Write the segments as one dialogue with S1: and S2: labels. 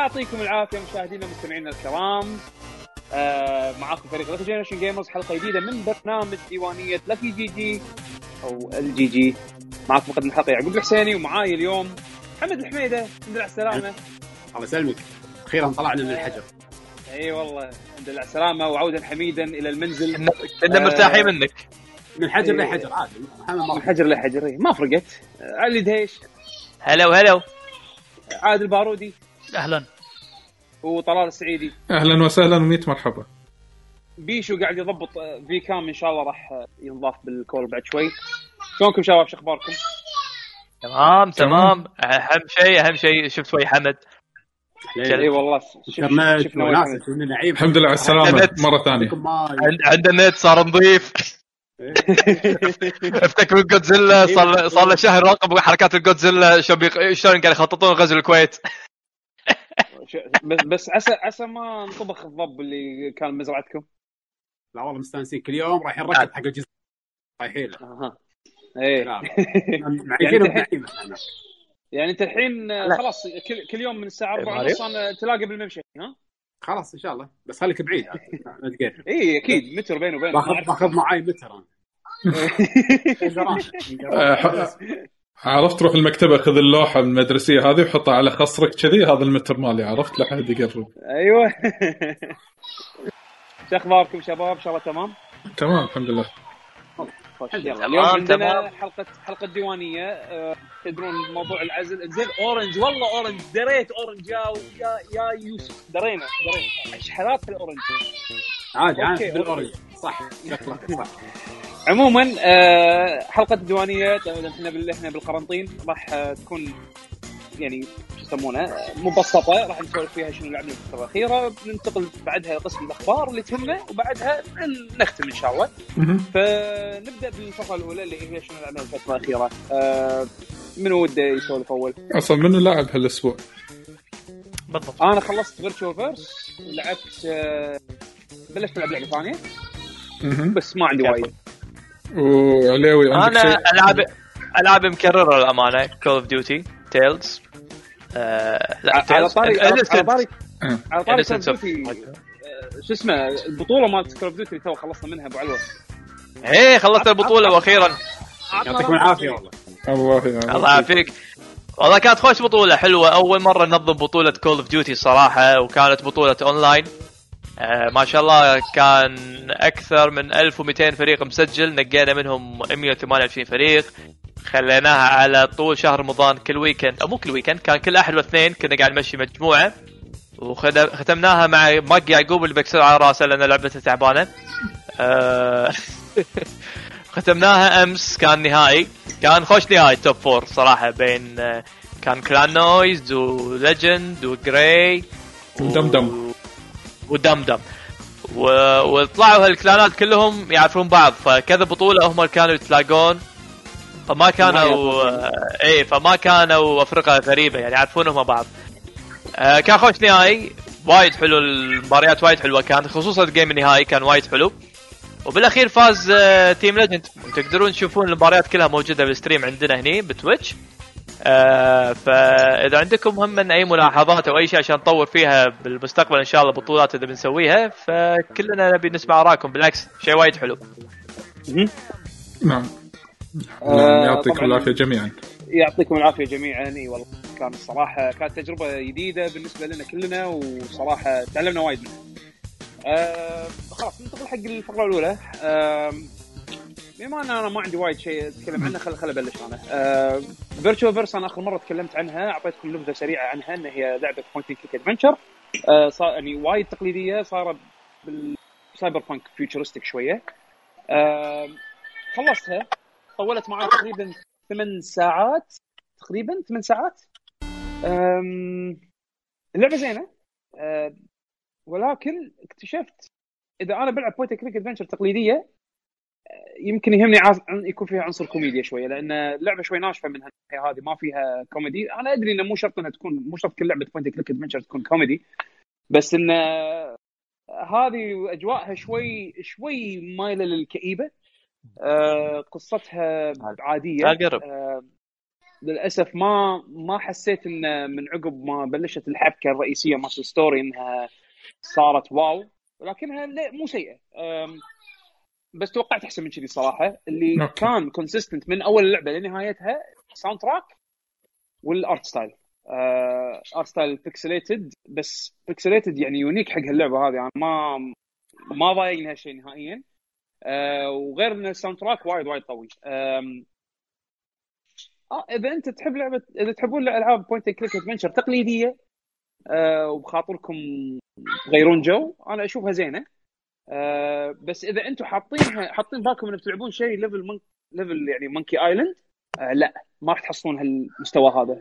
S1: يعطيكم العافيه مشاهدينا ومستمعينا الكرام. معاكم فريق لكي جينيريشن جيمرز، حلقه جديده من برنامج ديوانيه لكي جي جي او الجي جي. معاكم مقدم الحلقه يعقوب الحسيني، ومعاي اليوم محمد الحميده. الحمد لله على السلامه.
S2: الله يسلمك، اخيرا طلعنا من الحجر.
S1: اي والله الحمد لله على السلامه، وعودا حميدا الى المنزل.
S3: كنا مرتاحين منك.
S2: من حجر لحجر عادي،
S1: من حجر لحجر ما فرقت. علي دهيش،
S3: هلا
S1: عادل البارودي،
S3: اهلا،
S1: وطلال السعيدي،
S4: اهلا وسهلا وميت مرحبا.
S1: بيشو قاعد يضبط في كام، ان شاء الله راح ينضاف بالكول بعد شوي. شلونكم شباب؟ شو اخباركم؟
S3: تمام. اهم شيء شفت شوي حمد.
S1: اي والله
S2: شفنا وناس نعيم.
S4: الحمد لله على السلامه مره ثانيه.
S3: عندنا نت صار نظيف. افتكروا جودزيلا صار له شهر راقب حركات الجودزيلا شلون قاعد يخططون غزو الكويت.
S1: بس عسى ما نطبخ الضب اللي كان مزرعتكم.
S2: لا والله مستانسين، كل يوم رايحين نركب حق الجزء رايحين له.
S1: ايه يعني انت الحين خلاص كل يوم من الساعه 4:30 انا تلاقي بالممشى. ها
S2: خلاص ان شاء الله، بس خليك بعيد نتقرب.
S1: اي اكيد متر بينه وبينك.
S2: باخذ معاي متر
S4: عرفت، تروح المكتبه خذ اللوحه المدرسيه هذه وحطها على خصرك كذي، هذا المتر مالي، عرفت، لحد يقرب.
S1: ايوه. شو اخباركم شباب؟ ان شاء الله
S4: تمام الحمد لله.
S1: يلا اليوم عندنا حلقه ديوانيه. تدرون موضوع العزل زين اورنج، والله اورنج دريت اورنج يا يوسف، درينا اشحالات في الاورنج
S2: عادي بالاورنج صح.
S1: عموما حلقه الديوانيه احنا بالقرنطين راح تكون يعني شو يسمونها مبسطه، راح نسولف فيها شنو لعبنا في الفتره الاخيره، ننتقل بعدها قسم الاخبار اللي تهمنا، وبعدها نختم ان شاء الله. فنبدا بالفقره الاولى اللي هي شنو لعبنا في الفتره الاخيره. منو وده يسولف اول؟
S4: اصلا منو لاعب هالاسبوع؟
S3: بالضبط
S1: انا خلصت فيرتشوال فيرس ولعبت بلشت العب لعبه ثانيه بس ما عندي وايد.
S4: وعليوي
S3: انا العاب مكرره الامانه. كول اوف ديوتي تيلز.
S1: على طاري شو اسمه البطوله مالت كول اوف ديوتي تو خلصنا منها ابو علوه.
S3: خلصت البطوله واخيرا.
S2: يعطيكم العافيه والله.
S3: الله يعافيك والله. كانت خوش بطوله حلوه، اول مره ننظم بطوله كول اوف ديوتي صراحه، وكانت بطوله اونلاين. ما شاء الله كان أكثر من 1200 فريق مسجل، نقينا منهم 128 فريق، خليناها على طول شهر رمضان كل ويكند، أو مو كل ويكند، كان كل أحد واثنين كنا قاعد نمشي مجموعة، وختمناها مع ماج يعقوب اللي بكسر على راسه لأن لعبته تعبانة. ختمناها أمس، كان نهائي، كان خوش نهائي توب 4 صراحة، بين كان كلان نويز وليجند وجراي ودمدم وطلعوا هالكلانات كلهم يعرفون بعض، فكذا بطولة هم كانوا يتلاقون، فما كانوا أفرقة غريبة يعني يعرفونهم بعض. كان خوش نهائي وايد حلو، المباريات وايد حلوة كانت، خصوصا الجيم النهائي كان وايد حلو، وبالأخير فاز تيم ليجند. تقدرون تشوفون المباريات كلها موجودة بالستريم عندنا هني بتويتش. فإذا عندكم هم من أي ملاحظات أو أي شيء عشان نطور فيها بالمستقبل إن شاء الله بطولات إذا بنسويها، فكلنا نبي نسمع آراءكم، بالعكس شيء وايد حلو.
S4: نعم. يعطيكم العافية جميعا.
S1: يعطيكم العافية جميعا. اي والله كان الصراحة كانت تجربة جديدة بالنسبة لنا كلنا، وصراحة تعلمنا وايد منها. خلاص ننتقل حق الفقرة الأولى. بما ان انا ما عندي وايد شيء اتكلم عنه، خل ابلش انا. فيرتشوال فيرس انا اخر مره تكلمت عنها، اعطيتكم نبذه سريعه عنها، ان هي لعبه بوينت كليك ادفنتشر يعني وايد تقليديه، صارت بالسايبر بانك فيوتشرستيك شويه. خلصتها، طولت معي تقريبا 8 ساعات. اللعبه زينه، ولكن اكتشفت اذا انا بلعب بوينت كليك ادفنتشر تقليديه يمكن يهمني يكون فيها عنصر كوميديا شويه، لان اللعبه شوي ناشفه منها هذه، ما فيها كوميدي. انا ادري انه مو شرط انها تكون، مو شرط كل لعبه بوينت كليك ادفنتشر تكون كوميدي، بس ان هذه اجواءها شوي مايله للكئيبه. قصتها عاديه. للاسف ما حسيت ان من عقب ما بلشت الحبكه الرئيسيه مال ستوري انها صارت واو، ولكنها مو سيئه. بس توقعت احسن من كذي صراحه. اللي
S4: أوكي.
S1: كان كونسيستنت من اول اللعبه لنهايتها ساوند تراك والارت ستايل. ارت ستايل بيكسليتد، بس بيكسليتد يعني يونيك حق هاللعبه هذه، يعني ما ضايقني هالشيء نهائيا. وغير ان الساوند تراك وايد قوي. اذا انت تحب اذا تحبون الالعاب بوينت كليك ادفنشر تقليديه وبخاطركم تغيرون جو، انا اشوفها زينه. بس اذا انتم حاطين بالكم ان بتلعبون شيء ليفل يعني مونكي ايلاند، لا ما راح تحصلون هالمستوى هذا.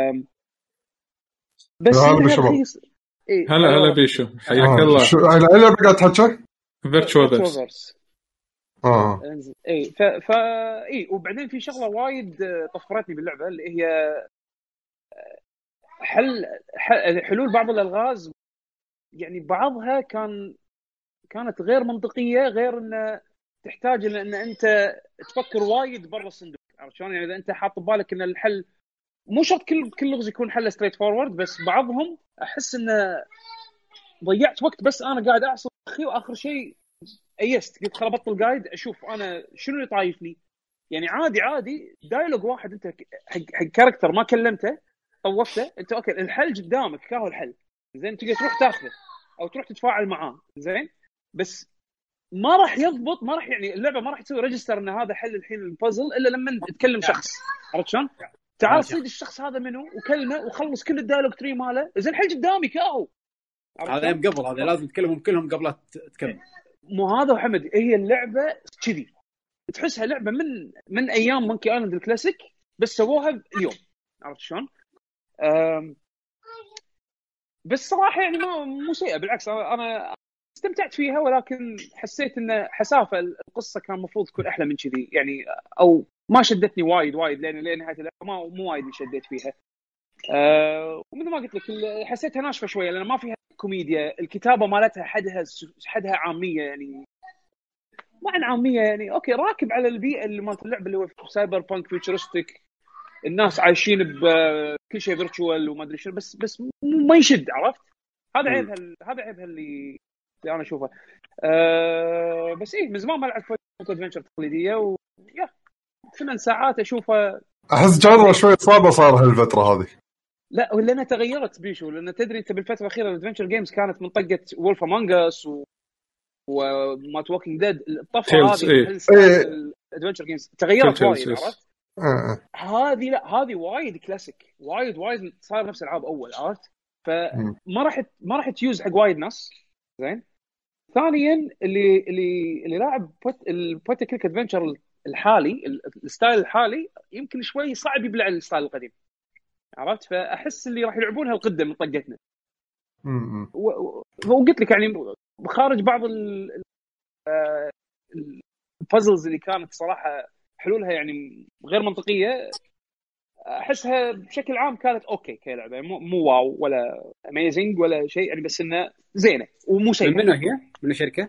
S1: بس
S5: هلا بشباب.
S1: رخيص. إيه
S4: هلا بيشو، حياك الله.
S5: شو اللعبة قاعد تحكي؟
S4: فيرتشوال فيرس.
S1: اي اي. وبعدين في شغله وايد طفرتني باللعبه، اللي هي حلول بعض الالغاز. يعني بعضها كانت غير منطقيه، غير ان تحتاج ان انت تفكر وايد برا الصندوق. عرفت شلون؟ يعني اذا انت حاط ببالك ان الحل مو شرط كل لغز يكون حله ستريت فورورد، بس بعضهم احس انه ضيعت وقت بس انا قاعد اعصب اخي، واخر شيء ايست قلت خل ابطل قايد اشوف انا شنو اللي طايفني. يعني عادي دايلوج واحد انت حق كاركتر ما كلمته طوفته انت، اوكي الحل قدامك كاهو الحل زين، تقدر تروح تاخذه او تروح تتفاعل معاه زين، بس ما راح يضبط، ما راح يعني اللعبه ما راح تسوي ريجستر ان هذا حل الحين البازل الا لما تكلم شخص. عرفت شلون؟ تعال صيد الشخص هذا منه وكلمه وخلص كل الدايلوج تري ماله زين، الحل قدامي كاهو.
S2: هذا قبل هذا لازم تكلمهم كلهم قبل لا تكمل.
S1: مو هذا وحمد، هي اللعبه كذي تحسها لعبه من ايام مونكي ايلاند الكلاسيك، بس سووها اليوم. عرفت شلون؟ بس صراحه يعني مو سيئه، بالعكس انا استمتعت فيها، ولكن حسيت ان حسافه القصه كان المفروض تكون احلى من كذي يعني، او ما شدتني وايد لين نهايه اللعبه مو وايد شديت فيها. ومثل ما قلت لك حسيتها ناشفه شويه لان ما فيها كوميديا. الكتابه مالتها حدها عاميه، يعني ما عن عاميه يعني اوكي راكب على البيئه اللي مالت اللعبه اللي هو سايبر بانك فيوتشرستيك، الناس عايشين بكل شيء فيرتشوال وما ادري شنو، بس ما يشد. عرفت؟ هذا عيبها اللي انا اشوفه. بس ايه من زمان ما لعبت ادفنشر تقليديه ويا 8 ساعات اشوفه.
S5: احس جرى شويه صعبه صار هالفتره هذه.
S1: لا ولا انا تغيرت بيشو، لان تدري انت بالفتره الاخيره الادفنشر جيمز كانت منطقه وولف امونج اس ومات ووكينج ديد، الطفره هذه الادفنشر جيمز تغيرت وايد. عرفت؟ هذه لا هذه وايد كلاسيك، وايد صار نفس العاب اول. عرفت؟ فما راح تيوز حق وايد ناس زين. ثانيا اللي لاعب البوينت كليك ادفنشر الحالي، الستايل الحالي يمكن شوي صعب يبلع الستايل القديم. عرفت؟ فاحس اللي راح يلعبونها القدم من طقتنا. وقلت لك يعني خارج بعض البازلز اللي كانت صراحه حلولها يعني غير منطقيه، احسها بشكل عام كانت اوكي كلعبه، مو واو ولا اميزنج ولا شيء يعني، بس انها زينه ومو سيئه.
S2: من هي من الشركه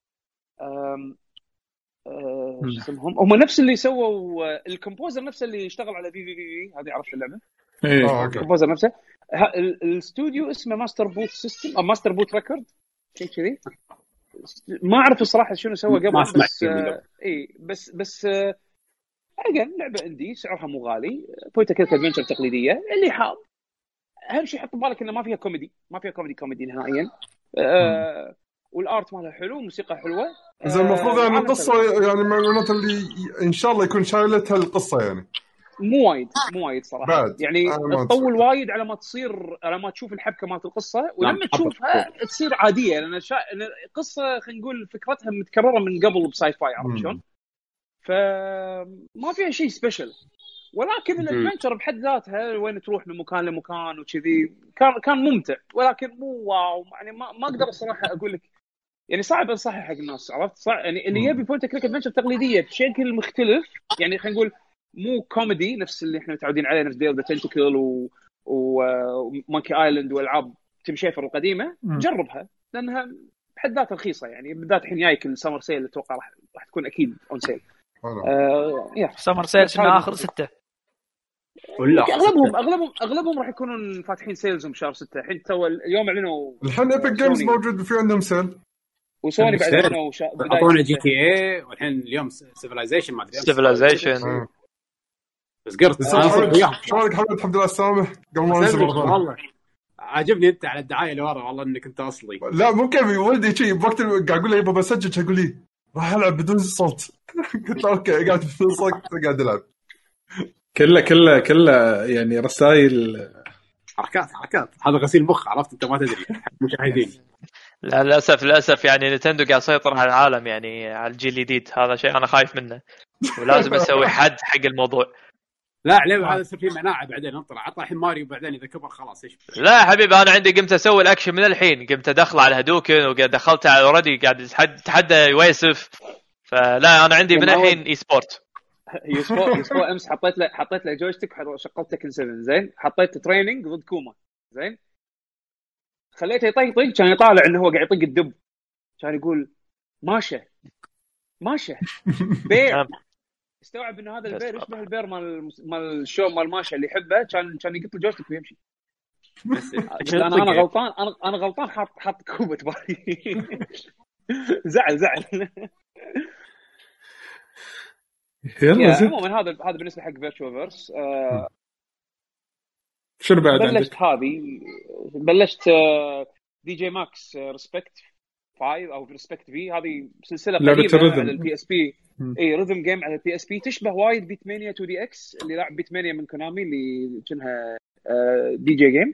S1: هم نفس اللي سووا الكومبوزر نفسه اللي اشتغل على في هذه. عرفت اللعبه؟ الكومبوزر نفسه الاستوديو اسمه ماستر بوت سيستم او ماستر بوت ريكورد شيء كذي. ما اعرف الصراحه شنو سوى قبل، بس اي بس اجل لعبه اندي سعرها مو غالي، بوينت كليك ادفنشر تقليديه. اللي حاب اهم شيء حط بالك انه ما فيها كوميدي نهائيا. والارت مالها حلو، موسيقى حلوه.
S5: زين المفروض يعني القصه يعني معناته اللي ان شاء الله يكون شايلتها القصه يعني
S1: مو وايد صراحه
S5: بعد.
S1: يعني تطول وايد على ما تشوف الحبكه مالت القصه، ولما تشوفها تصير عاديه لان القصه خلينا نقول فكرتها متكرره من قبل بساي فاي. عرفت شلون؟ فما فيها شيء سبيشل، ولكن الادفنتشر بحد ذاتها وين تروح من مكان لمكان وكذي كان ممتع، ولكن مو واو يعني. ما اقدر الصراحه اقول لك يعني صعب انصحها حق الناس. عرفت؟ صعب يعني اللي يبي بوينت كليك ادفنتشر تقليديه بشكل مختلف، يعني خلينا نقول مو كوميدي نفس اللي احنا متعودين عليه، نفس ديل ذا تنتكل ومونكي ايلاند والعاب تيم شيفر القديمه. جربها لانها بحد ذاتها رخيصه يعني، بالذات الحين جايك السمر سيل اتوقع راح تكون اكيد اون سيل.
S3: سمر سيل شنو اخر 6
S2: ولا
S1: اغلبهم راح يكونون فاتحين سيلزهم بشهر 6. الحين تو اليوم اعلنوا
S5: الحين ايبك جيمز موجود في عندهم سيل،
S1: وسوني بعد اعلنوا
S2: بدايه جي تي اي، والحين اليوم سيفلايزيشن ما ادري
S3: سيفلايزيشن.
S2: بس قرت
S5: شلونك حمد؟ الحمد لله السلامه. قبل ما ننسى
S2: والله عاجبني انت على الدعايه اللي ورا، والله انك انت اصلي.
S5: لا مو كيفي ولدي شيء بوقت قاعد اقول له يبا بسجل، يقول لي راح العب بدون صوت. قلت له اوكي قاعد بدون صوت قاعد العب.
S4: كله يعني رسائل
S2: حركات هذا غسيل مخ، عرفت انت ما تدري مشاهدين.
S3: لا للاسف يعني نينتندو قاعد يسيطر على العالم، يعني على الجيل الجديد. هذا شيء انا خايف منه ولازم اسوي حد حق الموضوع.
S2: لا عليه هذا يصير فيه مناعه بعدين نطلع عطى الحين ماريو بعدين اذا كبر خلاص ايش.
S3: لا يا حبيبي انا عندي قمت اسوي الاكشن من الحين، قمت ادخل على هادوكن ودخلت على اوريدي قاعد اتحدى يوسف. فلا انا عندي من الحين اي سبورت.
S1: يسبو امس حطيت له جويستيك وشغلت تكن 7 زين، حطيت تريننج ضد كوما زين، خليته يطيق كان يطالع انه هو قاعد يطق الدب، كان يقول ماشى بير. استوعب انه هذا البير يشبه البير مال الشو مال ماشى اللي يحبه، كان يقط الجويستيك ويمشي. انا غلطان حاط كوبا تباري. زعل
S4: يلا زين.
S1: عموما هذا بالنسبه حق فيرتشوال فيرس.
S4: شنو بعد
S1: بلشت دي جي ماكس ريسبكت 5 او ريسبكت في. هذه سلسله قديمه على البي اس بي، اي ريذم جيم على البي اس بي، تشبه وايد بيتمانيا 2 دي اكس اللي لعب بيتمانيا من كونامي اللي كانها دي جي جيم.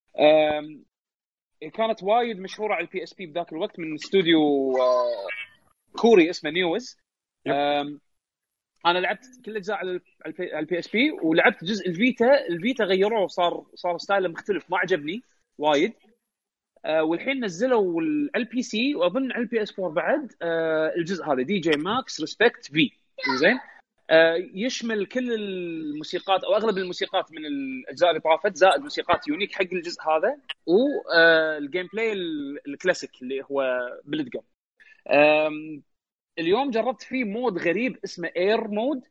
S1: كانت وايد مشهوره على البي اس بي بذاك الوقت من استوديو كوري اسمه نيوز. انا لعبت كل اجزاء على البي اس بي، ولعبت جزء الفيتا غيروه صار ستايله مختلف، ما عجبني وايد. والحين نزلوا على البي سي واظن على البي اس 4 بعد الجزء هذا دي جي ماكس ريسبكت في زين. يشمل كل الموسيقات او اغلب الموسيقات من الاجزاء اللي طافت، زائد موسيقات يونيك حق الجزء هذا، والجيم بلاي الكلاسيك اللي هو بلدقم. اليوم جربت فيه مود غريب اسمه اير مود.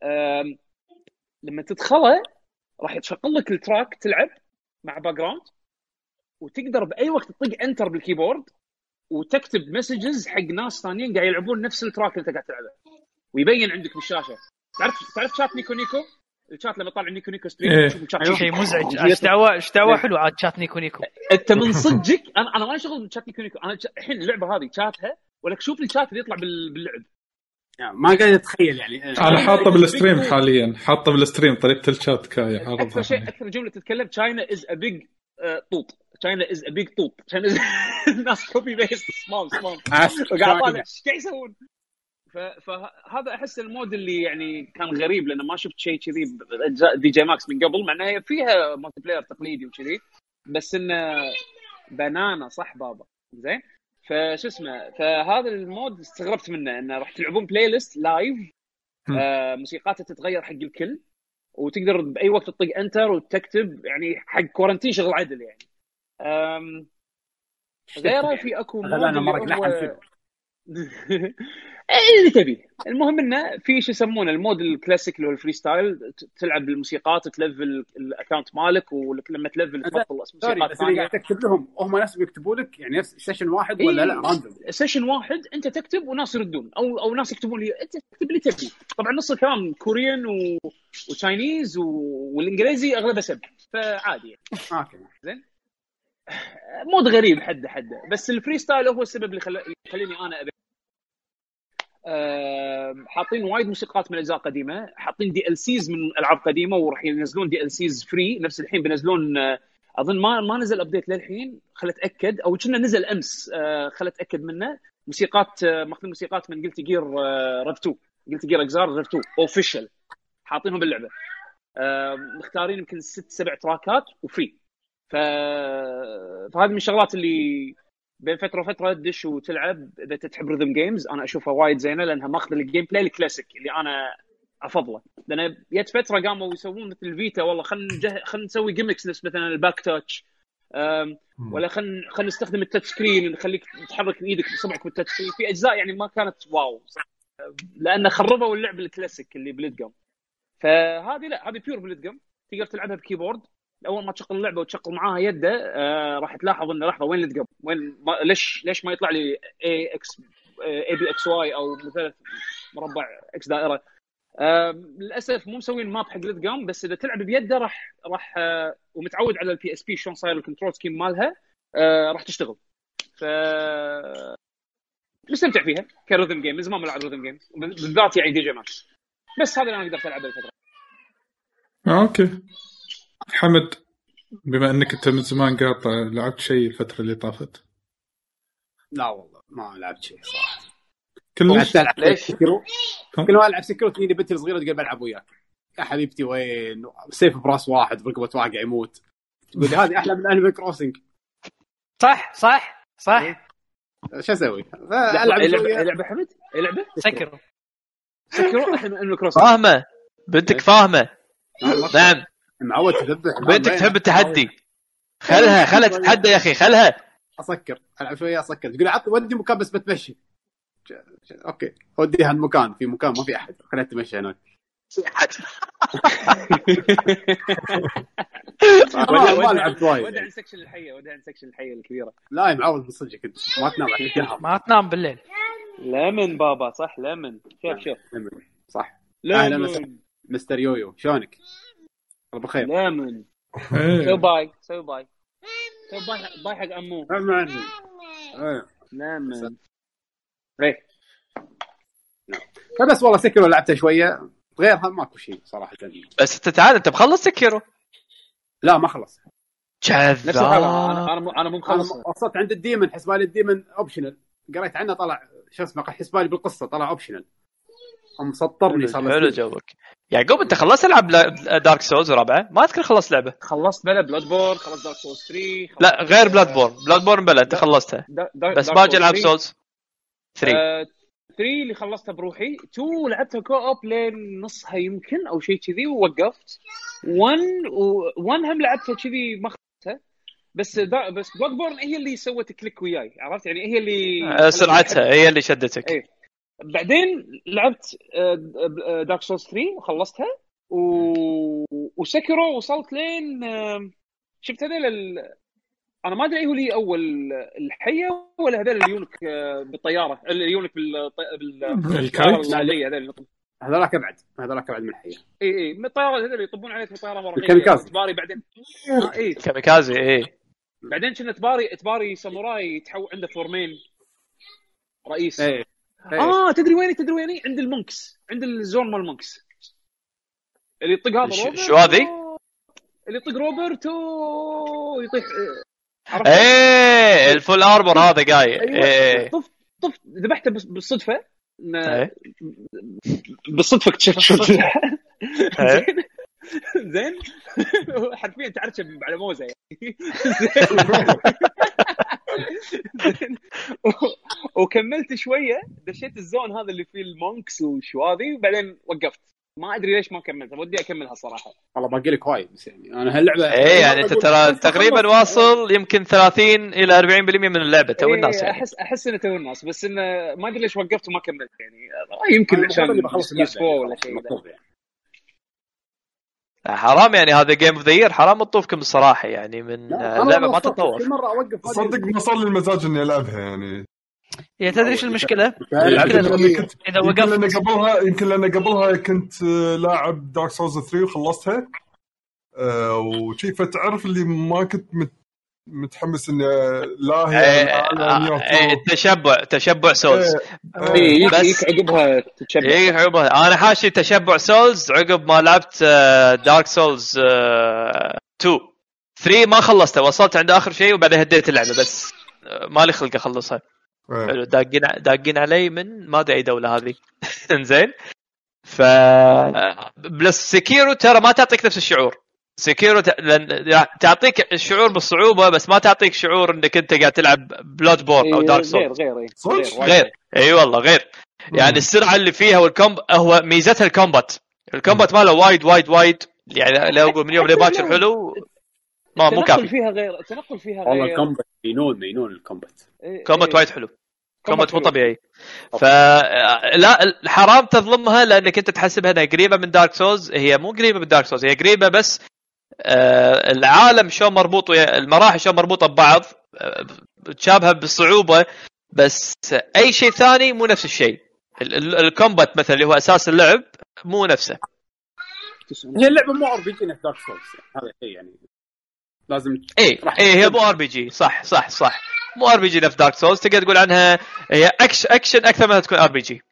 S1: لما تدخله راح يتشغل لك التراك تلعب مع باك جراوند، وتقدر باي وقت تطق انتر بالكيبورد وتكتب مسجز حق ناس ثانيين قاعد يلعبون نفس التراك اللي انت قاعد تلعبه، ويبين عندك بالشاشه. تعرف شات نيكو الشات لما طالع نيكو ستريم تشوف الشات
S6: شيء مزعج. ايش دعوه حلو عاد شات نيكو
S1: انت من صدقك انا ما شغل من شات نيكو. انا الحين اللعبه هذه شاتها ولك شوف لي الشات اللي يطلع باللعب
S2: يعني ما قاعد اتخيل. يعني
S4: انا حاطه بالستريم حاليا، حاطه بالستريم طريقه الشات كاي عرضها.
S1: اكثر جمله تتكلم China is a big طوط. China is a big طوط. الناس كوبي بيست سمام وقاعد طالع ايش قاعد يسوون. فهذا احس المود اللي يعني كان غريب، لانه ما شفت شيء كذي باجزاء دي جي ماكس من قبل، مع انها هي فيها مالتي بلاير تقليدي وكذي، بس انه بنانا صح بابا زين. فشو اسمه، فهذا المود استغربت منه انه راح تلعبون بلاي ليست لايف، موسيقاتها تتغير حق الكل، وتقدر باي وقت تطق انتر وتكتب، يعني حق كورنتين شغل عدل يعني. غيره في اكو مود
S2: انا مره لحن
S1: اللي تبي. المهم انه في شو يسمونه المود الكلاسيك اللي هو الفري ستايل، تلعب بالموسيقات وتلفل الاكونت مالك، ولما تلفل تبطل موسيقات
S2: ثانيه قاعد تكتب لهم هم ناس بيكتبوا لك يعني نفس سيشن واحد ولا لا راندوم؟
S1: سيشن واحد انت تكتب وناس يردون، او ناس يكتبون لي انت تكتب اللي تبي. طبعا نص الكلام كوريان وتشاينيز والانجليزي اغلبه سب، فعادي
S2: اوكي
S1: زين. مود غريب حده بس الفري ستايل هو السبب اللي خليني انا ابي. حاطين وايد موسيقات من اجزاء قديمه، حاطين دي ال سيز من العاب قديمه، وراح ينزلون دي ال سيز فري نفس الحين بينزلون. اظن ما نزل ابديت للحين، خلت اتاكد، او كنا نزل امس، خلت اتاكد منه. موسيقات ماخذين موسيقات من قلت جير ريف 2، قلت جير اكزار ريف 2 اوفيشال، حاطينهم باللعبه. مختارين يمكن 6-7 تراكات وفري. فهذه من الشغلات اللي بين فتره وفتره تدش وتلعب اذا تحب ريذم جيمز. انا اشوفها وايد زينه لانها ماخذ الجيم بلاي الكلاسيك اللي انا افضله. لان جت فتره قاموا يسوون مثل الفيتا، والله خلينا نسوي جيمكس نفس مثلا الباك تاتش، ولا خلينا نستخدم التاتش سكرين نخليك تحرك ايدك بصبعك بالتاتش سكرين. في اجزاء يعني ما كانت واو لان خربوا اللعب الكلاسيك اللي بليدجم. فهذه لا، هذه بيور بليدجم تقدر تلعبها بكيبورد. اول ما تشغل اللعبه وتشغل معاها يده راح تلاحظ ان لحظه وين الدقم، وين ليش ما يطلع لي اي اكس اي بي اكس واي او مثلث مربع اكس دائره. للاسف مو مسوين ماب حق الدقم، بس اذا تلعب بيده راح ومتعود على البي اس بي شلون صاير الكنترول سكيم مالها راح تشتغل. ف مستمتع فيها كريذم جيم، زمان ما العب ريذم جيم بالذات يعني دي جي ماكس. بس هذا اللي انا قدرت العبه الفتره.
S4: اوكي حمد، بما انك انت من زمان قاطع، لعبت شيء الفتره اللي طافت؟
S2: لا والله ما لعبت شيء صراحه
S4: كلش.
S3: ليش؟
S2: سكرو كل ما العب سكرو تجيني بنت صغيره تقول بلعب وياك يا حبيبتي، وين سيف براس واحد برقبه واحد يموت، تقول لي هذه احلى من انيمال كروسنج.
S6: صح صح صح.
S2: شو اسوي؟
S1: لعبه حمد لعبه
S6: سكروا
S1: احنا من الكروس.
S3: فاهمه بنتك فاهمه. نعم
S2: معود تذبح
S3: بنتك تحب التحدي. خلها تتحدى يا اخي، خلها.
S2: اسكر العب شويه اسكر، تقول عطني ودي مكان بس بتمشي. اوكي وديها المكان، في مكان ما في احد خليها تمشي هناك. ما لعبت وايد.
S1: ودع عن سكشن الحيه الكبيره.
S2: لا يا معود من صدق كنت ما تنام على الشهر.
S6: ما تنام بالليل.
S1: لمن بابا صح لمن شوف
S2: صح.
S1: لمن
S2: مستر يويو شلونك؟ الله بخير.
S1: لمن سو باي حق امو لمن ايه.
S2: فبس والله سكرو لعبتها شويه، غيرها ماكو شيء صراحه.
S3: بس انت تعال انت مخلص سكيرو؟
S2: لا ما خلص.
S1: نفس الحاله انا مو مخلص.
S2: وصلت عند الديمن، حسبالي الديمن اوبشنال، قريت عنه طلع شو اسمه حسبالي بالقصه طلع اوبشنال، مسطرني صار.
S3: حلو جوك يعقوب. انت خلصت العب دارك سولز رابعه؟ ما اذكر خلصت لعبه.
S1: خلصت بلا بلاد بورن، خلصت دارك سولز 3.
S3: لا غير بلاد بورن بلا انت خلصتها. بس باجي العب سولز 3
S1: اللي خلصتها بروحي. 2 لعبتها كو اوب لين نصها يمكن او شيء كذي ووقفت. 1 هم لعبتها كذي ما خلصتها. بس بلاد بورن هي اللي سوت كليك وياي، عرفت يعني هي اللي
S3: سرعتها هي اللي شدتك.
S1: ايه. بعدين لعبت دارك سولز 3 وخلصتها وسكرو وصلت لين شفت هذول انا ما ادري هو لي اول الحيه ولا هذول اليونك بالطياره، اليونك بالطياره العاديه
S2: هذولك ابعد من الحيه.
S1: اي من الطياره هذول يطبون عليك الطياره ورقيه
S2: الكاميكازي.
S1: تباري بعدين
S3: اي كاميكازي اي.
S1: بعدين كنا تباري ساموراي تحول عنده فورمين رئيس.
S2: اي.
S1: تدري ويني عند المونكس، عند الزون مال المونكس اللي يطق هذا روبرت.
S3: شو هذه
S1: اللي يطق روبرت ويطيح
S3: ايه الفول اربر هذا جاي.
S1: ايه طفت ذبحته بالصدفه. بالصدفه اكتشفت. زين حرفيا تعرشب على موزه يعني. زين وكملت شويه، دشيت الزون هذا اللي فيه المونكس وشواذي وبعدين وقفت. ما ادري ليش ما كملتها، ودي اكملها صراحه.
S2: والله باقي لك وايد بس يعني انا هاللعبه
S3: ايه يعني انت ترى تقريبا واصل يمكن 30 الى 40% من اللعبه تو الناس يعني.
S1: احس انه تو الناس، بس انه ما ادري ليش وقفت وما كملت يعني. يمكن عشان بخلص ولا شيء.
S3: حرام يعني هذا جيم اوف ذا يير، حرام تطوفكم الصراحه يعني من اللعبه ما تتطور.
S2: كل مره اوقف
S5: صدق ما صار لي المزاج اني العبها يعني.
S6: يا تدري ايش المشكله؟
S5: اذا وقفت يمكن لان قبلها كنت لاعب دارك سولز 3 وخلصتها وشي، فتعرف اللي ما كنت متحمس اني لا هي
S3: تشبع سولز.
S1: بس عقبها تتشبع.
S3: عقبها انا حاشي تشبع سولز عقب ما لعبت دارك سولز 2 3 ما خلصتها، وصلت عند اخر شيء وبعدين هديت اللعبه بس مالي خلق اخلصها. حلو داقين علي من ما ادري اي دوله هذه. انزين بلس سكيرو ترى ما تعطيك نفس الشعور. سكيرو تعطيك الشعور بالصعوبه بس ما تعطيك شعور انك انت قاعد تلعب بلود بورن او دارك سولز. غير اي والله غير. يعني السرعه اللي فيها والكومب هو ميزتها الكومبات ماله وايد يعني لو اقول من يوم لباكر حلو ما مو كافي.
S1: تنقل فيها
S2: غير والله الكومبات مينون الكومبات
S3: كومبات وايد حلو. كومبات مو طبيعي. فلا حرام تظلمها لانك انت تحسبها انها قريبه من دارك سولز. هي مو قريبه من دارك سولز، هي قريبه بس العالم شو مربوط المراحل شو مربوطه ببعض، تشابهه بالصعوبه، بس اي شيء ثاني مو نفس الشيء. الكومبات مثلا اللي هو اساس اللعب مو نفسه.
S2: هي اللعبه مو ار بي جي نفس دارك سولز، هذا الشيء يعني لازم.
S3: اي هي مو ار بي جي، صح مو ار بي جي نفس دارك سولز، تقدر تقول عنها هي اكشن اكثر ما تكون ار بي جي.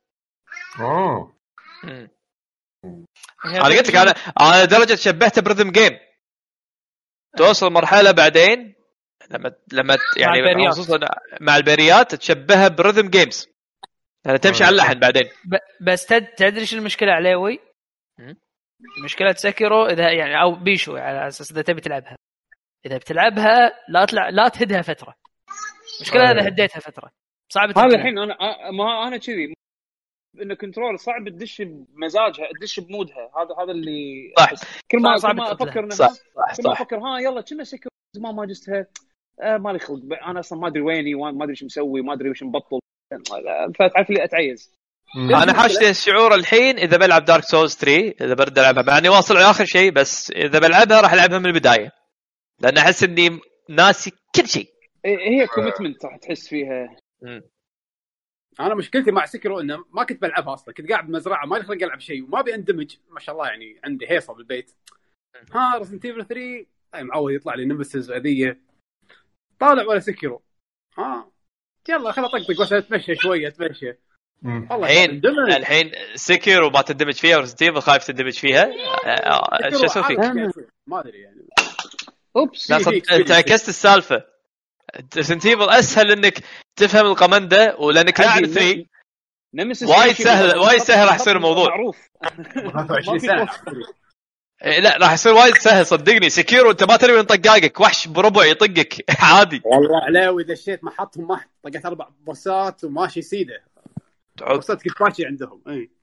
S3: انا قلت لك انا درجه شبهته بريذم جيم. توصل مرحله بعدين لما يعني خصوصا مع البريات تشبهها بريذم جيمز، يعني تمشي على اللحن بعدين.
S6: بس تدري شو المشكله عليوي؟ مشكله سكيرو اذا يعني او بيشو على اساس اذا تبي تلعبها، اذا بتلعبها لا تهدها فتره. مشكله اذا هديتها فتره صعب.
S1: هذا الحين انا كذي ان كنترول صعب تدش بمزاجها، تدش بمودها. هذا اللي
S3: صح.
S1: كل ما افكر انها
S3: صح.
S1: ما افكر يلا كنا سكر زمان ما جستها، مالي خلق انا اصلا ما ادري ويني ما ادري شو مسوي، ما ادري وش مبطل، فتعرف لي اتعيز.
S3: انا حاشني الشعور الحين اذا بلعب دارك سولز 3، اذا برد العبها مع اني واصل اخر شيء، بس اذا بلعبها راح العبها من البدايه لان احس اني ناسي كل شيء.
S1: هي كوميتمنت راح تحس فيها.
S2: انا مشكلتي مع سكرو انه ما كنت بلعبها اصلا، كنت قاعد بمزرعه ما لي خلق العب شيء وما بيندمج. ما شاء الله يعني عندي هيصه بالبيت. ريزنت ايفل 3 معود يطلع لي نمسز اذيه، طالع ولا سكرو. يلا خلينا طقطق بس اتمشى شويه اتمشى. الحين
S3: سكر وما تندمج فيها، وريزنت ايفل خايف تندمج فيها. شو اسوي فيك؟
S2: ما ادري يعني.
S3: اوبس انت عكست السالفه. ريزنت ايفل اسهل انك تفهم القمنده، ولانك لاعب 3 وايد سهل راح يصير الموضوع
S1: معروف.
S2: 23 سنه
S3: لا راح يصير وايد سهل صدقني. سكيرو انت ما تدري وين طقاقك، وحش بربع يطقك عادي
S2: والله. علاوي دشيت محطهم محط، طقيت 4 بوسات وماشي سيده. بوسات كنت ماشي عندهم.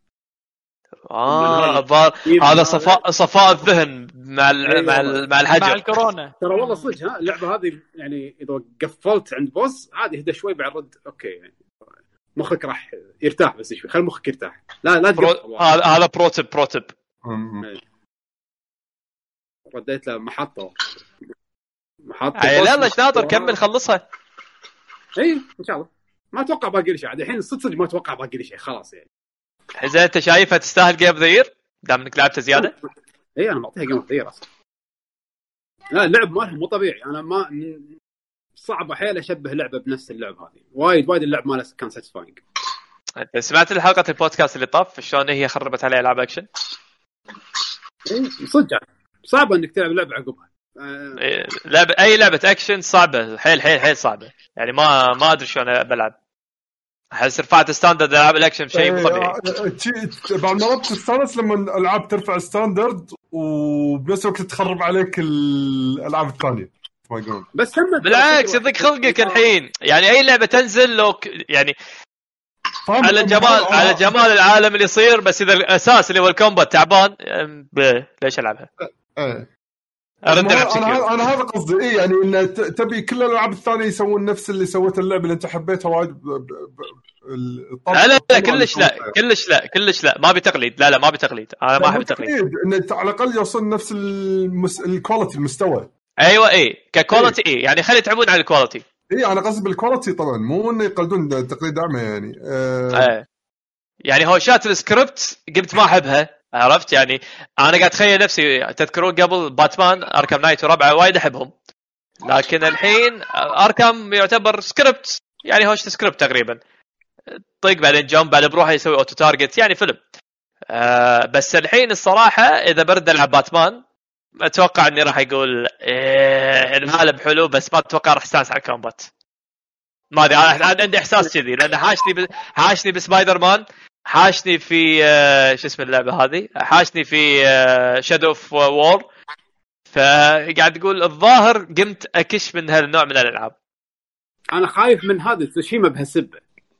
S3: الظاهر هذا صفاء الذهن مع الحجر
S6: مع الكورونا.
S2: ترى والله صدق اللعبه هذه يعني اذا قفلت عند بوس عادي هدا شوي بعد رد اوكي يعني مخك راح يرتاح، بس شوي خلي مخك يرتاح. لا
S3: هذا بروتب
S2: رديت له محطه
S3: يلا شاطر كمل خلصها.
S2: ان شاء الله. ما اتوقع باقي لي شيء الحين صدق ما اتوقع باقي لي شيء خلاص يعني.
S3: اذا انت شايفها تستاهل جيم اوف ذا يير دام انك لعبتها زياده.
S2: انا معطيها جيم اوف ذا يير اصلا. لا اللعب مالها مو طبيعي. انا ما صعب حيل اشبه لعبه بنفس اللعب هذه. وايد اللعب ماله كان ساتيسفاينج.
S3: سمعت الحلقه البودكاست اللي طاف شلون هي خربت عليها العاب اكشن؟
S2: صدق صعبه انك تلعب لعبه عقبها.
S3: اي لعبه اكشن صعبه حيل صعبه يعني. ما ادري شلون بلعب. احس رفعت ستاندرد العاب الاكشن شيء مو طبيعي.
S5: بعد ما ربط تستانس لما الالعاب ترفع ستاندرد وبنفس الوقت تخرب عليك الالعاب الثانيه ما يقولون.
S2: بس
S3: بالعكس يضيق خلقك الحين يعني. اي لعبه تنزل لو يعني على جمال العالم اللي يصير، بس اذا الاساس اللي هو الكومبات تعبان ليش العبها؟
S5: انا هذا قصدي. يعني ان تبي كل الالعاب الثانيه يسوون نفس اللي سوته اللعبه اللي انت حبيتها وايد.
S3: لا كلش لا ما بتقليد. لا ما بتقليد. انا ما احب التقليد.
S5: ان على الاقل يوصل نفس الكواليتي المستوى.
S3: ايوه ككواليتي يعني خلي يتعبون على الكواليتي.
S5: انا قصدي بالكواليتي طبعا مو انه يقلدون تقليد اعمى يعني.
S3: يعني هو شات السكريبت قمت ما احبها عرفت يعني. انا قاعد اتخيل نفسي تذكرون قبل باتمان اركام نايت وربعه وايد احبهم، لكن الحين اركام يعتبر سكريبت يعني هوش سكريبت تقريبا. طيق بعدين جامب بعد بروحه يسوي اوتو تارجت يعني فيلم. بس الحين الصراحه اذا برد العب باتمان اتوقع اني راح يقول العالم حلو، بس ما اتوقع راح استانس على الكومبات. ما ادري انا عندي احساس كذي لان حاشني بسبايدر مان، حاشني في شو اسم اللعبه هذه، حاشني في شادو اوف وور، فقاعد تقول الظاهر قمت اكش من هالنوع من الالعاب.
S2: انا خايف من هذا تسوشيما بهالسبه.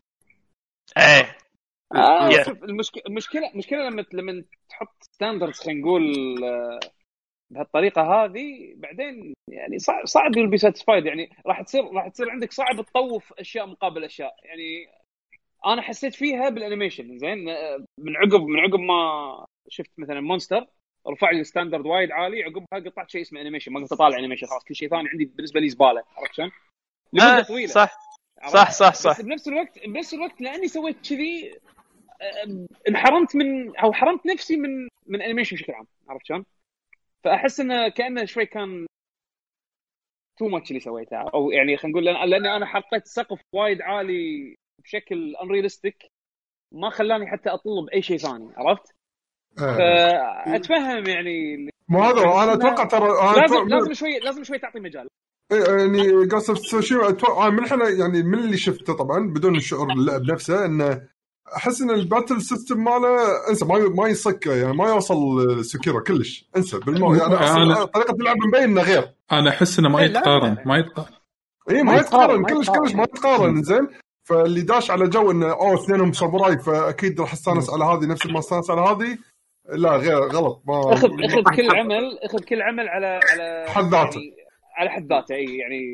S1: المشكله لما تحط ستاندردز خلينا نقول بهالطريقه هذه بعدين يعني صعب يبي ساتسفايد يعني. راح تصير عندك صعب تطوف اشياء مقابل اشياء يعني. انا حسيت فيها بالانيميشن زين من عقب ما شفت مثلا مونستر رفع لي الستاندرد وايد عالي، عقبها قطعت شيء اسمه انيميشن، ما قلت اطالع انيميشن، خلاص كل شيء ثاني عندي بالنسبه لي زباله، عرفت شلون؟ لمده طويله.
S3: صح
S1: عرفت؟
S3: صح صح
S1: بس بنفس الوقت لاني سويت كذي انحرمت من او حرمت نفسي من انيميشن بشكل عام، عرفت شلون؟ فاحس انه كانه شوي كان تو ماتش اللي سويته، او يعني خلينا نقول لاني انا حطيت سقف وايد عالي بشكل انريالستيك ما خلاني حتى اطلب اي شيء ثاني، عرفت؟ فاتفهم يعني
S5: ما هذا انا اتوقع ترى
S1: لازم شوي تعطي مجال.
S5: يعني قصة سوشيما اتوقع من احنا يعني من اللي شفته طبعا بدون الشعور اللعب نفسه انه احس ان الباتل سيستم ماله انسى ما يصك يعني ما يوصل سكيرو كلش انسى يعني طريقه اللعب مبين انه غير.
S4: انا احس انه ما يتقارن
S5: اي ما يتقارن كلش ما يتقارن. زين فاللي داش على جو انه اثنينهم ساموراي فاكيد راح استانس على هذه نفس ما استانس على هذه، لا غير غلط. ما
S1: اخذ كل عمل على
S5: حد ذاته
S1: يعني على حد ذاته. اي يعني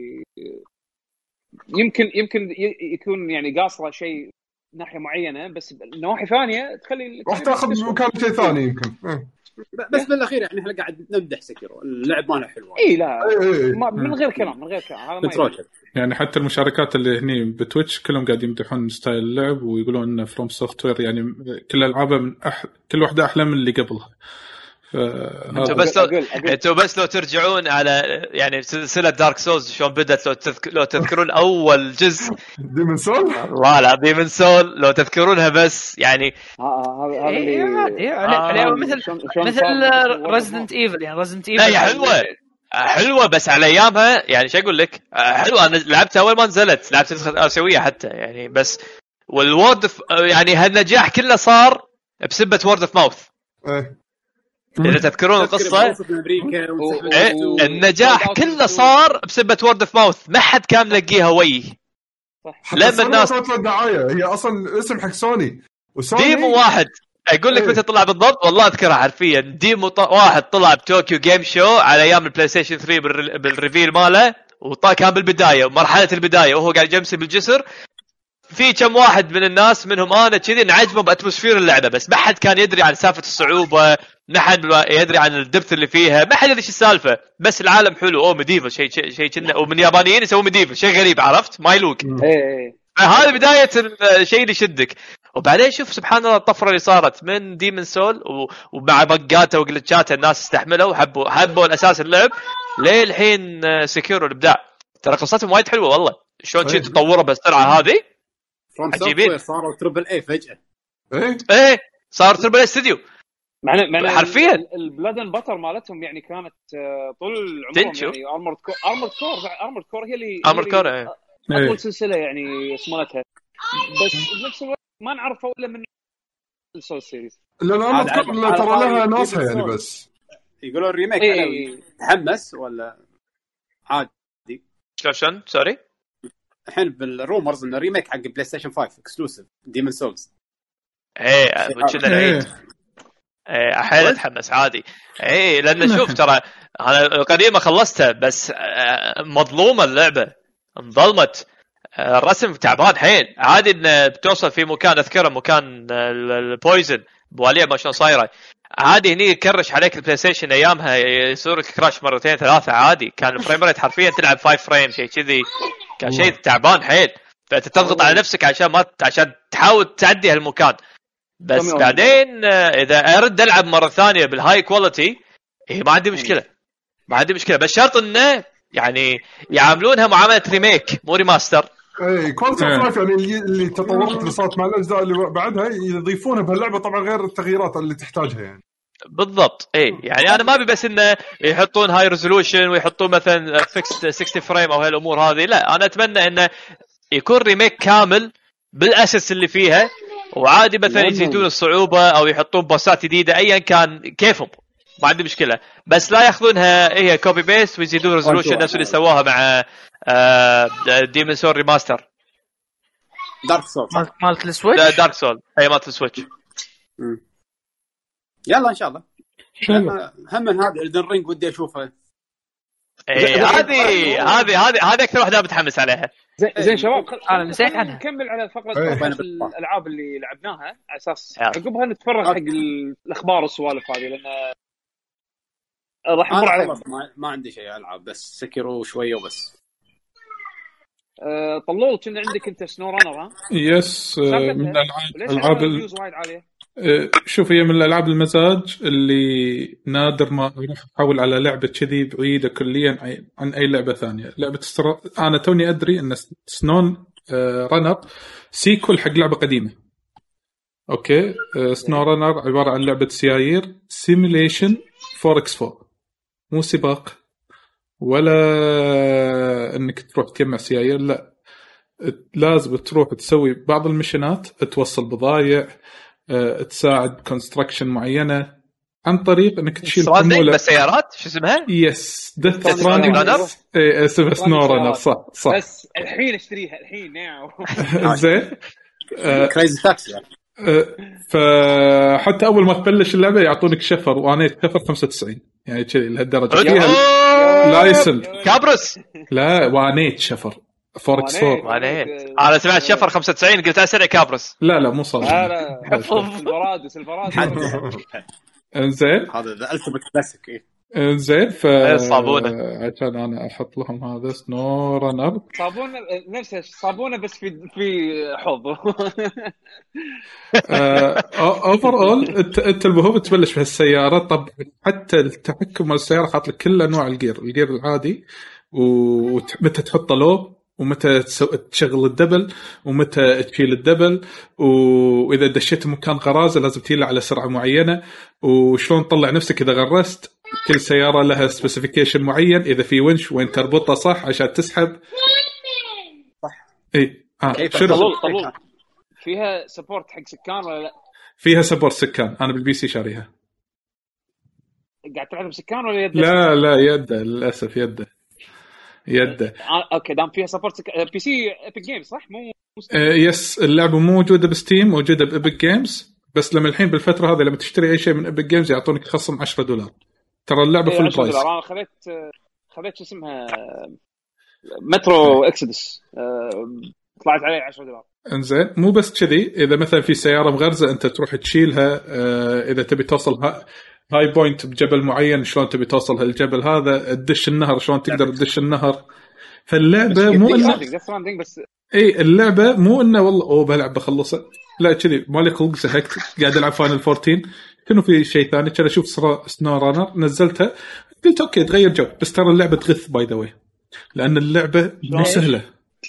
S1: يمكن يكون يعني قاصره شيء ناحيه معينه، بس نواحي ثانيه تخلي
S5: راح تاخذ مكان شيء ثاني يمكن.
S2: بس بالاخير يعني احنا قاعد نمدح سكيرو، اللعب ماله حلو.
S1: اي لا من غير كلام هذا ما
S4: يعني حتى المشاركات اللي هني بتويتش كلهم قاعد يمدحون ستايل اللعب ويقولون ان فروم سوفت وير يعني كل العابه من كل واحده احلى من اللي قبلها.
S3: انتوا بس لو ترجعون على يعني سلسله دارك سولز شلون بدت، لو تذكرون اول جزء
S5: ديمن سول،
S3: والله لا ديمن سول لو تذكرونها بس يعني
S1: هذا
S6: مثل ريزيدنت ايفل. يعني ريزيدنت ايفل
S3: هي حلوه بس على ايامها يعني شو اقول لك حلوه. انا لعبتها اول ما نزلت، لعبت نسخه اسيويه حتى يعني. بس والورد يعني هالنجاح كله صار بسبه وورد اوف ماوث. إذا تذكرون القصة النجاح كله صار بسبة وورد اوف ماوث، ما حد كان ملقيها ويه.
S5: لما الناس تطلع دعاية هي أصلا اسم حق سوني
S3: ديمو واحد أقول لك متى طلع بالضبط والله أذكرها حرفيا. ديمو واحد طلع بتوكيو جيم شو على أيام البلاي ستيشن 3 بالريفيل ماله، كان بالبداية مرحلة البداية وهو قاعد يمسي بالجسر. في كم واحد من الناس منهم انا كذي نعجبه باتموسفير اللعبه، بس ما حد كان يدري عن سالفه الصعوبه، ما حد يدري عن الدبث اللي فيها، ما حد يدري ايش السالفه. بس العالم حلو ميديفل شيء كنا، ومن يابانيين يسوون ميديفل شيء غريب، عرفت ما يلوق. هذه بدايه الشيء اللي يشدك. وبعدين شوف سبحان الله الطفره اللي صارت من ديمن سول ومع بقاته وجلتشاته الناس استحملوا وحبوا الاساس اللعب ليه الحين سكيرو الابداع. ترى قصتهم وايد حلوه والله، شلون شي تطوره بالسرعه هذه
S2: عجيبين. صاروا تربل اي فجأة.
S3: ايه صار تربل اي استوديو
S1: معنى
S3: حرفيا.
S1: البلاد اند باتر مالتهم يعني كانت طول عمرهم يعني ارمورد كور هي اللي اطول سلسله يعني صملتها. بس بنفس الوقت ما نعرفه الا من السول سيريز،
S5: لان ارمورد كور ترى لها ناسها يعني. بس
S2: يقولون ريميك عليه تحمس ولا عادي؟
S3: شلون سوري
S2: الحين بالرومرز انه ريميك حق بلاي ستيشن 5 اكسكلوسيف ديمن سولز.
S3: كنا العيد احيل اتحمس عادي. لان شوف ترى انا القديمه خلصتها بس مظلومه اللعبه، انظلمت، الرسم تعبان حيل. عادي ان بتوصل في مكان اذكره مكان البويزن بواليه ما شلون صايره، عادي هني يكرش عليك البلاي ستيشن ايامها يصير كراش مرتين ثلاثه عادي. كان الفريم ريت حرفيا تلعب 5 فريم شيء كذي، كان شيء تعبان حيل. فانت تضغط على نفسك عشان تحاول تعدي هالمكان. بس بعدين اذا ارد العب مره ثانيه بالهاي كواليتي ما عندي مشكله بس شرط انه يعني يعاملونها معامله ريميك مو ريماستر.
S5: كواليتي اوف يعني اللي تطورت اللي صارت مع الاجزاء اللي بعدها يضيفونها بهاللعبه طبعا غير التغييرات اللي تحتاجها يعني.
S3: بالضبط. يعني انا ما ابي بس انه يحطون هاي ريزولوشن ويحطون مثلا فيكس 60 فريم او هالامور هذه، لا انا اتمنى انه يكون ريميك كامل بالاساس اللي فيها، وعادي مثلا يزيدون الصعوبه او يحطون بوسات جديده ايا كان كيفهم ما عندي مشكله، بس لا ياخذونها هي كوبي بيست ويزيدون ريزولوشن نفس اللي سووها مع ديمن سول ريماستر
S2: دارك سول
S6: مالت السويتش.
S3: دارك سول هي مالت السويتش.
S2: يلا ان شاء الله هم من هذا الدن رينج ودي اشوفها.
S3: هذه اكثر واحده متحمس عليها.
S1: زين شباب
S6: انا نسيت عنها.
S1: نكمل على فقره الالعاب اللي لعبناها على اساس عقبها نتفرج حق الاخبار والسوالف هذه، لان راح نمر عليه.
S2: خلاص ما عندي شيء العب، بس سكروا شويه وبس.
S1: طلول كنا عندك انت سنو رانر ها؟
S4: يس، من الالعاب
S1: الفيوز وايد عاليه.
S4: شوف هي من الالعاب المزاج اللي نادر ما اروح احول على لعبه كذي بعيده كليا عن اي لعبه ثانيه. لعبه انا توني ادري ان سنون رانر سيكول حق لعبه قديمه. اوكي، سنو رانر عباره عن لعبه سيايير سيميليشن 4x4، مو سباق ولا انك تروح تجمع سيايير، لا لازم تروح تسوي بعض المشينات، توصل بضايع، تساعد كونستراكشن معينه عن طريق انك تشيل
S3: حموله بالسيارات. شو اسمها؟
S4: يس ديث ستراندنج اسمها سنو رانر. صح
S1: بس الحين اشتريها الحين ناو.
S4: زين
S2: كريزي تاكسي يعني.
S4: فحتى اول ما تبلش اللعبه يعطونك شفر، وانا شفر 95 يعني كذي لهالدرجه فيها لايسن
S3: كابرس.
S4: لا وانيت شفر فوركس 4
S3: وانيت. انا سمعت شفر 95 قلت اسرع كابرس.
S4: لا مو صار.
S1: لا سلفراد
S4: انزين
S2: هذا ذا التيمت كلاسيك.
S4: انزين
S3: صابونه
S4: عشان انا احط لهم هذا سنو رانر
S1: صابونه نفسه صابونه بس في حوض.
S4: اوفر اول انت المهم تبلش بهالسياره. طب حتى التحكم بالسياره حاط لك كل انواع الجير العادي، ومتى تحطه لو، ومتى تشغل الدبل، ومتى تشيل الدبل، واذا دشيت مكان غرازه لازم تيله على سرعه معينه، وشلون تطلع نفسك اذا غرست. كل سياره لها سبيسيفيكيشن معين، اذا في ونش وين تربطه صح عشان تسحب
S2: صح.
S4: اي
S1: طلول فيها سبورت حق سكان ولا لا؟
S4: فيها سبورت سكان. انا بالبي سي شاريها.
S1: قاعد تلعب سكان ولا يد؟
S4: لا يده للاسف يده.
S1: اوكي دام فيها سبورت بي سي ايبك جيمز صح؟ مو
S4: يس اللعبه موجوده بستيم، موجوده بايبك جيمز، بس لما الحين بالفتره هذه لما تشتري اي شيء من ايبك جيمز يعطونك خصم $10. ترى اللعبه فول برايس.
S1: انا خذيت شو اسمها مترو اكسدس، طلعت عليه $10.
S4: انزين مو بس كذي، اذا مثلا في سياره مغرزه انت تروح تشيلها، اذا تبي توصل هاي بوينت بجبل معين، شلون تبي توصل هالجبل هذا، تدش النهر شلون تقدر تدش النهر. فاللعبه مو
S1: بس
S4: اللعبه مو انه والله بلعب بخلصها، لا كذي مالي خلق زهقت قاعد العب فاينل 14 كانوا في شيء ثاني. كان اشوف سنو رانر نزلتها قلت اوكي تغير جو، بس ترى اللعبه تغث باي ذا واي، لان اللعبه مو سهله،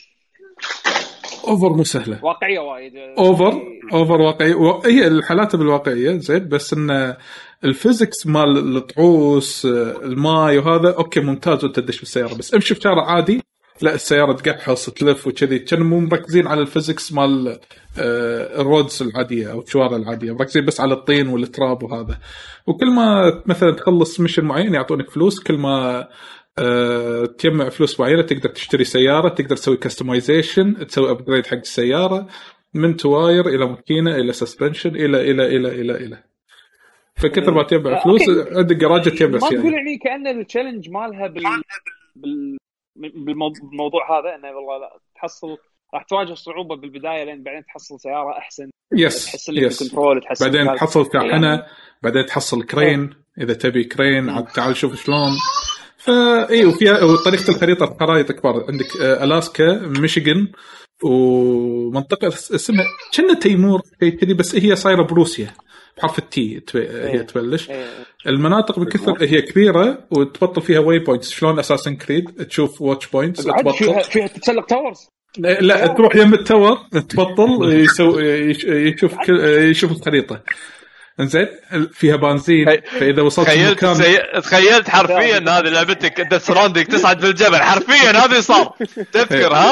S4: اوفر مو سهله،
S1: واقعيه وايد،
S4: اوفر واقعيه، هي الحالات بالواقعيه زين، بس ان الفيزكس مال الطعوس الماي وهذا اوكي ممتاز وانت تدش بالسياره، بس امشي في شارع عادي لا السياره تقحص تلف وكذي، كانوا مو مركزين على الفيزكس مال الرودز العاديه او الشوارع العاديه، مركزين بس على الطين والتراب وهذا. وكل ما مثلا تخلص ميشن معين يعطونك فلوس، كل ما تجمع فلوس معينه تقدر تشتري سياره، تقدر تسوي كاستمايزيشن، تسوي ابجريد حق السياره من تواير الى ماكينه الى سسبنشن الى الى الى الى الى فكثر ما تجمع فلوس عندك جراج تجمع
S1: ما
S4: سياره.
S1: تقول يعني كأن التشالنج مالها بالموضوع هذا انه والله لا تحصل راح تواجه صعوبه بالبدايه لين بعدين تحصل سياره احسن، تحس الكنترول، تحس
S4: بعدين تحصل شاحنه، بعدين تحصل كرين اذا تبي كرين تعال شوف شلون. فاي وفيها طريقه الخريطه خرائط كبار، عندك الاسكا، ميشيغان، ومنطقه اسمها كنا تيمور كذي، بس هي صايره بروسيا بحرف التي هي تبلش. المناطق بكثر هي كبيره وتبطل فيها واي بوينتس، شلون اساسن كريد تشوف واتش بوينتس تبطل
S1: فيها تتسلق تاورز،
S4: لا تروح يم التاور تبطل يشوف الخريطه. انزين فيها بنزين، فاذا وصلت المكان
S3: تخيلت حرفيا ان هذه لعبتك انت سراندك تصعد بالجبل حرفيا، هذا صار تذكر ها.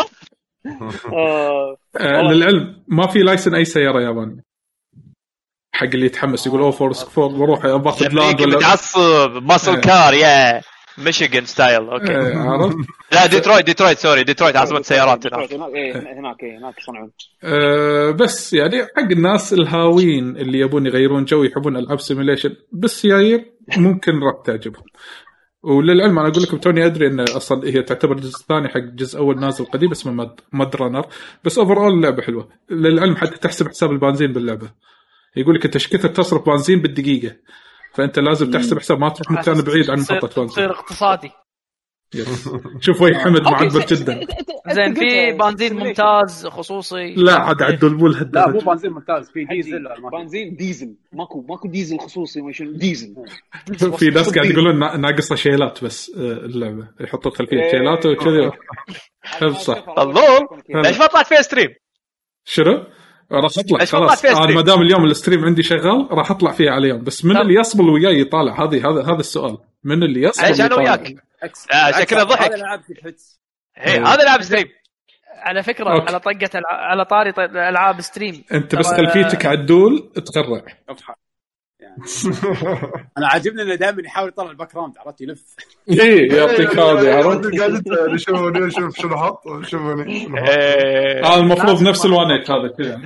S4: للعلم ما في لايسن اي سياره يابانيه، حق اللي يتحمس يقول فورس بروح باخذ لاند ولا
S3: بتعصب ماسل كار يا ميشيغان ستايل. اوكي
S4: عرفت.
S3: لا ديترويت سوري، ديترويت عاصمه سيارات
S1: هناك يصنعون.
S4: بس يعني حق الناس الهاوين اللي يبون يغيرون جو، يحبون العاب سيميليشن بالسيايير ممكن راح تعجبهم. وللعلم انا اقول لكم توني ادري ان اصلا هي تعتبر جزء ثاني حق جزء اول نازل قديم اسمه ماد رانر، بس اوفر اول اللعبه حلوه. للعلم حتى تحسب حساب البنزين باللعبه، يقول لك انت ايش كثر تصرف بنزين بالدقيقه، فانت لازم تحسب حساب ما تروح مكان بعيد عن محطه
S6: تصير
S4: بنزين.
S6: اقتصادي.
S4: شوف وين حمد معبر جدا.
S6: زين في بنزين ممتاز خصوصي.
S4: لا عاد عدوا البول
S2: لا مو
S4: هالدرجه.
S2: بنزين ممتاز، في ديزل.
S1: بنزين ديزل، ماكو ديزل خصوصي، ما شنو ديزل.
S4: في ناس قاعد يقولون ناقصه شيلات بس اللعبه يحطوا خلفيه شيلات وكذا. صح
S3: الظهر ليش ما طلعت فيها ستريم؟
S4: شنو راح اطلع
S3: ليش ما
S4: خلاص.
S3: طلعت فيها
S4: انا
S3: ستريم؟
S4: ما دام اليوم الستريم عندي شغال راح اطلع فيه على اليوم. بس من اللي يصبل وياي يطالع؟ هذا السؤال. من اللي يصبل
S3: عشان
S4: يطالع؟
S3: وياك شكله ضحك.
S2: هذا العاب تحس
S3: هذا لعب ستريم.
S6: على فكره
S4: أوكي.
S6: على طقه على طاري العاب ستريم،
S4: انت بس خلفيتك عدول تقرع.
S2: يعني انا عاجبني انه دائما يحاول يطلع الباك جراوند، عرفت يلف.
S4: ايه يعطيك هذه عرفت.
S5: قاعد شوف شنو حط شوفوني.
S4: المفروض نفس الوانيك هذا كذا.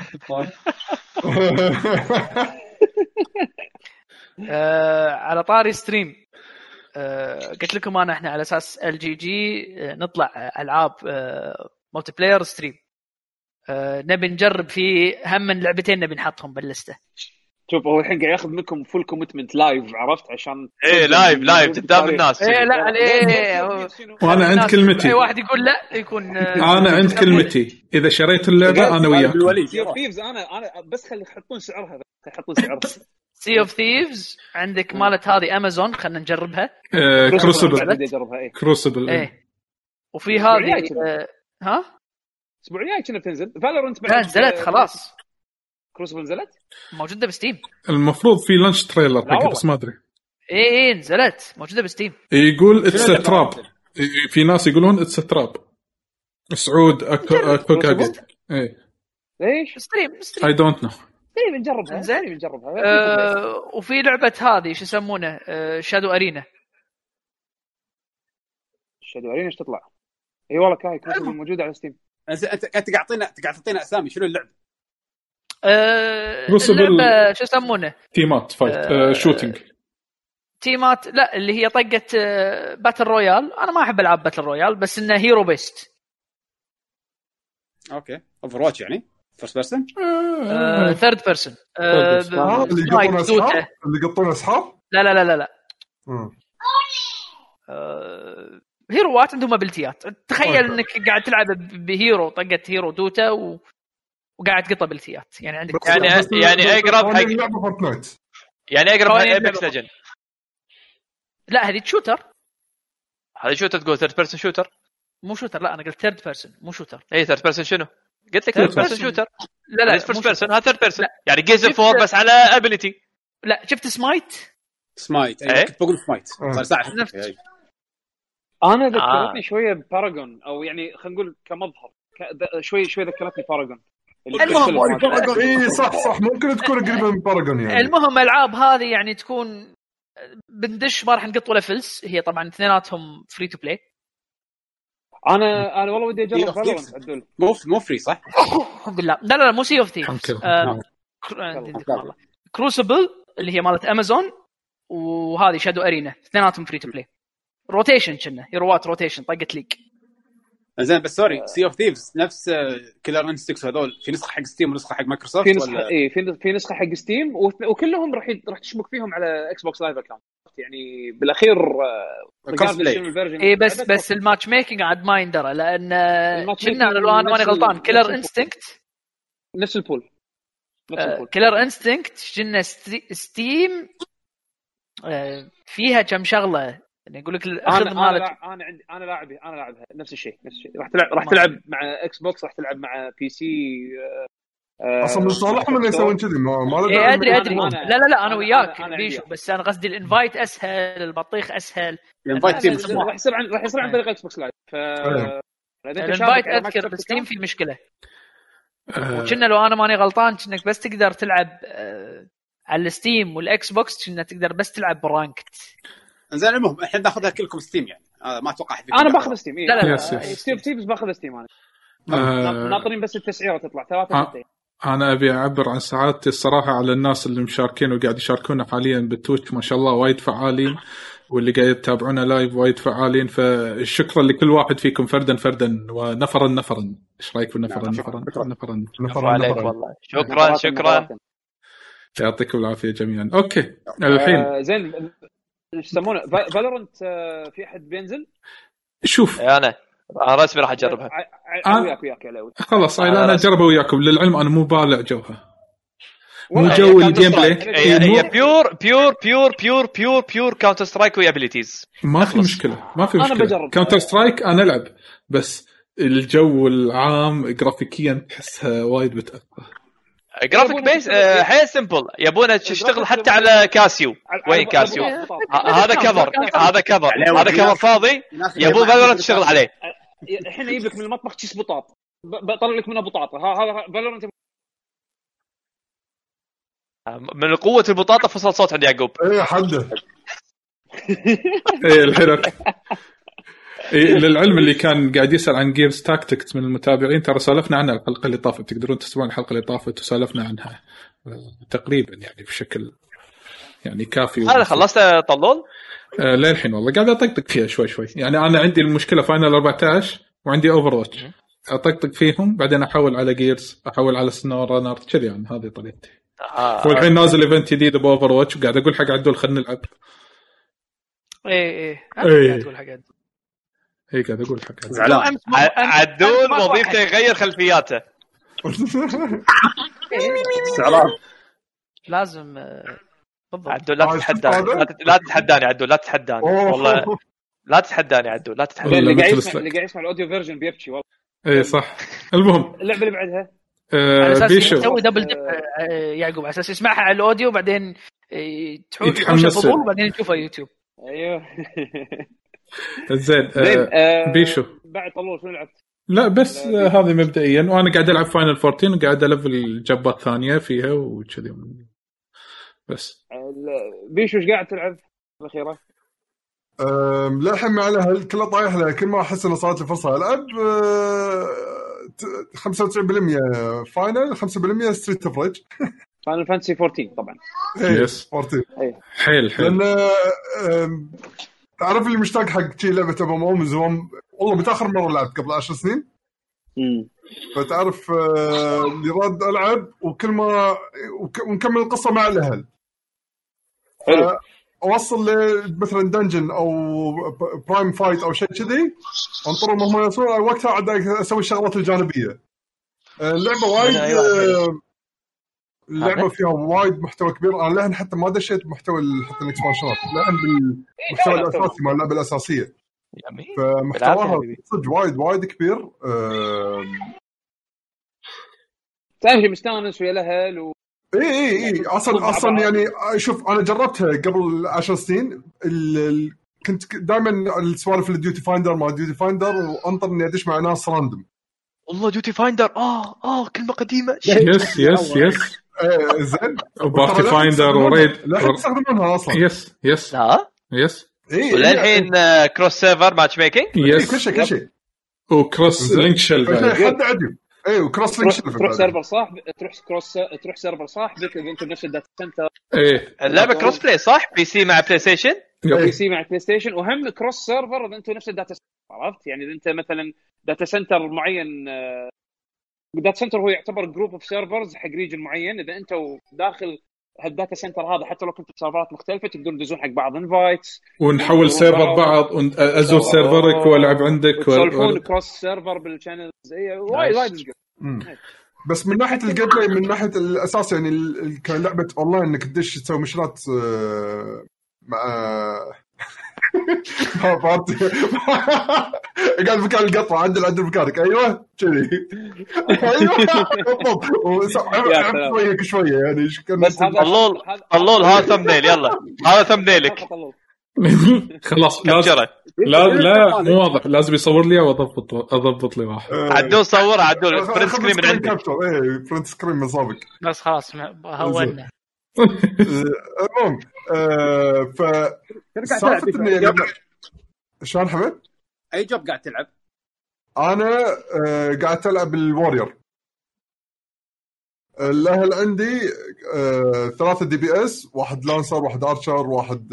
S6: على طاري ستريم، قلت لكم انا احنا على اساس LGG نطلع العاب مالتي بلاير ستريم. نبي نجرب في هم من لعبتين نبي نحطهم باللسته.
S1: شوف هو الحين قاعد ياخذ منكم فول كوميتمنت لايف، عرفت؟ عشان
S3: لايف قدام الناس.
S6: لا
S4: وانا عند كلمتي.
S6: اي واحد يقول لا يكون
S4: انا عند كلمتي. اذا شريت اللعبه انا وياك.
S1: ثيفز انا بس خلي يحطون سعرها، يحطون سعرها.
S6: سي اوف ثيفز عندك مالت هذه امازون، خلينا نجربها.
S4: كروسبل
S6: ايه. وفي هذه ها
S1: الاسبوع الجاي كنا بتنزل فالورنت.
S6: نزلت خلاص.
S1: كروسبل نزلت
S6: موجوده بستيم.
S4: المفروض في لانش تريلر حق بس ما ادري.
S6: ايه نزلت موجوده بستيم.
S4: يقول اتس تراب. في ناس يقولون اتس تراب. سعود اكو قاعد. ايه
S1: ليش
S6: ستريم
S4: اي دونت نو.
S1: ايه بنجربها.
S6: زين
S1: بنجربها.
S6: وفي لعبه هذه شو يسمونه شادو ارينا.
S1: شادو ارينا ايش تطلع؟ اي والله كاي كروسبل موجوده على ستيم.
S2: انت قاعد تعطينا اسامي. شنو اللعبه؟
S6: اللعبه شو يسمونه
S4: تيمات فايت شوتينج
S6: تيمات. لا اللي هي طقه باتل رويال. انا ما احب العاب باتل رويال بس انها هيرو بيست.
S2: اوكي اوفر واتش يعني فيرست بيرسون
S6: ثيرد بيرسون.
S5: اللي يقطون اصحاب.
S6: لا هيرو وات عندهم ابيلتيات. تخيل انك قاعد تلعب بهيرو طقه هيرو دوتا وقاعد تقطع ابيلتيات. يعني عندك
S3: يعني اقرب حق
S5: لعبه فورتنايت.
S3: يعني اقرب حق ايبكس ليجند.
S6: لا هذه شوتر.
S3: هذا شوتر تقول ثيرد بيرسون شوتر؟
S6: مو شوتر. لا انا قلت ثيرد بيرسون مو شوتر.
S3: اي ثيرد بيرسون شنو؟ قلت لك ثيرد بيرسون شوتر.
S6: لا
S3: فيرست بيرسون. هذا ثيرد بيرسون يعني جيز اوف وور بس على ابيليتي.
S6: لا شفت سمايت
S2: ايوه كنت بقول سمايت صار ساعه.
S1: انا ذكرتني شويه باراجون، او يعني خلينا نقول كمظهر شوي ذكرتني باراجون.
S6: المهم
S5: اي صح ممكن تكون قريبه من باراجون يعني.
S6: المهم العاب هذه يعني تكون بندش ما راح نقط ولا فلس. هي طبعا اثنيناتهم فري تو بلاي.
S1: انا والله ودي اجرب فالورنت عدول.
S2: مو فري صح؟
S6: الحمد لله. لا مو سي اوف ثيفز. كروسبل اللي هي مالت امازون، وهذه شادو ارينا اثنيناتهم فري تو بلاي. روتيشن كنا هيروات روتيشن طقت ليك.
S2: زين بس سوري سي اوف ثيفز نفس كيلر انستكس هذول في نسخه حق ستيم ونسخه حق مايكروسوفت
S1: في نسخه ولا في نسخه حق ستيم وكلهم راح تشبك فيهم على اكس بوكس لايف اكاونت يعني بالاخير
S6: اي بس الماتش ميكنج عاد ما يندرى لان كنا لو انا ماني غلطان كيلر انستنكت
S1: نفس البول
S6: كيلر انستنكت كنا ستيم فيها كم شغله يعني يقول لك الاخذ مالك.
S1: انا لاعبها نفس الشيء راح تلعب مع اكس بوكس، راح تلعب مع بي سي.
S5: اصلا من صالحهم انه يسوون كذي ما
S6: ادري لا انا وياك بيشو بس انا قصدي الانفايت اسهل البطيخ اسهل.
S2: الانفايت
S1: راح يصير عن طريق اكس بوكس لايف.
S6: الانفايت اذكر بستيم في مشكله وكنا لو انا ماني غلطان انك بس تقدر تلعب على الستيم والاكس بوكس كنا تقدر بس تلعب برانكت.
S2: انزين المهم احنا ناخذها كلكم ستيم يعني ما اتوقع
S1: انا باخذ ستيم.
S6: لا
S1: ستيف تيبس باخذ ستيم انا. ناطرين بس التسعيره تطلع 3
S4: انا ابي اعبر عن سعادتي الصراحه على الناس اللي مشاركين وقاعد يشاركونا حاليا بالتويتش ما شاء الله وايد فعالين واللي قاعد يتابعونا لايف وايد فعالين. فالشكر لكل واحد فيكم فردا ونفرا. ايش رايك بالنفرا؟
S3: شكرا عليك والله. شكرا
S4: يعطيكم العافيه جميعا. اوكي الحين
S1: زين ايش يسمونه فالورنت؟ في احد بينزل؟
S4: شوف
S3: انا رسمي راح اجربها.
S1: وياك يا لو
S4: خلاص انا اجربها وياكم. للعلم انا مو بالع جوها، مو جو الجيم بلاي.
S3: هي بيور كاونتر سترايك وابيليتيز.
S4: ما في مشكله كاونتر سترايك انا العب، بس الجو العام جرافيكيا تحسها وايد بتاثر.
S3: جرافيك بيس حيل سمبل، يبونه تشتغل حتى على كاسيو. وين كاسيو؟ هذا كفر فاضي، يبون فالورنت تشتغل عليه.
S1: الحين يجيب لك من المطبخ كيس بطاط، بطلع لك منه بطاطا. هذا فالورنت
S3: من قوه البطاطا. فصل صوت عند يعقوب.
S5: ايه حده.
S4: ايه الحين للعلم اللي كان قاعد يسأل عن جيرز تاكتكس من المتابعين، ترى سولفنا عنها الحلقة اللي طافت، تقدرون تسمعون الحلقة اللي طافت وسولفنا عنها تقريبا يعني بشكل يعني كافي.
S3: هذا خلصت طلول؟
S4: للحين والله قاعد أطقطق فيها شوي يعني. أنا عندي المشكلة فاينل 14 وعندي أوفرواتش، أطقطق فيهم بعدين أحول على جيرز، أحول على سنو رانر كذي يعني. هذه طريقتي. والحين نازل إيفنت جديد بأوفرواتش وقاعد أقول حق عدول خلنا نلعب.
S6: ايه تقول حق عدول.
S4: هي قاعد أقول حق
S3: عدول وظيفته يغير خلفياته.
S6: لازم
S3: عدول لا تتحداني عدول، لا تتحداني والله، لا تتحداني عدول، لا تتحداني.
S1: اللي قاعد يسمع الاوديو فيرجن بيبكي والله.
S4: ايه صح. المهم
S1: اللعبه اللي بعدها
S6: بيشو يسوي دبل دب يعقوب على اساس يسمعها على الاوديو وبعدين تحوش الفضول وبعدين تشوفها يوتيوب.
S1: ايوه
S4: زين. بيشو
S1: بعد طلول شنو لعبت؟
S4: لا بس هذه مبدئيا، وانا قاعد العب فاينل 14 وقاعد الفل جبات ثانيه فيها وكذي بس.
S1: بيشو ايش قاعد تلعب الاخيره؟
S5: للحين على كله طايح له. كل ما احس انه صارت لي فرصه العب 95% فاينل، 5% ستريت اوف ريج.
S1: فاينل فانتسي 14 طبعا.
S4: يس
S5: 14
S4: حيل
S5: لان تعرف اللي مشتاق حق شيء لعبه ابو من زمان والله. متاخر مره لعبت قبل 10 سنين. فتعرف اللي راد العب وكل ما ونكمل القصه مع الاهل. اوصل مثلا دنجن او برايم فايت او شيء كذي، انطر المهمه يصير وقتها عاد اسوي الشغلات الجانبيه. اللعبه وايد اللعبه فيها وايد محتوى كبير. انا لهن حتى ما دشيت محتوى حتى الاكسبانشنات، لان بالمحتوى الاساسي مال اللعبه الاساسيه. فمحتواها صدق وايد كبير.
S1: تعرف مستانس ويا الاهل
S5: ايه اصلا يعني شوف انا جربتها قبل 10 سنين. كنت دائما السوالف الديوتي فايندر ما ديوتي فايندر وانطر اني ادش مع ناس راندوم.
S3: والله ديوتي فايندر كلمه قديمه.
S4: يس
S5: زين.
S4: وبارتي فايندر وريد
S5: لا تستخدمونها اصلا.
S4: يس
S5: ايه
S3: والحين كروس سيرفر ماتش ميكينج.
S4: يس
S5: كل شيء
S4: وكروس لينك شيل
S5: حد عدل. ايه وكروس لينك شيل.
S1: تروح سيرفر صح، تروح سيرفر صح انتم نفس الداتا سنتر.
S4: ايه
S3: اللعبه كروس بلاي صح، بي سي مع بلاي ستيشن.
S1: بي سي مع بلاي ستيشن، وهم كروس سيرفر اذا انتم نفس الداتا سنتر. عرفت يعني اذا انت مثلا داتا سنتر معين، داتا سنتر هو يعتبر جروب اوف سيرفرز حق ريجن معين. اذا انت داخل هالداتا سنتر هذا حتى لو كنت بسيرفرات مختلفه تقدرون تدزون حق بعض انفايتس
S4: ونحول سيرفر بعض ازور سيرفرك والعب عندك
S1: تسولفون كروس سيرفر بالشانلز. وايد
S5: بس من ناحيه الجيم بلاي، من ناحيه الاساس يعني كلعبه اونلاين انك تدش تسوي مشارات مع بارتي قاعد مكان القطوه عدل مكانك. ايوه كذي. ايوه شويه يعني
S3: بس الله هذا ثمنيل. يلا هذا ثمنيلك
S4: خلاص. لا مو واضح، لازم يصور لي واضبط لي واحد.
S3: عدول صور عدول برنت سكرين من عندك.
S5: ايه برنت سكرين من صابك
S6: بس خلاص هولنا.
S5: المهم سالفه اني شلون حمد
S2: اي جوب قاعد تلعب؟
S5: انا قاعد العب الوارير. الاهل عندي 3 دي بي اس، واحد لانسر، واحد ارشر، واحد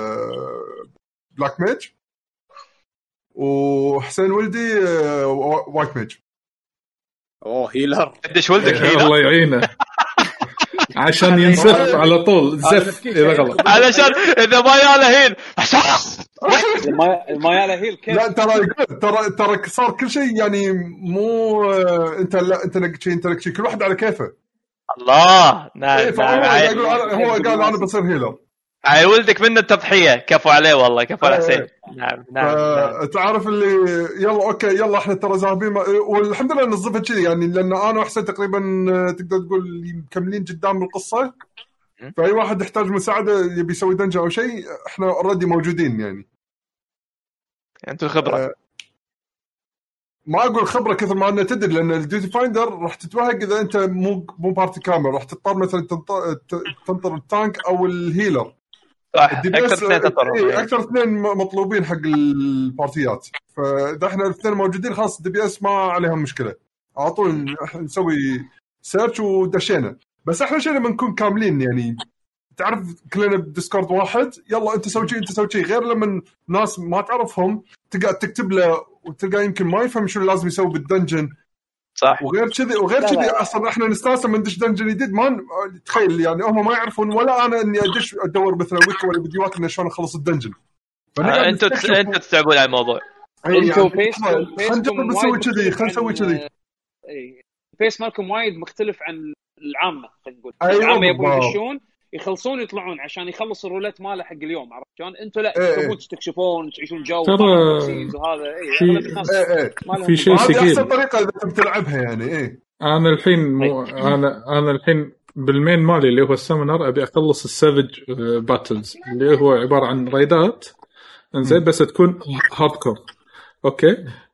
S5: بلاك ميج، وحسين ولدي وايت ميج.
S2: هيلر.
S3: قديش ولدك هيلر؟
S4: الله يعينه. عشان ينزف على طول زف اذا غلط.
S3: علشان اذا ما ياله هيل
S1: ما ياله هيل كيف.
S5: لا ترى صار كل شيء يعني مو انت لا انت لك شيء كل واحد على كيفه.
S3: الله نعم.
S5: هو قال انا بصير هيلر.
S3: عيل ولدك منه التضحيه. كفو عليه والله كفو على حسين. نعم.
S5: تعرف اللي يلا اوكي يلا احنا ترى ذاهبين والحمد لله نظفت كذي يعني لان انا وحسين تقريبا تقدر تقول مكملين قدام القصه. فاي واحد يحتاج مساعده يبي يسوي دنجه او شيء احنا اوريدي موجودين يعني.
S3: انتم خبره.
S5: ما اقول خبره كثر ما انه تدري لان الديوتي فايندر راح تتوهق اذا انت مو بارتي كامل راح تضطر مثلا تنطر التانك او الهيلر. اكثر اثنين مطلوبين حق البارتيات. فاذا احنا الاثنين موجودين خلاص الدي بي اس ما عليهم مشكله على طول نسوي سيرش ودشينا. بس احنا شيء لما نكون كاملين يعني تعرف كلنا بديسكورد واحد يلا انت سوي شيء انت سوي شيء غير لما ناس ما تعرفهم تقعد تكتب له وتلقى يمكن ما يفهم شو لازم يسوي بالدنجن.
S3: صح.
S5: وغير كذي اصلا احنا نستانس من ندش دنجن جديد ما تخيل يعني هم ما يعرفون ولا انا اني ادش ادور مثلا ويكي ولا فيديوهات انه شلون اخلص الدنجن.
S3: انتوا تستعجلون على الموضوع.
S1: انتوا
S5: خلينا نسوي كذي.
S1: الفيس مالكم وايد مختلف عن العامه. خلينا نقول
S5: العامه
S1: يبون يدشون يخلصون يطلعون عشان يخلصوا الرولات ماله حق اليوم. عرفت شلون؟ انتوا لا تبون تستكشفون تعيشون جو وهذا
S4: في شيء ثقيل.
S5: احسن طريقه اذا بتلعبها يعني
S4: انا الحين انا الحين بالمين مالي اللي هو السامونر ابي اخلص السافج باتلز اللي هو عباره عن ريدات انزين بس تكون هاردكور. اوكي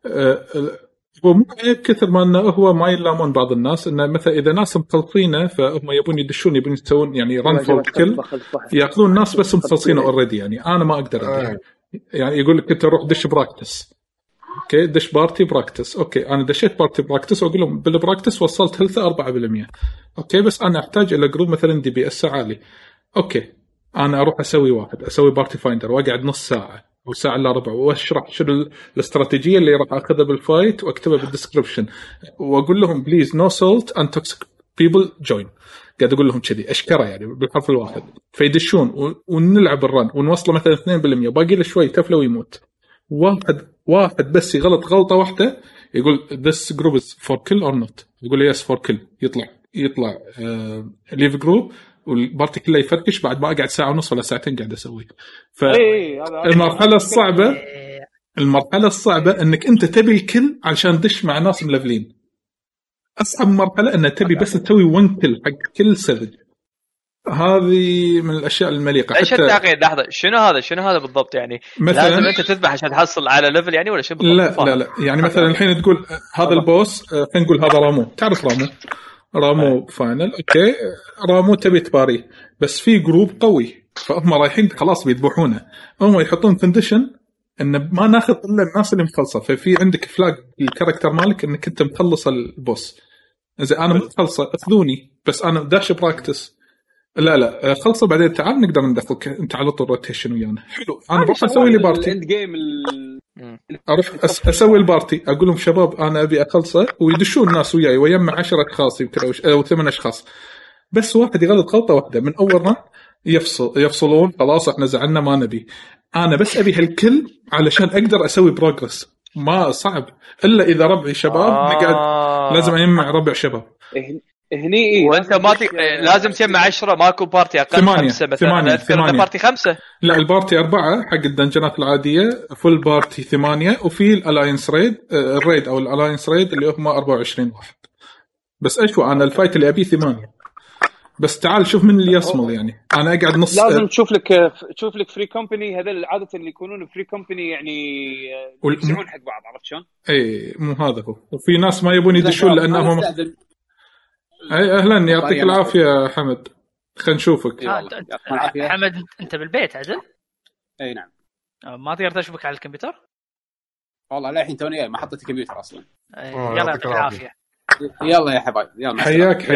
S4: هو مو كثر ما انه هو ما يلامون بعض الناس انه مثلا اذا ناس مخلصينه فهم يبون يدشون يبون يسوون يعني رن فور كل ياخذون ناس بس مخلصينه اوريدي يعني انا ما اقدر يعني يقول لك انت روح دش براكتس. اوكي دش بارتي براكتس. اوكي انا دشيت بارتي براكتس واقول لهم بالبراكتس وصلت هيلث 4%. اوكي بس انا احتاج الى جروب مثلا دي بي اس عالي. اوكي انا اروح اسوي بارتي فايندر واقعد نص ساعه أو ساعة إلا ربع وأشرح شنو الاستراتيجية اللي راح أخذها بالفايت وأكتبها بالديسكريبشن وأقول لهم بليز no salt and toxic people join. قاعد أقول لهم كذي أشكره يعني بالحرف الواحد فيدشون ونلعب الرن ونوصله مثلا 2% باقي له شوي تفله ويموت. واحد بس يغلط غلطة واحدة يقول this group is for kill or not. يقول yes for kill يطلع leave group والبارتي كله يفركش بعد ما أقعد ساعة ونص ولا ساعتين قاعد أسوي. فالمرحلة الصعبة أنك أنت تبي الكل عشان تدش مع ناس ملفلين. أصعب مرحلة أنك تبي بس تسوي ون كل حق كل سفج. هذه من الأشياء المليقة.
S3: إيش التعقيد؟ لحظة شنو هذا بالضبط يعني؟ لازم أنت تذبح عشان تحصل على ليفل يعني ولا شيء بالضبط؟
S4: لا يعني مثلا الحين تقول هذا البوس خلينا نقول هذا رامو. تعرف رامو فاينل. اوكي رامو تبي تباري بس في جروب قوي فهم رايحين خلاص بيذبحونه هم يحطون كونديشن ان ما ناخذ الا الناس اللي مخلصه. ففي عندك فلاج الكاركتر مالك انك انت مخلص البوس. اذا انا مخلصه اخذوني بس انا داش براكتس لا خلصوا بعدين تعال نقدر ندخلك انت على طول روتيشن ويانا. حلو انا بروح اسوي لي بارتي
S1: الاند جيم
S4: اروح اسوي البارتي اقول لهم شباب انا ابي اخلصه ويدشون الناس وياي ويجمع 10 اشخاص يمكن او 8 اشخاص بس واحد يغلط غلطه واحده من اول رن يفصلون خلاص احنا زعلنا ما نبي. انا بس ابي هالكل علشان اقدر اسوي بروجرس. ما صعب الا اذا ربعي شباب نقعد لازم اجمع ربع شباب
S1: هني
S3: وانت ما لازم تجمع 10 ماكو بارتي اقل 5 مثلا 8 بارتي 5
S4: لا البارتي 4 حق الدنجنات العاديه فول بارتي 8 وفي الالاينس ريد الريد او الالاينس ريد اللي هم 24 واحد بس اشوى انا الفايت اللي ابي 8 بس تعال شوف من اللي يصمل يعني انا اقعد نص
S1: لازم تشوف لك فري كومباني. هذول عاده اللي يكونون فري كومباني يعني يسمعون حق بعض. عرفت شلون؟
S4: اي مو هذا هو. وفي ناس ما يبون يدشون لانهم اي اهلا يعطيك العافيه حمد. خلينا نشوفك
S6: حمد انت بالبيت عدل؟
S2: اي نعم.
S6: ما تقدر تشبك على الكمبيوتر؟
S2: والله لا الحين توني ما حطيت الكمبيوتر اصلا.
S6: يلا يعطيك العافيه.
S2: يلا يا حبايب يلا
S4: حياك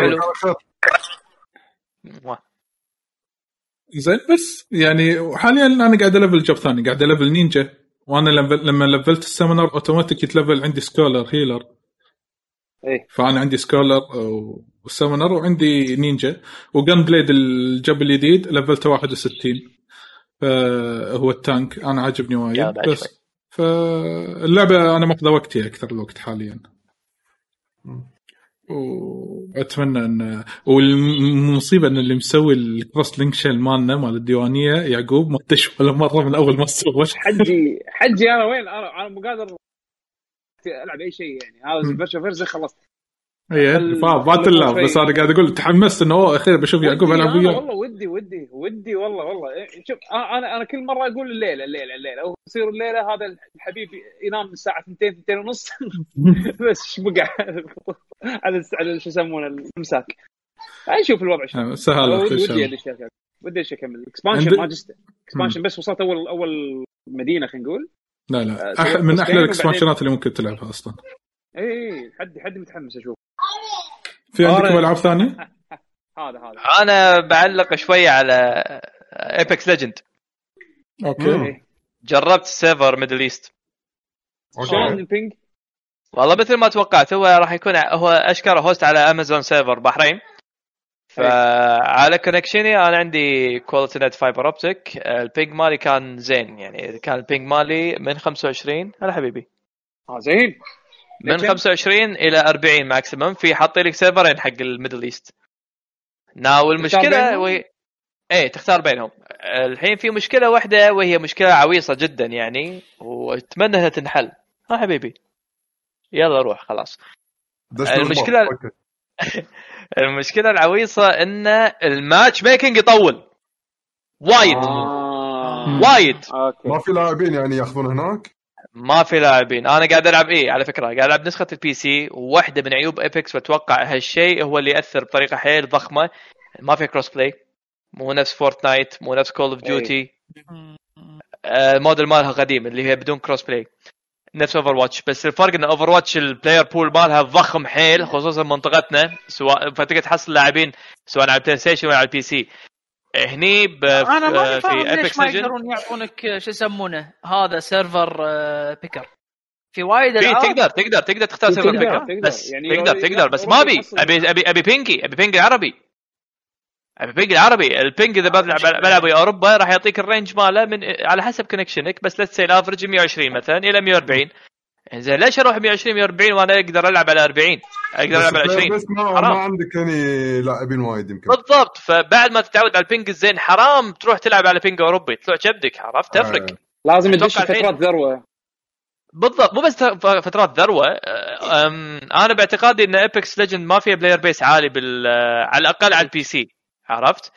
S4: زين. بس يعني حاليا انا قاعد الفل جوب ثاني قاعد الفل نينجا وانا لما لفلت السمنر اوتوماتيك يتلفل عندي سكولر هيلر
S1: إيه.
S4: فانا عندي سكولر وسامونر وعندي نينجا وجن بليد الجبل الجديد ليفلته 61 فهو التانك انا عاجبني وايد بس فاللعبه انا ماخذ وقتي اكثر الوقت حاليا واتمنى ان والمصيبه ان اللي مسوي الكروس لينك شيل مالنا مال الديوانيه يعقوب ما تش ولا مره من اول ما سوى
S1: حجي انا وين انا مو قادر العب اي شيء يعني هذا فيرتشوال فيرزن خلصت
S4: ايه ما تلعب بس انا قاعد اقول تحمست انه اخيرا بشوف يعقوب العب وياه
S1: والله ودي والله شوف انا كل مره اقول الليله او يصير الليله هذا الحبيب ينام الساعه 2 ونص بس بقى على شو يسمونه المساك اشوف الوضع شو
S4: سهل
S1: ودي اكمل اكسبانشن ما جست اكسبانشن بس وصلت اول مدينه خلينا نقول
S4: لا من احلى الاكسبانشنات اللي ممكن تلعبها اصلا
S1: اي حد متحمس اشوف
S4: في عندكم العاب ثانيه
S1: هذا
S3: انا بعلق شويه على ايبكس ليجند
S4: اوكي
S3: جربت سيرفر ميدل ايست
S1: شلون البينج
S3: والله مثل ما توقعت هو راح يكون هو اشكره هوست على امازون سيرفر بحرين فعلى كونكشني انا عندي كواليتي نت فايبر اوبتيك البينج مالي كان زين يعني كان البينج مالي من 25 هلا حبيبي
S1: زين
S3: من 25 الى 40 ماكسيمم في حاطين لك سيرفرين حق الميدل ايست ناو المشكله ايه تختار بينهم الحين في مشكله واحده وهي مشكله عويصه جدا يعني واتمنى انها تنحل حبيبي يلا روح خلاص المشكله المشكله العويصه ان الماتش ميكنج يطول وايد
S5: ما في لاعبين يعني ياخذون هناك
S3: ما في لاعبين انا قاعد العب على فكره قاعد العب نسخه البي سي وواحده من عيوب ايبكس واتوقع هالشيء هو اللي ياثر بطريقه حيل ضخمه ما في كروس بلاي مو نفس فورتنايت مو نفس كول اوف ديوتي الموديل مالها قديم اللي هي بدون كروس بلاي نفس اوفر واتش بس الفرق ان اوفر واتش البلاير بول مالها ضخم حيل خصوصا منطقتنا سواء فتقدر تحصل لاعبين سواء على البلاي ستيشن ولا على البي سي هني
S6: انا ما فاهم ليش ما يقدرون يعطونك شو يسمونه هذا سيرفر بيكر في وايد
S3: العاب تقدر تختار سيرفر بيكر بس يعني تقدر بس ما ابي بينج عربي البينج العربي البينج اذا بلعب ويا اوروبا راح يعطيك الرينج ماله من على حسب كونكشنك بس لا تسيل افرج 120 مثلا الى 140 زين ليش اروح 140 وانا اقدر العب على 40 اقدر العب على 20
S5: بس ما عندك يعني لاعبين وايد يمكن
S3: بالضبط فبعد ما تتعود على البينج الزين حرام تروح تلعب على بينج اوروبي تطلع كبدك عرفت تفرق
S1: لازم تدش فترات ذروه
S3: بالضبط مو بس فترات ذروه انا باعتقادي ان ايبكس ليجند ما فيها بلاير بيس عالي على الاقل على البي سي عرفت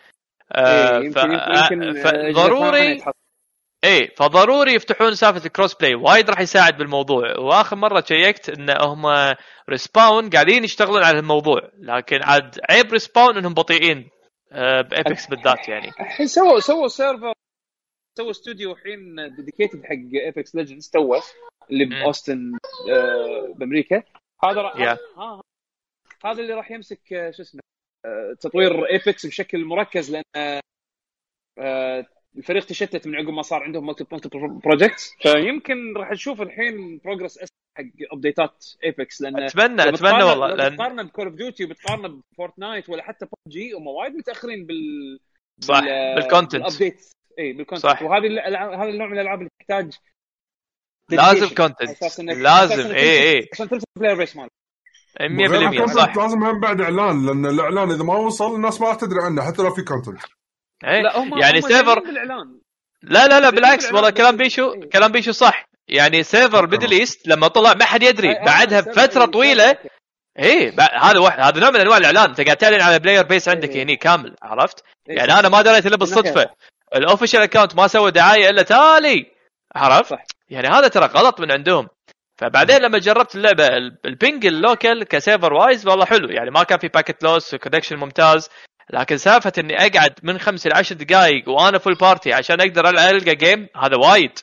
S3: فضروري فضروري يفتحون سالفه الكروس بلاي وايد راح يساعد بالموضوع واخر مره شيكت ان هم ريسباون قاعدين يشتغلون على الموضوع لكن عاد عيب ريسباون انهم بطيئين بايبكس بالذات يعني
S1: الحين سووا سيرفر سووا استوديو الحين ديديكيتد حق ايبكس ليجندز توه اللي باوستن بامريكا هذا هذا اللي راح يمسك شو اسمه تطوير ايبكس بشكل مركز لان الفريق تشتت من عقب ما صار عندهم مالتي بروجكتس فيمكن راح نشوف الحين بروجرس حق ابديتات ايبكس لان
S3: اتمنى والله
S1: لان بتقارن بكول اوف ديوتي وبتقارن بفورتنايت ولا حتى ببجي هم وايد متاخرين
S3: صح بالكونتنت
S1: الابديت بالكونتنت وهذه هذا النوع من الالعاب اللي تحتاج
S3: لازم كونتنت لازم
S1: عشان تمسك بلاير بيس مال
S3: 100% صح
S5: لازم هم بعد اعلان لان الاعلان اذا ما وصل الناس ما راح تدري عنه حتى لو في كونتنت
S3: يعني سيرفر لا بالعكس والله كلام بيشو صح يعني سيرفر ميدل ايست لما طلع ما حد يدري بعدها بفتره طويله هذا واحد هذا نوع من انواع الاعلان انت قاعد تعلن على بلاير بيس عندك هنا كامل عرفت يعني انا ما دريت الا بالصدفه الاوفيشال اكاونت ما سوى دعايه الا تالي عرفت يعني هذا ترى غلط من عندهم فبعدين لما جربت اللعبه البينج اللوكال كسيرفر وايز والله حلو يعني ما كان في باكيت لوس وكونكشن ممتاز لكن سالفه اني اقعد من 5 ل 10 دقائق وانا فول بارتي عشان اقدر القى جيم هذا وايد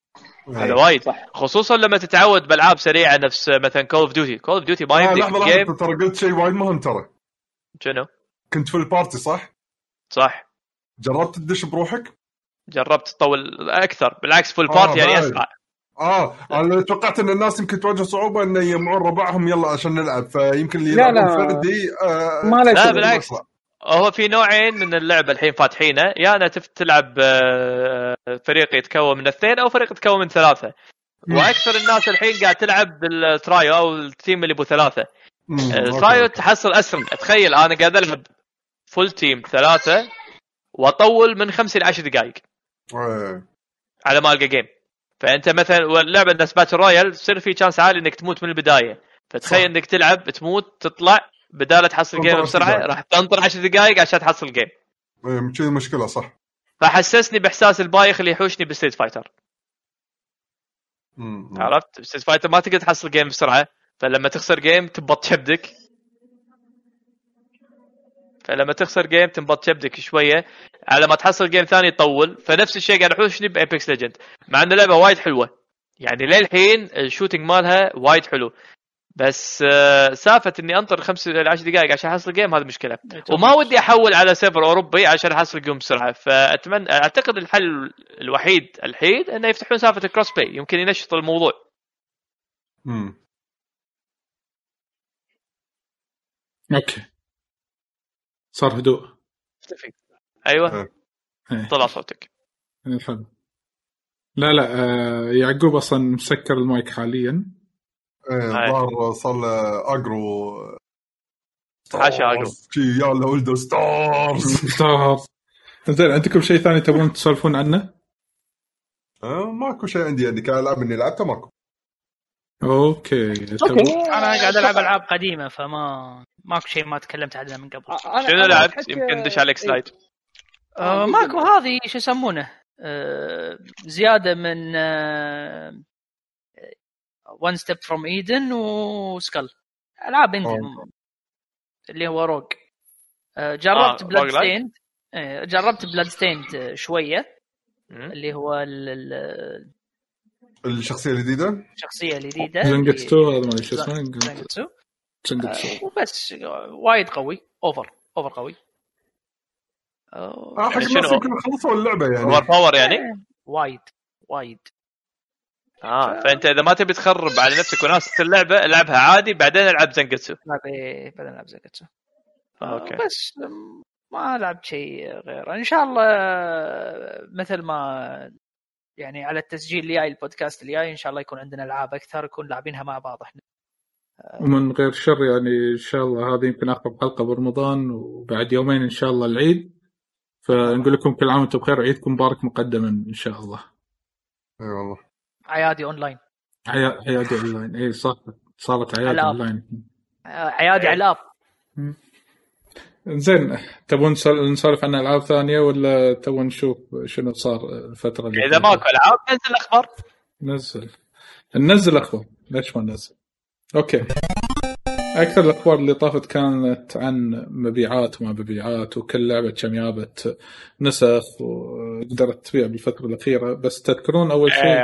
S3: خصوصا لما تتعود بالعاب سريعه نفس مثلا كول اوف ديوتي ما يمديك
S5: جيم ترى قلت شيء وايد مهم ترى
S3: شنو
S5: كنت فول بارتي صح جربت تدش بروحك
S3: جربت تطول اكثر بالعكس فول بارتي يعني اسرع
S5: انا توقعت ان الناس يمكن تواجه صعوبه ان يجمعون ربعهم يلا عشان نلعب، فيمكن اللي
S1: لا،
S5: يلعبون
S1: لا.
S5: فردي
S1: ما له
S3: لا
S1: شغل.
S3: بالعكس، هو في نوعين من اللعبه الحين فاتحينه، يا انا تلعب فريق يتكون من 2 او فريق يتكون من 3. واكثر الناس الحين قاعد تلعب بالترايو او التيم اللي ابو 3. الترايو تحصل اسرع. تخيل انا قاعد العب فول تيم 3 واطول من 5 ل 10 دقائق على ما القى جيم. فانت مثلا واللعبه الناس باتل رويال يصير في شانس عالي انك تموت من البدايه، فتخيل انك تلعب تموت تطلع بدال تحصل جيم بسرعه راح تنطر 10 دقائق عشان تحصل جيم.
S5: شيء مشكله صح.
S3: فحسسني باحساس البايخ اللي يحوشني بستريت فايتر. عرفت ستريت فايتر ما تقدر تحصل جيم بسرعه، فلما تخسر جيم تبط شبدك، تنبط شبدك شويه على ما تحصل جيم ثاني يطول. فنفس الشيء قاعد يحوشني بأبيكس ليجند، مع ان اللعبه وايد حلوه يعني للحين الشوتينج مالها وايد حلو، بس سافه اني انطر 5 إلى 10 دقائق عشان احصل جيم هذا مشكله. وما ودي احول على سيرفر اوروبي عشان احصل جيم بسرعه. فاتمنى اعتقد الحل الوحيد الحين انه يفتحون سالفه الكروس باي، يمكن ينشط الموضوع.
S4: اوكي صار هدوء.
S3: ايوه طلع صوتك.
S4: الحمد. لا يعقوب اصلا مسكر المايك حاليا.
S5: ظهر صار اجرو
S3: حاشا اجرو
S5: يا ولد
S4: ستارز. زين عندكم شيء ثاني تبون تسولفون عنه؟
S5: ماكو شيء عندي كالعاب اني لعبتها ماكو.
S4: اوكي
S6: انا قاعد العب العاب قديمه ماكو شيء ما تكلمت عنه من قبل.
S3: شنو لعبت؟ يمكن دش عليك سلايد.
S6: ماكو هذه شو يسمونه زياده من One Step from Eden وسكال العاب انت اللي هو روج. جربت بلاد ستيند. جربت بلاد ستيند شويه اللي هو
S5: الشخصيه الجديده
S4: زنجتسو. هذا ما ايش اسمه
S6: زنجتسو وبس. وايد قوي اوفر قوي.
S5: حق الناس يمكن خلصوا اللعبه يعني
S3: اوفر باور يعني
S6: وايد.
S3: فانت اذا ما تبي تخرب على نفسك وناس اللعبه العبها عادي بعدين العب زنجتسو.
S6: بعدين العب زنجتسو.
S3: اوكي
S6: بس ما لعبت شيء غير. ان شاء الله مثل ما يعني على التسجيل الجاي البودكاست الجاي ان شاء الله يكون عندنا العاب اكثر يكون لاعبينها مع بعض احنا.
S4: ومن غير شر يعني ان شاء الله هذه يمكن اخر حلقه برمضان وبعد يومين ان شاء الله العيد، فنقول لكم كل عام وانتم بخير وعيدكم مبارك مقدما ان شاء الله.
S5: اي والله
S6: عيادي اونلاين.
S4: عيادي اونلاين. اي صارت عيادي اونلاين.
S6: عيادي علاب.
S4: زين تبون نسولف عن العاب ثانيه ولا تبون نشوف شنو صار الفتره اللي
S3: اذا ماكو العاب نزل اخبار.
S4: ننزل اخبار. ليش ما ننزل؟ اوكي. اكثر الاخبار اللي طافت كانت عن مبيعات وما مبيعات وكل لعبه كم جابت نسخ وقدرت تبيع بالفتره الاخيره. بس تذكرون اول شيء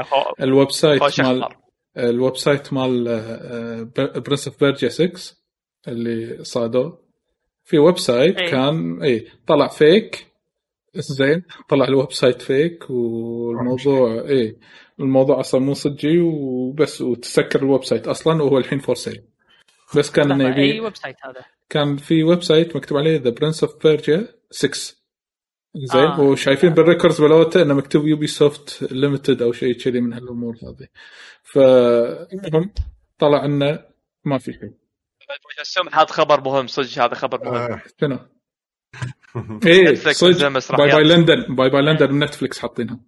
S4: الويب سايت مال برنس اوف بيرجيا 6 اللي صادوا في ويب سايت كان طلع فيك. زين طلع الويب سايت فيك والموضوع الموضوع اصلا مو صجي وبس وتسكر الويب سايت اصلا وهو الحين فور سيل. بس كان
S6: اي ويب سايت هذا
S4: كان في ويب سايت مكتوب عليه ذا برنس اوف بيرجيا 6 زين وشايفين بالريكوردز بلوته انه مكتوب يوبي سوفت ليميتد او شيء كذي من هالامور هذه. فالمهم طلع انه ما في شيء.
S3: السمح هذا خبر مهم صدق. هذا خبر مهم.
S4: شنو؟ صدق باي لندن من نتفليكس حاطينها.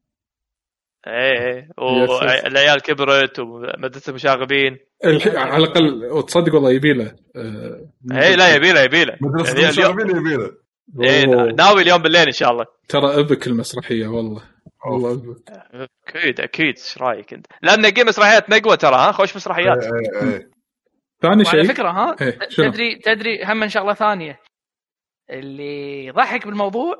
S3: والعيال كبرت ومدت المشاغبين
S4: على الاقل وتصدق والله يبيله.
S3: لا يبيله
S5: مدرسة المشاغبين يبيله.
S3: ناوي اليوم بالليل ان شاء الله.
S4: ترى ابك المسرحيه والله
S3: اكيد ايش رايك انت؟ لان جيم مسرحيات نقوه ترى خوش مسرحيات.
S4: ثاني شيء
S6: على فكره تدري هم من شغله ثانيه اللي ضحك بالموضوع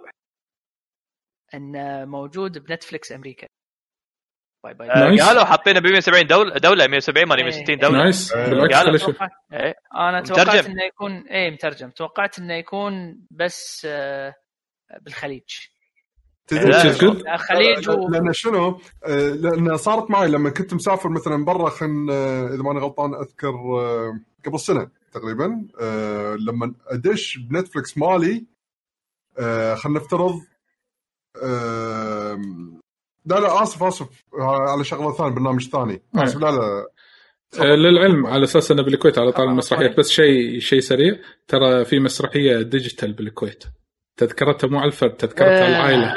S6: انه موجود بنتفليكس امريكا. باي
S3: قالوا حاطينه ب 170 دوله 170 ما 160 دوله.
S4: نايس بالعكس.
S6: انا توقعت انه يكون مترجم. توقعت انه يكون بس بالخليج. الخليج
S5: لان شنو لان صارت معي لما كنت مسافر مثلا برا اذا ماني غلطان اذكر قبل سنه تقريبا لما ادش بنتفلكس مالي خلينا نفترض لا اسف على شغله ثانيه برنامج ثاني اسف لا
S4: للعلم على اساس انه بالكويت على طال المسرحيات بس شيء سريع ترى في مسرحيه ديجيتال بالكويت تذكرتها مو على الفرد تذكرتها العائله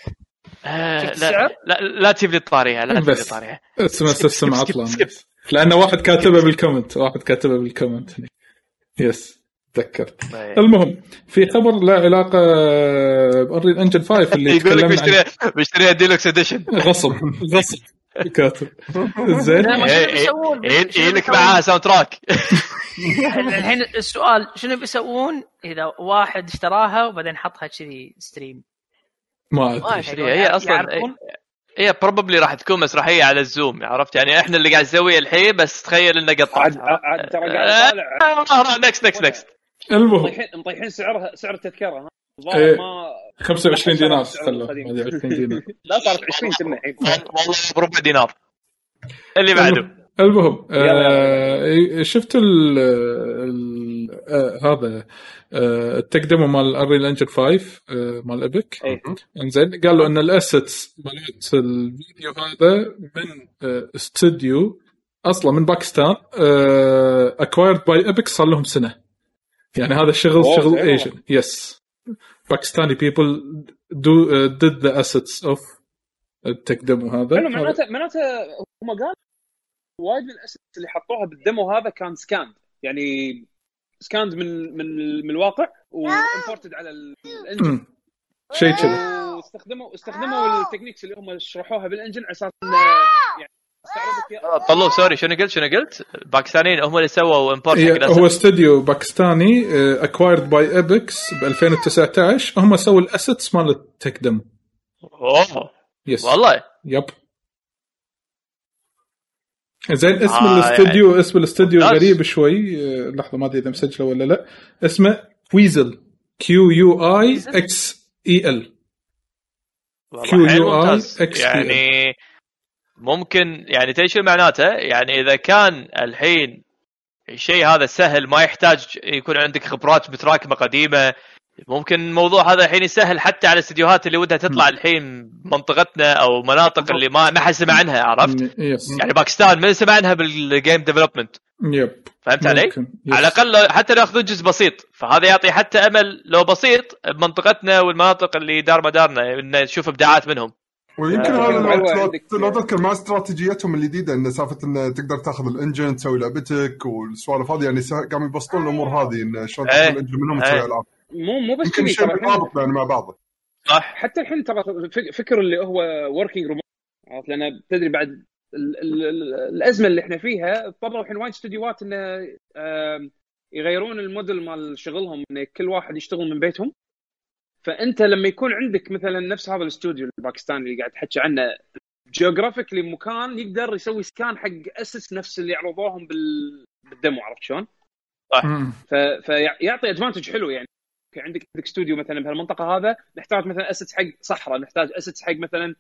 S3: لا تجيب لي الطاريه لا تجيب لي الطاريه
S4: اسمها سيستم عطلان لانه واحد كاتبه بالكومنت يس تذكرت. المهم في خبر لا علاقه بأنريل انجن 5 اللي
S3: يقول لك بشتريها ديلوكس اديشن
S4: غصب كاتب زين
S3: لك معاها ساوند تراك.
S6: الحين السؤال شنو بيسوون اذا واحد اشتراها وبعدين حطها كذي ستريم؟
S4: ما ادري
S3: هي اصلا هي بروبابلي راح تكون مسرحيه على الزوم عرفت يعني احنا اللي قاعد نسويه الحين بس تخيل انه قطع
S1: ترى قاعد طالع
S3: نكست
S4: المهم
S1: مطيحين سعر التذكره
S4: ما 25 دينار خلوه 20 دينار
S1: لا صارت 20 كنا الحين
S3: والله بربع دينار اللي بعده.
S4: المهم شفت هذا التقدمه مال Unreal Engine 5 مال ايبك انزين قالوا ان الاسيتس مالت الفيديو هذا من استوديو اصلا من باكستان acquired by epic صار لهم سنه يعني هذا شغل ايجن يس باكستاني people did the assets of التقدمه هذا
S1: معناته هم قالوا وايد من الاسيتس اللي حطوها بالديمو هذا كان سكاند يعني سكاند من الواقع وامبورتد على الانجن
S4: شيء كذا
S1: استخدموا التكنيكس اللي هم شرحوها بالانجن على اساس يعني
S3: طلعوا سوري شنو قلت باكستانيين هم اللي سووا امبورت
S4: هو استوديو باكستاني acquired by epic ب 2019 هم سووا الاسيتس مال التقدم يس
S3: والله
S4: يب زين اسم الاستوديو غريب شوي لحظه ما ادري اذا مسجله ولا لا اسمه كويزل QUIXEL
S3: يعني ممكن يعني تيجي معناته يعني اذا كان الحين الشيء هذا سهل ما يحتاج يكون عندك خبرات متراكمه قديمه ممكن الموضوع هذا الحين يسهل حتى على الاستديوهات اللي ودها تطلع الحين منطقتنا او مناطق اللي ما حد سمع عنها عرفت يعني باكستان ما سمع عنها بالجيم ديفلوبمنت فهمت علي على الاقل حتى لو ياخذون جزء بسيط فهذا يعطي حتى امل لو بسيط بمنطقتنا والمناطق اللي دار مدارنا ان نشوف ابداعات منهم
S5: ويمكن هذا لو تذكر مع استراتيجيتهم الجديده ان سالفه ان تقدر تاخذ الانجن تسوي لعبتك والسوالف هذه يعني قاموا يبسطون الامور هذه ان شلون تاخذ الانجن منهم تسوي العاب
S1: مو بس
S5: كل شيء مرتبط يعني مع بعضه
S3: صح
S1: حتى الحين ترى فكر اللي هو وركينج روم لان تدري بعد الازمه اللي احنا فيها اضطروا الحين وايد استديوهات انه يغيرون الموديل مال شغلهم ان كل واحد يشتغل من بيتهم فانت لما يكون عندك مثلا نفس هذا الاستوديو الباكستاني اللي قاعد تحكي عنه جيوغرافيكلي مكان يقدر يسوي سكان حق اسس نفس اللي عرضوهم بالديمو عرفت شلون
S3: صح
S1: فيعطي ادفانتج حلو يعني عندك استوديو مثلا بهالمنطقه هذا نحتاج مثلا اسس حق صحراء نحتاج اسس حق مثلا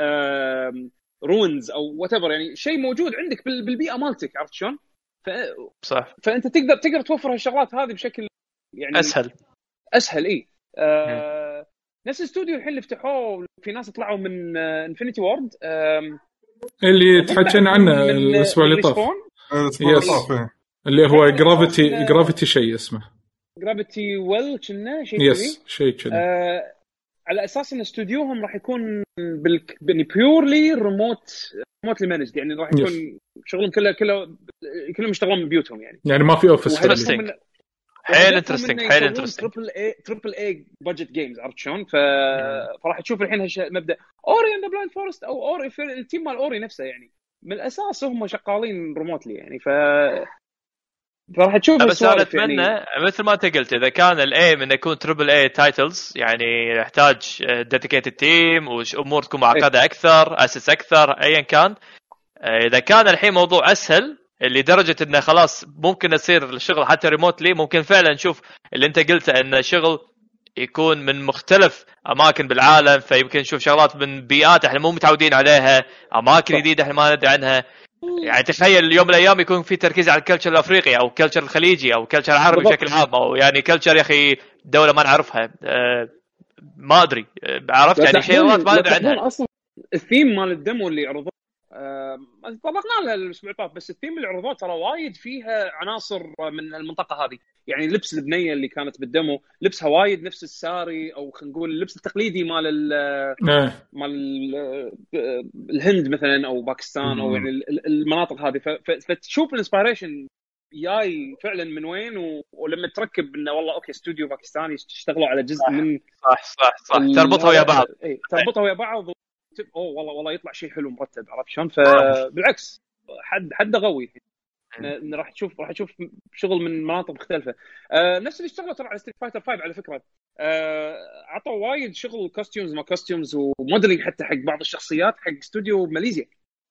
S1: رونز او وات ايفر يعني شيء موجود عندك بالبيئه مالتك عرفت شلون
S3: صح
S1: فانت تقدر توفر هالشغلات هذه بشكل يعني اسهل اي نفس الاستوديو الحين اللي فتحوه في ناس طلعوا من انفينيتي وورد
S4: اللي تحكينا عنه الاسبوع اللي طاف اللي هو جرافيتي شيء اسمه
S1: جرافيتي ويل كنا
S4: شيء كذا
S1: على اساس ان استوديوهم راح يكون بيورلي ريموت مانجد يعني راح يكون شغلهم كلهم يشتغلون من بيوتهم يعني
S4: ما في اوفيس
S3: حيل انترستينج
S1: تريبل اي بادجت جيمز عرفت شلون فراح تشوف الحين هالمبدا اوري اند بلايند فورست او اوري في التيم مال اوري نفسه يعني من الاساس هم شغالين ريموتلي يعني فراح تشوف
S3: بس انا اتمنى يعني مثل ما انت قلت اذا كان الايم انه يكون تريبل اي تايتلز يعني يحتاج ديديكيتد تيم وامور تكون معقده اكثر اسس اكثر ايا كان اذا كان الحين موضوع اسهل اللي درجه انه خلاص ممكن يصير الشغل حتى ريموتلي ممكن فعلا نشوف اللي انت قلته ان شغل يكون من مختلف اماكن بالعالم، فيمكن نشوف شغلات من بيئات احنا مو متعودين عليها، اماكن جديده احنا ما ندري عنها. يعني تخيل اليوم من الايام يكون في تركيز على الكلتشر الافريقي او الكلتشر الخليجي او الكلتشر العربي بشكل عام، او يعني كلتشر يا اخي دوله ما نعرفها. ما ادري، عرفت يعني شغلات ما ندري عنها.
S1: اصلا الثيم مال الديمو اللي عرضوه طبقنا له الاسبوع اللي فات، بس الثيم اللي عرضوه ترى وايد فيها عناصر من المنطقه هذه. يعني لبس البنيه اللي كانت بالديمو لبسها وايد نفس الساري، او خلينا نقول اللبس التقليدي مال الهند مثلا او باكستان، او يعني المناطق هذه. فتشوف الانسبيريشن جاي فعلا من وين، ولما تركب انه والله اوكي استوديو باكستاني اشتغلوا على جزء من
S3: صح تربطها ويا بعض.
S1: تربطها ويا بعض، والله يطلع شيء حلو مرتب، عرفت شلون؟ فبالعكس حد قوي. راح تشوف شغل من مناطق مختلفه. نفس اللي اشتغلوا ترى على ستريت فايتر 5 على فكره. عطوا وايد شغل كوستيومز وموديلينج حتى حق بعض الشخصيات حق استوديو ماليزيا،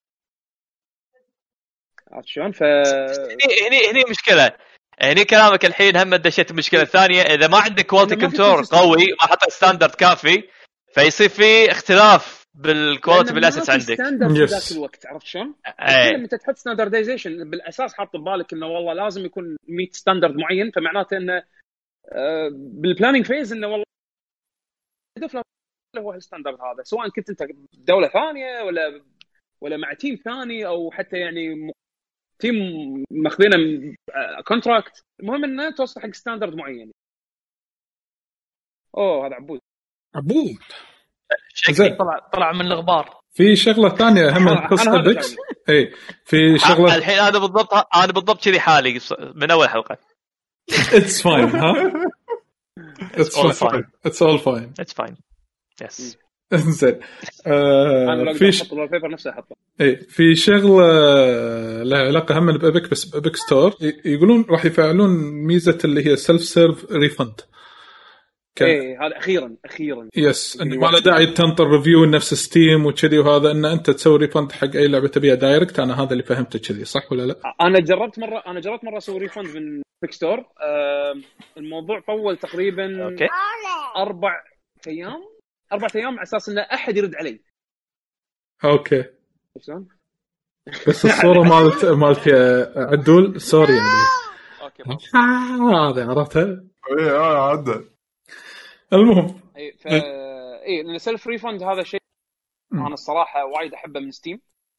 S1: عرفت شلون؟
S3: هني مشكله. هني كلامك الحين هم دشيت المشكله الثانيه. اذا ما عندك كواليتي كنترول قوي، ما حطيت ستاندرد كافي، فيصير في اختلاف بالكواليتي بالاساس عندك
S1: ستاندرد في ذاك الوقت، عرفت شلون؟ لما انت تحط ستاندردايزيشن بالاساس حاط ببالك انه والله لازم يكون ميت ستاندرد معين، فمعناته انه بالبلاننج فيز انه والله هدف هو الستاندرد هذا، سواء كنت انت دوله ثانيه ولا مع تيم ثاني، او حتى يعني تيم ماخذينه كونتراكت. المهم انه توصل حق ستاندرد معين. هذا عبود
S6: طلع من الغبار.
S4: في شغله ثانيه هم تخص ابيكس. اي في شغله
S3: الحين انا بالضبط كذي حالي من اول حلقه.
S4: It's fine ها It's all fine
S3: yes.
S4: زين.
S1: في الوالبيبر نفسه احطه.
S4: في شغله لها علاقه هم بابيك، بس بابيك ستور يقولون راح يفعلون ميزه اللي هي سيلف سيرف ريفند.
S1: هذا اخيرا
S4: يس، انه ما له داعي تنطر ريفيو نفس ستيم وكذي، وهذا ان انت تسوي ريفند حق اي لعبه تبيها دايركت. انا هذا اللي فهمته كذي، صح ولا لا؟
S1: انا جربت مره اسوي ريفند من بيك ستور. الموضوع طول تقريبا 4 ايام على اساس ان احد يرد علي.
S4: اوكي بس الصوره مالت عدول سوري يعني.
S1: اوكي
S4: هذا عرفتها.
S5: عدل.
S4: المهم
S1: لان سيلف ريفند هذا شيء انا الصراحه وايد احبه من ستيم.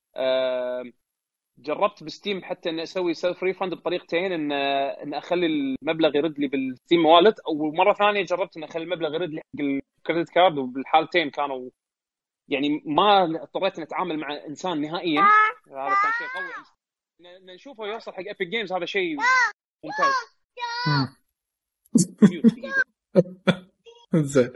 S1: جربت بستيم حتى ان اسوي سيلف ريفند بطريقتين، ان اخلي المبلغ يرد لي بالستيم والت، او مره ثانيه جربت ان اخلي المبلغ يرد لي حق الكريدت كارد، وبالحالتين كانوا يعني ما اضطريت نتعامل مع انسان نهائيا. هذا كان شيء قوي نشوفه يوصل حق ايبك جيمز، هذا شيء ممتاز.
S4: زين.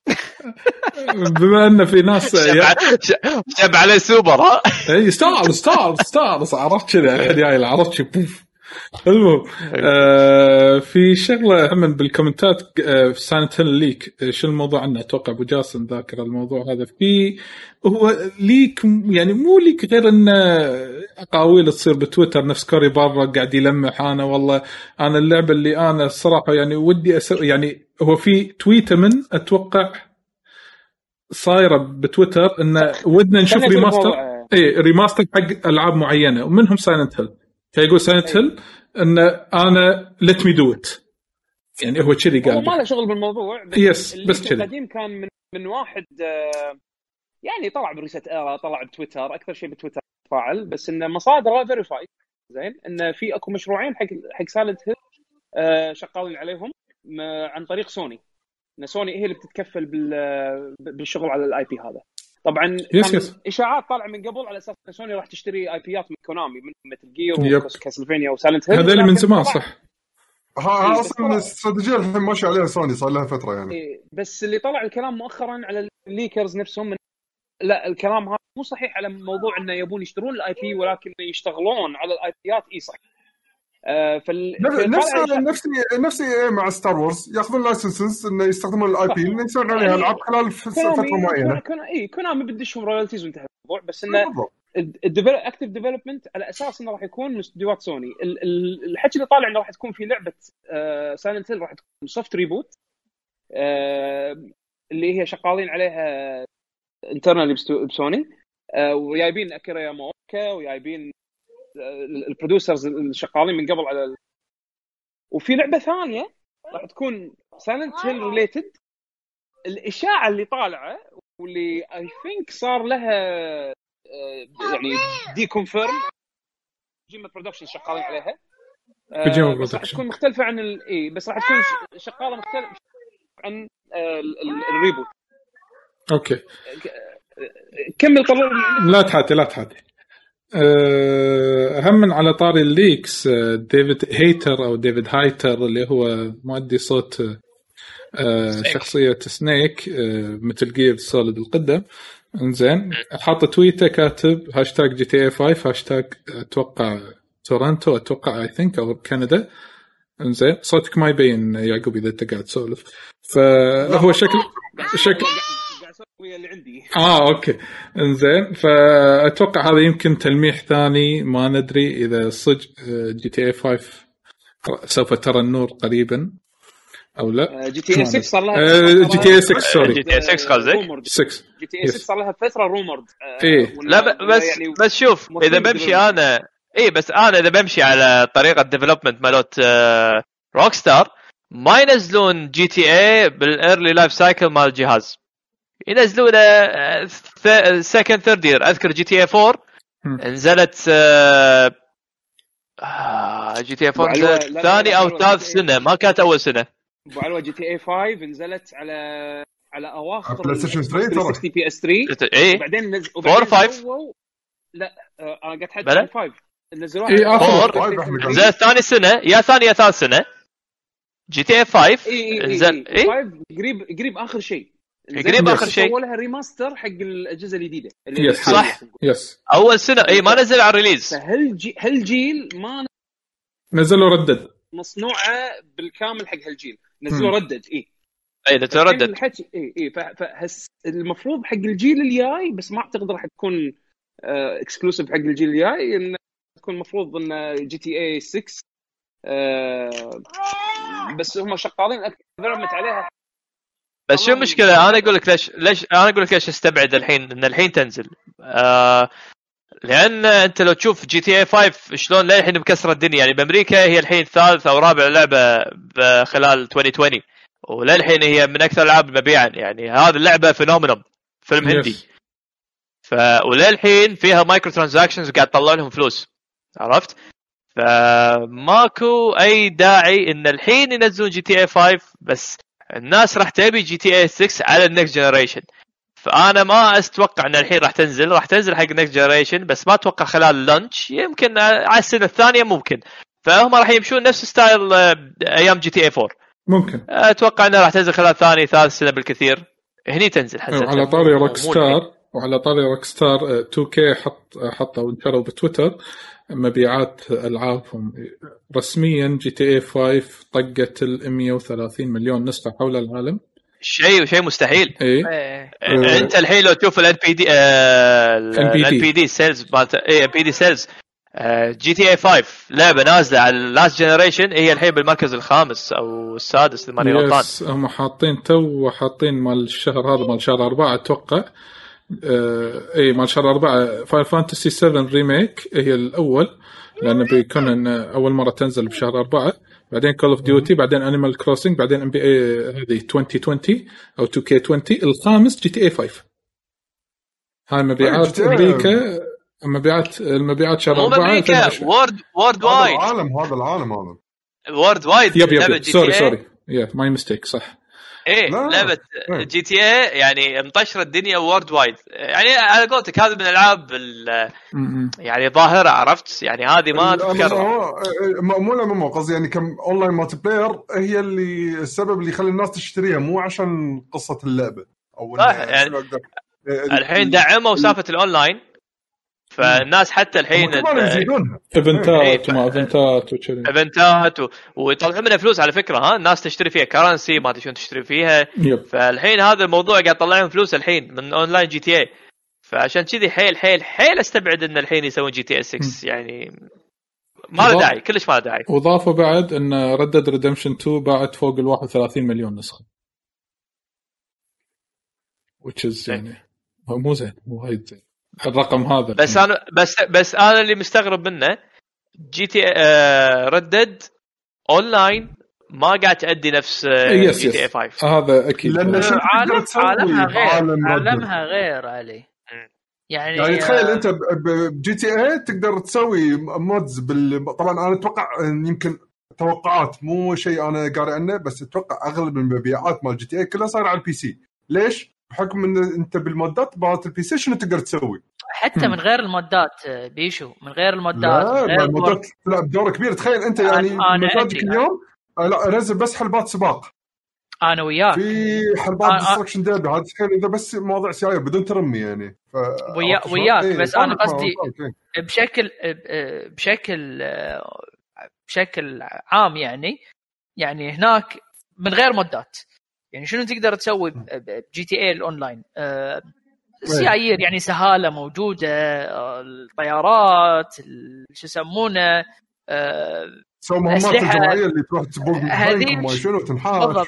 S4: بما ان في ناس
S3: شب على سوبر ها
S4: اي ستار عرفت كذا الحين جاي عرفت شو. المهم في شغله هم بالكومنتات في سايلنت هيل ليك. شو الموضوع عنه؟ اتوقع ابو جاسم ذاكر الموضوع هذا. في هو ليك يعني مو ليك غير ان اقاويل تصير بتويتر نفس كوري بارا قاعد يلمح انا اللعبه اللي انا الصراحه يعني ودي يعني هو في تويته من اتوقع صايره بتويتر ان ودنا نشوف ريماستر حق العاب معينه، ومنهم سايلنت هيل. فيقول سايلنت هيل ان انا let me do it، يعني هو كذي قال.
S1: هو ما له شغل بالموضوع،
S4: بس كذي.
S1: القديم كان من واحد يعني طلع بريست ايرا، طلع بتويتر اكثر شيء بتويتر فاعل، بس انه مصادر فيريفايد. زين ان في اكو مشروعين حق سايلنت هيل شغالين عليهم عن طريق سوني. ان سوني هي اللي بتتكفل بالشغل على الاي بي هذا. طبعا اشاعات طالعه من قبل على اساس ان سوني راح تشتري اي بيات من كونامي، من مثل جير وكاسلفينيا وسايلنت هيل.
S4: هذول من زمان صح.
S5: اصلا الاستراتيجيه الحين ماشي عليها سوني صار لها فتره يعني.
S1: بس اللي طلع الكلام مؤخرا على الليكرز نفسهم لا، الكلام هذا مو صحيح على موضوع انه يبون يشترون الاي بي، ولكن يشتغلون على الاي بيات. صح.
S5: نفسي مع ستار وورز ياخذون لايسنسز انه يستخدمون الاي بي انه يسوون عليها العاب خلال فتره معينه.
S1: كونامي بدشهم رويالتيز وانتهى الموضوع. بس انه اكتيف ديفلوبمنت على اساس انه راح يكون من استديوهات سوني. الحكي اللي طالع انه راح تكون في لعبه سايلنت هيل راح تكون سوفت ريبوت، اللي هي شغالين عليها انترنال بسوني، وجايبين اكيرا ياماوكا وجايبين البرودوسرز اللي شغالين من قبل على وفي لعبه ثانيه راح تكون سايلنت هيل ريليتد. الاشاعه اللي طالعه واللي اي ثينك صار لها يعني دي كونفيرم جيما برودكشن شغالين عليها، بس راح تكون مختلفه عن بس راح تكون شغاله مختلفه عن الريبوت.
S4: اوكي
S1: كمل قرر.
S4: لا تحاتي. أهم من على طاري الليكس، ديفيد هيتر أو ديفيد هايتر اللي هو مؤدي صوت شخصية سنيك مثل جير سوليد القدم، انزين حاط تويته كاتب هاشتاج GTA 5 هاشتاج أتوقع تورنتو أتوقع I think أو كندا. انزين صوتك ما يبين يعقوب إذا أنت قاعد تسولف، فهو شكل
S1: اللي عندي
S4: اوكي انزين. فاتوقع هذا يمكن تلميح ثاني، ما ندري اذا صدق GTA 5 سوف ترى النور قريبا او لا.
S1: GTA 6 صار لها
S4: GTA 6 سوري
S3: GTA 6 قصدك
S4: 6
S1: GTA 6 صار لها فتره رومرد.
S3: لا بس شوف اذا بمشي انا بس انا اذا بمشي على طريقه ديفلوبمنت مالوت روكستار ما ينزلون GTA بالايرلي لايف سايكل مال الجهاز، ينزلونه سكند ثيرد يير. اذكر GTA 4 نزلت GTA 4 نزلت ثاني او ثالث سنه، ما كانت اول سنه.
S1: ابو علوه GTA 5 نزلت على اواخر
S5: بلاي ستيشن 3
S1: 60 PS3 وبعدين
S3: 4 5
S1: لا انا قاعد اتحدث 5 نزلوها
S3: 4 نزلت ثاني سنه يا ثاني يا ثالث سنه. GTA 5 نزل
S1: 5 قريب اخر شيء
S3: قريب اخر شيء
S1: سووا لها ريماستر حق الاجهزه الجديده
S4: اللي صح يس
S3: اول سنه ما نزل على الريليز.
S1: هالجيل ما
S4: نزلوا ردد
S1: مصنوعه بالكامل حق هالجيل، نزلوا ردد
S3: اذا تردد
S1: الحكي المفروض حق الجيل الجاي، بس ما اعتقد راح تكون اكسكلوسيف حق الجيل الجاي، ان تكون المفروض ان GTA 6 بس هم شغالين اكثر عليها.
S3: بس شو المشكله؟ انا اقول لك ليش انا اقول لك ليش استبعد الحين ان الحين تنزل. لان انت لو تشوف GTA 5 شلون للحين مكسره الدنيا، يعني بامريكا هي الحين ثالث او رابع لعبه خلال 2020 وللحين هي من اكثر الالعاب مبيعا. يعني هذه اللعبه فينومينوم فيلم هندي وللحين فيها مايكرو ترانزاكشنز قاعد تطلع لهم فلوس، عرفت؟ فماكو اي داعي ان الحين ينزلون GTA 5. بس الناس راح تبي GTA 6 على النكست جنريشن، فانا ما اتوقع ان الحين راح تنزل حق النكست جنريشن، بس ما اتوقع خلال اللانش، يمكن على السنه الثانيه ممكن. فهم راح يمشون نفس ستايل ايام GTA 4
S4: ممكن.
S3: اتوقع انها راح تنزل خلال ثاني ثالث سنه بالكثير هني تنزل. حسيت
S4: على طاري روك ستار 2K حطوا انشروا بتويتر مبيعات ألعابهم رسميا GTA 5 طقت 130 مليون نسخة حول العالم.
S3: شيء مستحيل. انت الحين لو تشوف ال NPD سيلز مالت NPD سيلز GTA 5 لعبة نازلة على اللاست جنريشن هي الحين بالمركز الخامس او السادس لما اني غلطان.
S4: هم حاطين مال الشهر هذا مال شهر 4 اتوقع. مال شهر 4 فاينل فانتسي 7 ريميك هي الأول، لأنه بيكون أول مرة تنزل بشهر 4، بعدين كول اوف ديوتي، بعدين أنيمال كروسنج، بعدين NBA هذه 2020 أو 2K20، الخامس GTA 5. هاي مبيعات أمريكا، المبيعات شهر 4
S3: أمريكا وورد وايد.
S5: هذا العالم
S3: وورد وايد.
S4: يب سوري ماي ميستيك صح.
S3: لعبة GTA يعني منتشرة الدنيا وورد وايد، يعني على قولتك هذه من الألعاب يعني ظاهرة، عرفت؟ يعني هذه ما تتكرر.
S5: مو قصدي يعني كم أونلاين مالتي بلاير هي اللي السبب اللي يخلي الناس تشتريها، مو عشان قصة اللعبة أو
S3: يعني الحين دعموا سالفة الأونلاين، فالناس حتى الحين ايفنتات ويطلعون منها فلوس على فكره. الناس تشتري فيها كرنسي ما تشون تشتري فيها. فالحين هذا الموضوع قاعد يطلعون فلوس الحين من اونلاين GTA، فعشان كذي حيل استبعد ان الحين يسوون GTA 6. يعني ما له داعي، كلش ما له داعي.
S4: وضافوا بعد ان Red Dead Redemption 2 باعت فوق 31 مليون نسخه. وتشز يعني مو زين، مو وايد زين الرقم هذا.
S3: بس انا بس انا اللي مستغرب منه جي تي ردد اونلاين ما قاعد تأدي نفس جي تي 5.
S4: هذا اكيد
S5: لان
S6: عالمها غير علي.
S5: يعني تخيل انت بجي تي اي تقدر تسوي مودز طبعا انا اتوقع يمكن توقعات مو شيء انا قارئ عنه، بس اتوقع اغلب المبيعات مال جي تي اي كلها صايره على البي سي. ليش؟ بحكم ان انت بالمودات مالت البي سي شنو تقدر تسوي
S6: حتى من غير المودات بيشو، من غير المودات
S5: لا المودات تلعب دور كبير. تخيل انت يعني مزاجك اليوم لا انزل بس حلبات سباق
S6: انا وياك
S5: في حلبات ديستركشن ديربي، هذا تخيل اذا بس مواضيع سيايه بدون ترمي يعني
S6: وياك بس انا قصدي بشكل عام يعني هناك من غير مودات يعني شنو تقدر تسوي بجي تي اي الاونلاين؟ السيايير يعني سهاله موجوده، الطيارات شو يسمونه
S5: سو مهمات الجماعيه اللي تروح تبوق
S6: هذه
S5: شنو تنحاش
S6: بالضبط.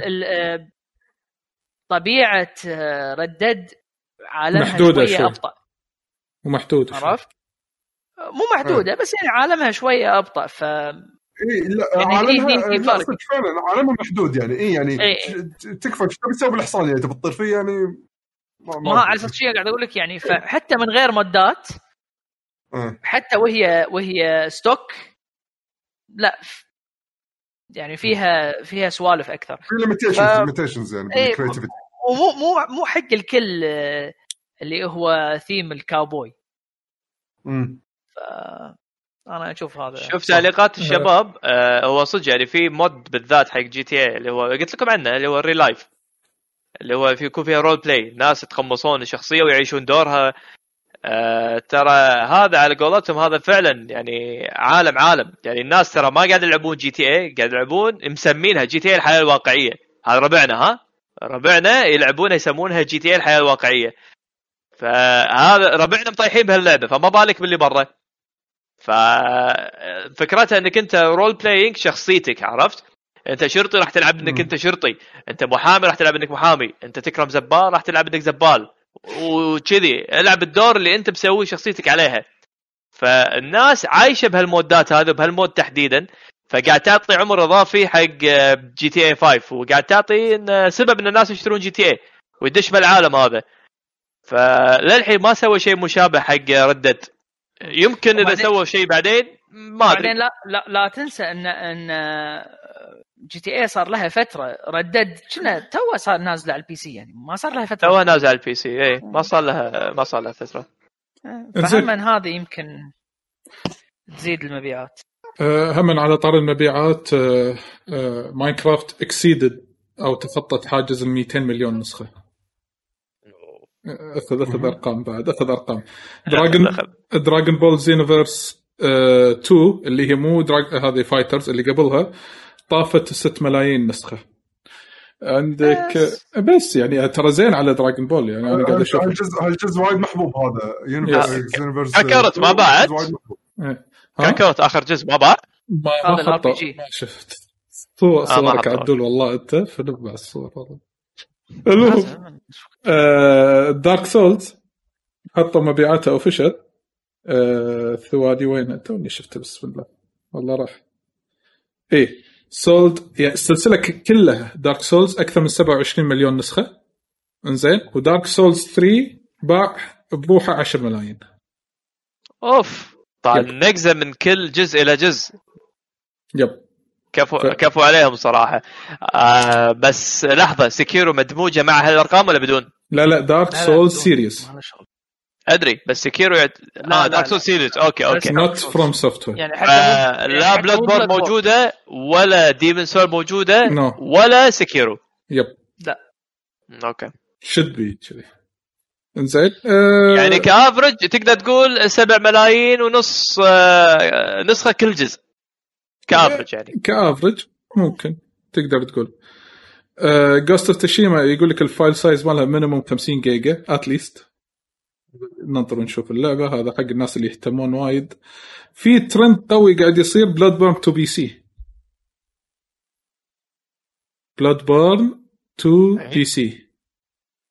S6: طبيعه ردد عالمها شويه ابطا
S4: ومحدود،
S6: عرفت؟ مو محدوده بس يعني عالمها شويه ابطا. ف
S5: لا يعني عالمها فعلا عالمها محدود يعني يعني تكفى ايش تبي تسوي بالحصان يعني تبي تطير فيه يعني
S6: ما على اساس شيء قاعد اقول لك يعني. فحتى من غير مودات حتى وهي ستوك لا يعني فيها سوالف اكثر،
S5: في ليميتيشنز يعني بالكرياتيفيتي،
S6: ومو حق الكل اللي هو ثيم الكاوبوي. انا اشوف هذا.
S3: شوف تعليقات الشباب هو صدق يعني في مود بالذات حق جي تي اي اللي هو قلت لكم عنه اللي هو الريل لايف، اللي هو يكون فيها رول بلاي، ناس يتقمصون الشخصيه ويعيشون دورها. ترى هذا على قولتهم هذا فعلا يعني عالم يعني الناس ترى ما قاعد يلعبون جي تي اي، قاعد يلعبون مسمينها جي تي اي الحياه الواقعيه. هذا ربعنا يلعبونها يسمونها جي تي اي الحياه الواقعيه. فهذا ربعنا مطيحين بهاللعبه، فما بالك باللي برا. ففكرتها انك انت رول بلاينج شخصيتك، عرفت؟ انت شرطي راح تلعب انك انت شرطي، انت محامي راح تلعب انك محامي، انت تكرم زبال راح تلعب انك زبال، وكذي العب الدور اللي انت مسوي شخصيتك عليها. فالناس عايشه بهالمودات هذا بهالمود تحديدا، فقاعد تعطي عمر اضافي حق جي تي اي 5، وقاعد تعطي سبب ان الناس يشترون جي تي اي ويدش بالعالم هذا. فللحين ما سوى شيء مشابه حق ردد، يمكن اذا سووا شيء بعدين ما ادري.
S6: بعدين لا تنسى ان جي تي اي صار لها فتره، ردد كنا تو صار نازله على البي سي، يعني ما صار لها فتره
S3: تو نازله على البي سي. اي ما صار لها فتره.
S6: فهم هذا يمكن تزيد المبيعات.
S4: هم على طار المبيعات ماينكرافت اكسيدد او تخطت حاجز 200 مليون نسخه. اخذ ارقام بعد اخذ ارقام. دراغون بول زينوفيرس 2 اللي هي مو هذه فايترز اللي قبلها طافت 6 ملايين نسخه عندك. بس يعني ترى زين على دراغون بول، يعني انا قاعد اشوف
S5: هالجزء وايد محبوب هذا يونيفرس.
S3: كاكرت ما بعد كاكرت اخر جزء ما باع.
S6: ما
S4: شفت صورك عدول والله انت فنبع الصور والله. المهم دارك سولز حطوا مبيعاته اوفيشال ثواني وين توني شفته بسم الله والله راح. ايه سولد يعني السلسله كلها دارك سولز اكثر من 27 مليون نسخه. انزين ودارك سولز 3 باع بروحه 10 ملايين.
S3: اوف طبعا نقزه من كل جزء الى جزء.
S4: يب
S3: كفو عليهم صراحه. بس لحظه سكيرو مدموجه مع هالارقام ولا بدون؟
S4: لا دارك سولز سيريس
S3: ادري بس سكيرو دارك سولز سيريس اوكي
S4: نوت فروم سوفت وير.
S6: يعني حتى
S3: لا بلاد بورن موجوده ولا ديمون سول موجوده ولا سكيرو.
S4: يب
S6: لا
S3: اوكي
S4: شد بي كذي. انزين
S3: يعني كافرج تقدر تقول 7 ملايين ونص نسخه كل جزء كافرج. يعني
S4: كافرج ممكن تقدر تقول. جوست اوف تشيما يقول لك الفايل سايز مالها مينيموم 50 جيجا اتليست. ننطر نشوف اللعبه، هذا حق الناس اللي يهتمون وايد. في ترند قوي قاعد يصير بلاد بورن تو بي سي. بلاد بورن تو بي سي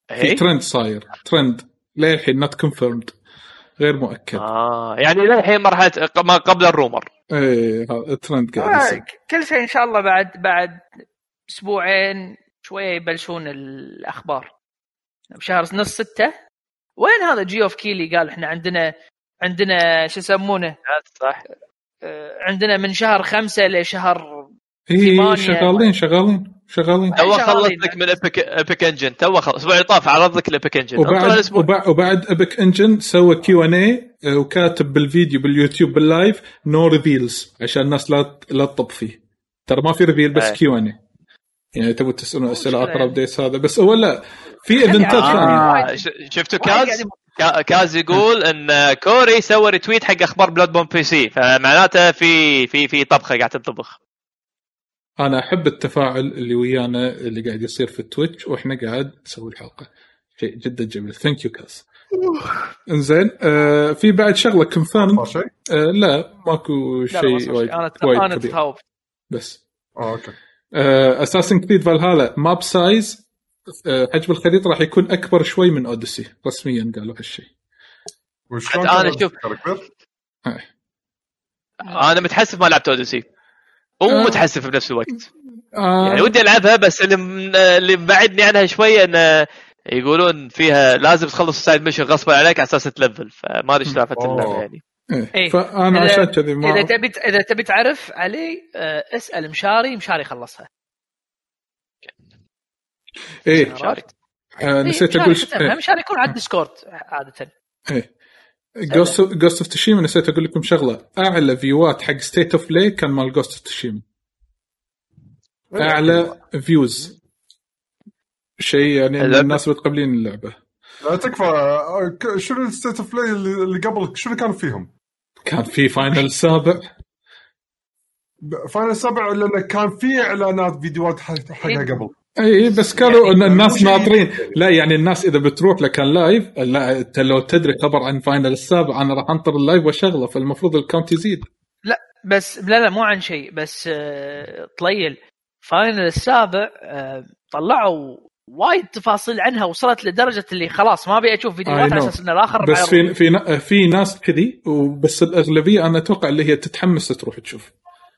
S4: في ترند صاير ترند للحين not confirmed غير مؤكد.
S3: يعني للحين مرحله ما قبل الرومر.
S4: ايه هذا الترند قاعد يصير.
S6: كل شيء ان شاء الله بعد اسبوعين شويه يبلشون الاخبار بشهر نص 6. وين هذا جي اوف كيلي قال احنا عندنا شو يسمونه
S3: صح
S6: عندنا من شهر 5 لشهر
S4: 8 شغالين
S3: تو خلص لك من ايبك انجن تو خلص الاسبوع اللي طاف عرض لك الايبك انجن
S4: وبعد ايبك انجن سوى Q&A وكاتب بالفيديو باليوتيوب باللايف نو ريفيلز عشان الناس لا تطب فيه. ترى ما في ريفيل بس Q&A يعني تبغوا تسألون أسئلة أقرب أبديتس هذا بس ولا في إيفنتات ثانية.
S3: شفتوا كاز يقول إن كوري سوى ريتويت حق أخبار بلاد بون بي سي فمعناته في طبخة قاعد تطبخ.
S4: أنا أحب التفاعل اللي ويانا اللي قاعد يصير في التويتش وإحنا قاعد نسوي الحلقة شيء جدا جميل. ثانك يو كاز. إنزين في بعد شغلة كونفيرم لا ماكو شيء وايد
S6: أنا تهاوب
S4: بس
S5: أوكي.
S4: أساسن كريد فالهالا ماب سايز حجم الخريطة راح يكون أكبر شوي من أوديسي رسميا قالوا هالشيء.
S3: أنا شوف أنا متحسف ما لعبت أوديسي ومتحسف بنفس الوقت يعني ودي ألعبها بس اللي بعدني عنها شوية إن يقولون فيها لازم تخلص السايد ميشن غصبا عليك على أساس تلفل فما أدري شلافة اللعبة يعني.
S4: إيه. فأنا عشان كذي
S6: إذا تبي تعرف علي اسأل مشاري خلصها.
S4: إيه نسيت أقول
S6: مشاري يكون على الديسكورد عادة.
S4: إيه Ghost of Tsushima نسيت أقول لكم شغلة أعلى فيوات حق State of Play كان مال Ghost of Tsushima أعلى فيوز شيء يعني الناس بتقبلين اللعبة.
S5: لا تكفى شنو State of Play اللي قبل شنو كان فيهم؟
S4: كان في فاينل 7
S5: لأنه كان في إعلانات فيديوهات حقها قبل.
S4: اي بس كانوا يعني الناس ناطرين لا يعني الناس اذا بتروح لكان لايف لا انت لو تدري خبر عن فاينل 7 انا راح انطر اللايف واشغله فالمفروض الكاونت يزيد.
S6: لا بس لا مو عن شيء بس طليل فاينل 7 طلعوا وايد تفاصيل عنها وصلت لدرجه اللي خلاص ما ابي اشوف فيديوهات على اساس ان الاخر
S4: بس في ناس كذي وبس الاغلبيه انا اتوقع اللي هي تتحمس تروح تشوف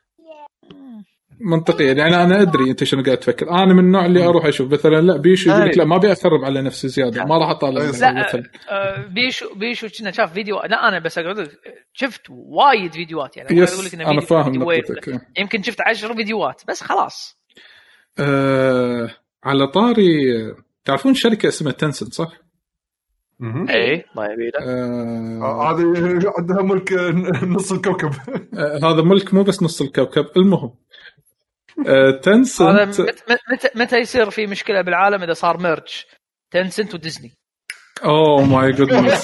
S4: منطقي يعني أنا أدري أنت شنو قاعد تفكر. أنا من النوع اللي أروح أشوف مثلا لا بيشو يقول لك لا ما بيأثرب على نفسي زيادة ما راح أطالع
S6: مثلا بيشو كنا شاف فيديو لا أنا بس أقول شفت وايد فيديوهات يعني
S4: أقول لك أنا فاهم
S6: يمكن شفت 10 فيديوهات بس خلاص.
S4: على طاري تعرفون شركة اسمها تنسنت صح؟
S3: ايه ما يبي له
S5: هذه عندها ملك نص الكوكب.
S4: هذا ملك مو بس نص الكوكب. المهم تنسنت
S6: متى يصير في مشكلة بالعالم إذا صار ميرج تنسنت وديزني.
S4: اوه ماي جودنس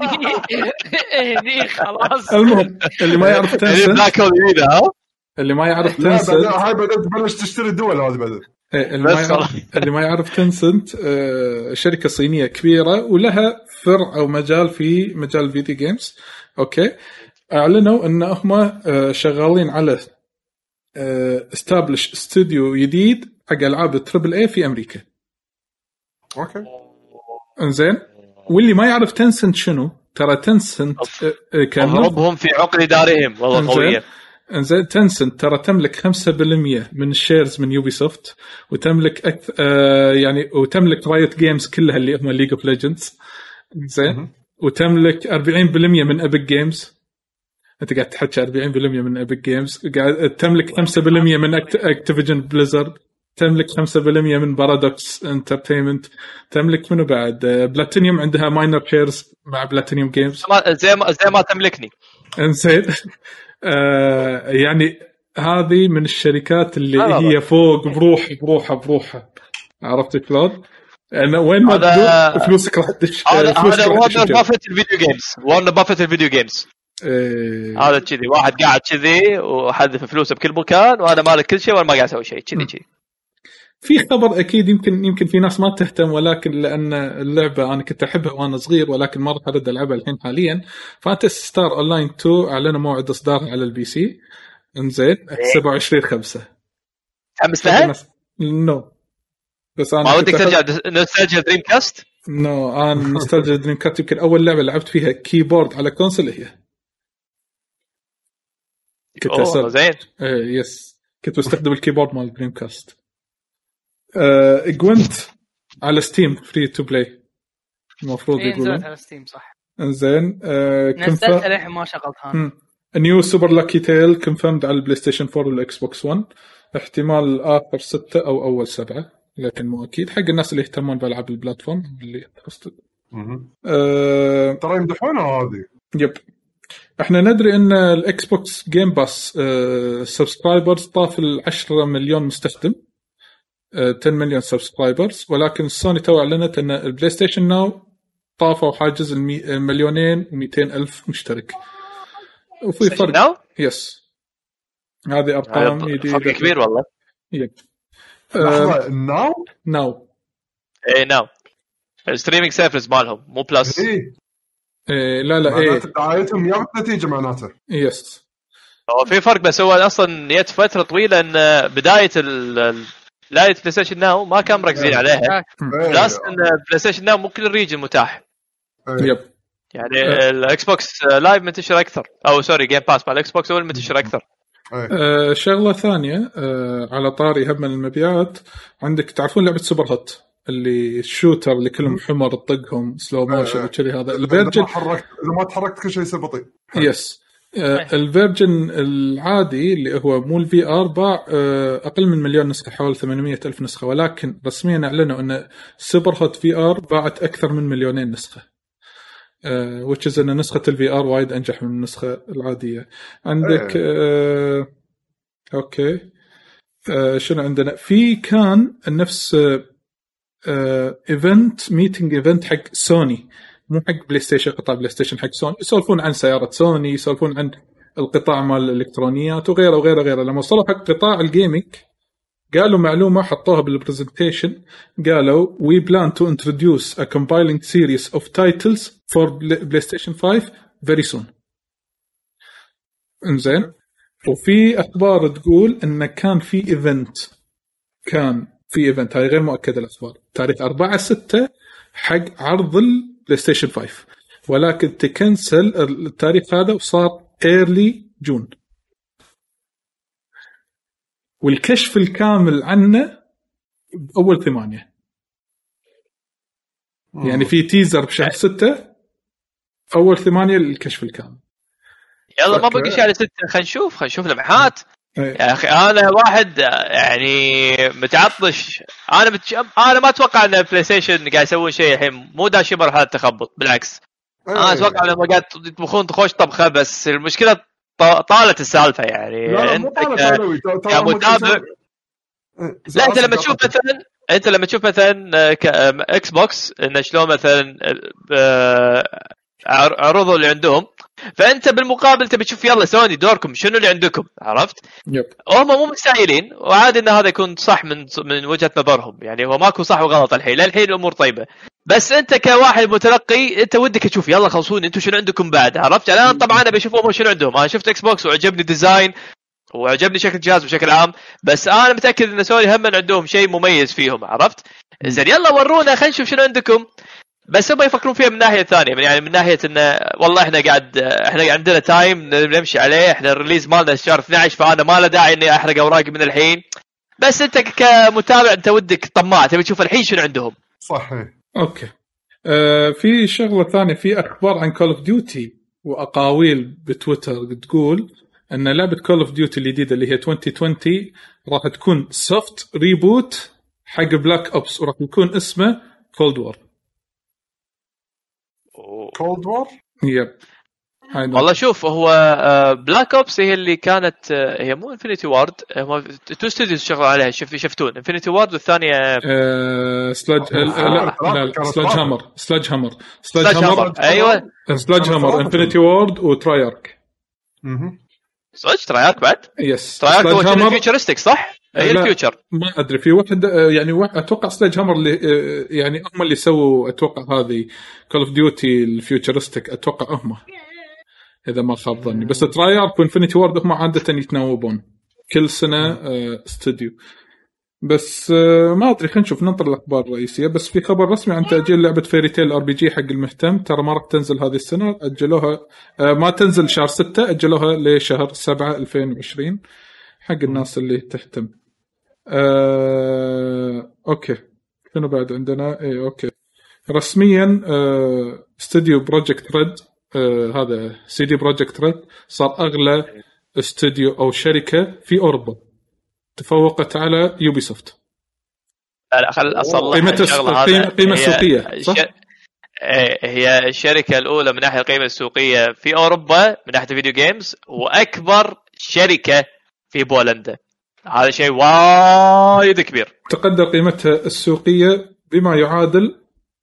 S6: دي خلاص.
S4: المهم اللي ما يعرف تنسنت اللي ما يعرف تنسنت
S5: هاي بدأت تبلش تشتري الدول هذه بعد.
S4: اللي ما يعرف تنسنت شركة صينية كبيرة ولها فرع أو مجال في مجال الفيديو جيمز. أوكي أعلنوا إن هم شغالين على استابلش استوديو جديد حق ألعاب التريبل اي في أمريكا.
S5: أوكي
S4: إنزين واللي ما يعرف تنسنت شنو ترى تنسنت
S3: كان ضربهم في عقل دارهم والله قوية.
S4: انزين تنسنت ترى تملك 5% من الشيرز من يوبي سوفت وتملك يعني وتملك رايت جيمز كلها اللي هم ليج اوف ليجندز. زين وتملك 40% من ابيك جيمز. انت قاعد تحكي 40% من ابيك جيمز قاعد تملك 5% من اكتيفيجن بليزرد تملك 5% من بارادوكس انترتينمنت تملك منو بعد بلاتينيوم عندها ماينر شيرز مع بلاتينيوم جيمز
S3: زي ما تملكني.
S4: انزين يعني هذه من الشركات اللي هي فوق بروحها عرفت شلون؟ أنا وين ما تدور فلوسك راح تدش.
S3: هذا وارنر بافيت الفيديو جيمز هذا كذي واحد قاعد كذي وحذف فلوسه بكل مكان وانا مالك كل شيء وانا ما قاعد اسوي شيء كذي.
S4: في خبر اكيد يمكن في ناس ما تهتم ولكن لان اللعبه انا كنت احبها وانا صغير ولكن ما راح ارد العبها الحين حاليا. فانتسي ستار اونلاين 2 اعلنوا موعد اصدارها على البي سي. انزين 27/5
S3: مستحيل
S4: نو بس انا
S3: ما ودك ترجع نوستالجيا دريم كاست
S4: انا نوستالجيا دريم كاست يمكن اول لعبه لعبت فيها كيبورد على كونسول هي كنت
S3: زين.
S4: يس كنت بستخدم الكيبورد مال دريم كاست. جوينت على ستيم فري تو بلاي المفروض يقولون
S6: على ستيم صح.
S4: انزين
S6: نزلت الحين ما شغلتها.
S4: نيو سوبر لاكي تيل كونفيرمد على البلاي ستيشن 4 والاكس بوكس 1 احتمال اخر 6 او اول 7 لكن مو اكيد حق الناس اللي يهتمون بالعاب البلاتفورم اللي
S5: ترى يمدحونها هذه.
S4: يب احنا ندري ان الاكس بوكس جيم باس سبسكرايبرز طاف 10 مليون مستخدم 10 مليون سبسكرايبرز ولكن السوني تو اعلنت ان البلاي ستيشن ناو طافوا حاجز 2,200,000 مشترك وفي فرق. يس هذه ارقام جديده
S3: فرق كبير والله.
S4: يب
S5: لحظه ناو
S3: اي ناو الستريمينج سيرفيس مالهم مو بلس.
S4: لا
S5: دعايتهم جابت نتيجه معناته.
S4: يس
S3: هو في فرق بس هو اصلا جت فتره طويله ان بدايه لايت بلاي ستيشن ناو ما كان مركزين عليها بلس ان بلاي ستيشن ناو مو كل الريجن متاح.
S4: يب
S3: يعني الاكس بوكس لايف منتشر اكثر او سوري جيم باس مع الاكس بوكس هو المنتشر اكثر.
S4: شغله ثانيه على طاري هم من المبيعات عندك تعرفون لعبه سوبر هوت اللي الشوتر اللي كلهم حمر تطقهم سلو موشن وكذي هذا الفيرجن
S5: اذا ما تحركت كل شيء يصير بطيء.
S4: يس الفيرجن العادي اللي هو مو الفي ار باع اقل من 1,000,000 نسخه حوالي 800,000 نسخه ولكن رسميا اعلنوا ان سوبر هوت في ار باعت اكثر من 2,000,000 نسخه which is ان نسخه الفي ار وايد انجح من النسخه العاديه. عندك اوكي شنو عندنا في كان نفس ايفنت ميتنج ايفنت حق سوني مو حق بلاي ستيشن قطاع بلاي ستيشن حق سوني يسولفون عن سيارة سوني يسولفون عن القطاع مال الإلكترونيات وغيره وغيره وغيره. لما وصلوا حق قطاع الجيمينج قالوا معلومة حطوها بالبرزنتيشن قالوا we plan to introduce a compiling series of titles for PlayStation 5 very soon. انزين وفي أخبار تقول إن كان في ايفنت هاي غير مؤكدة الأخبار تاريخ 4/6 حق عرض البلاي ستيشن 5 ولكن تكنسل التاريخ هذا وصار early جون والكشف الكامل عنه بأول 8 يعني في تيزر بشهر 6 أول 8 الكشف الكامل.
S3: يلا ما بقي شيء على 6 خلينا نشوف لمحات يا أخي. أنا واحد يعني متعطش أنا ما أتوقع أن بلاي ستيشن قاعد يسوون شيء الحين مو داشي مرحلة تخبط بالعكس. أنا أتوقع لما قاعد يطبخون تخش طبخة بس المشكلة طالت السالفة يعني.
S5: لا
S3: يا متابع لا أنت لما تشوف مثلا إكس بوكس إن شلون مثلا عروضه اللي عندهم فأنت بالمقابل تبي تشوف يلا سوني دوركم شنو اللي عندكم عرفت. هم مو مستعجلين وعادي ان هذا يكون صح من وجهة نظرهم يعني هو ماكو صح وغلط الحين الامور طيبة بس انت كواحد متلقي انت ودك تشوف يلا خلصوني انتم شنو عندكم بعد عرفت. الان طبعا انا بشوفهم شنو عندهم. انا شفت اكس بوكس وعجبني ديزاين وعجبني شكل الجهاز بشكل عام بس انا متاكد ان سوني هم عندهم شيء مميز فيهم عرفت. زين يلا ورونا خلينا نشوف شنو عندكم. بس هم يفكرون فيها من ناحيه ثانيه يعني من ناحيه انه والله احنا عندنا تايم نمشي عليه احنا الريليز مالنا شهر 12 فانا ما له داعي اني احرق اوراقي من الحين. بس انت كمتابع انت ودك طماع تبي تشوف الحين شنو عندهم.
S5: صحيح
S4: اوكي في شغله ثانيه في اخبار عن كول اوف ديوتي واقاويل بتويتر تقول ان لعبه كول اوف ديوتي الجديده اللي هي 2020 راح تكون سوفت ريبوت حق بلاك اوبس وراح يكون اسمه كولد وور.
S5: كولد وور
S4: يب
S3: والله شوف هو بلاك اوبس هي اللي كانت هي مو انفينيتي وارد هم تو ستوديوز شغلوا عليها شفتون انفينيتي وارد والثانيه سلاج هامر ايوه
S4: سلاج هامر انفينيتي وارد وترايارك.
S3: صدق ترايارك بعد
S4: يس
S3: ترايارك هو فيوتشرستيك صح هي الفيوتشر
S4: ما ادري في واحد يعني اتوقع سلاج هامر اللي يعني هم اللي سووا اتوقع هذه كول اوف ديوتي الفيوتشرستيك اتوقع هم اذا ما خاب ظني. بس ترايارك وانفينيتي وارد هم عاده يتناوبون كل سنه استوديو. بس ما ادري، خلينا نشوف ننطر الاخبار الرئيسيه. بس في خبر رسمي عن تاجيل لعبه فيري تيل ار بي جي حق المهتم، ترى ما راح تنزل هذه السنه، اجلوها ما تنزل شهر 6، اجلوها لشهر 7 2020 حق الناس اللي تهتم. اوكي شنو بعد عندنا؟ اي اوكي رسميا استوديو بروجكت ريد، هذا سي دي بروجكت ريد صار اغلى استوديو او شركه في اوروبا، تفوقت على يوبي سوفت.
S3: لا خل اصلح
S4: قيمة السوقية صح؟
S3: هي الشركة الأولى من ناحية القيمة السوقية في أوروبا من ناحية الفيديو جيمز، وأكبر شركة في بولندا. هذا شيء وايد كبير.
S4: تقدر قيمتها السوقية بما يعادل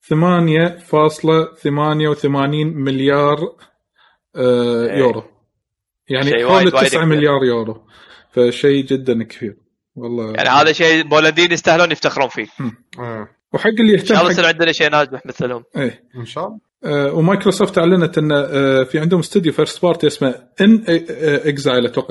S4: 8.88 مليار يورو، يعني حوالي 9 مليار يورو، فشيء جدا كبير والله.
S3: يعني هذا شيء بولنديين يستاهلون يفتخرون فيه.
S4: وحق اللي يهتم
S3: ان شاء الله يصير عندنا شيء ناجح مثلهم.
S4: ايه
S5: ان شاء الله.
S4: ومايكروسوفت اعلنت ان في عندهم استوديو فيرست بارتي اسمه ان اكزايل، اتوقع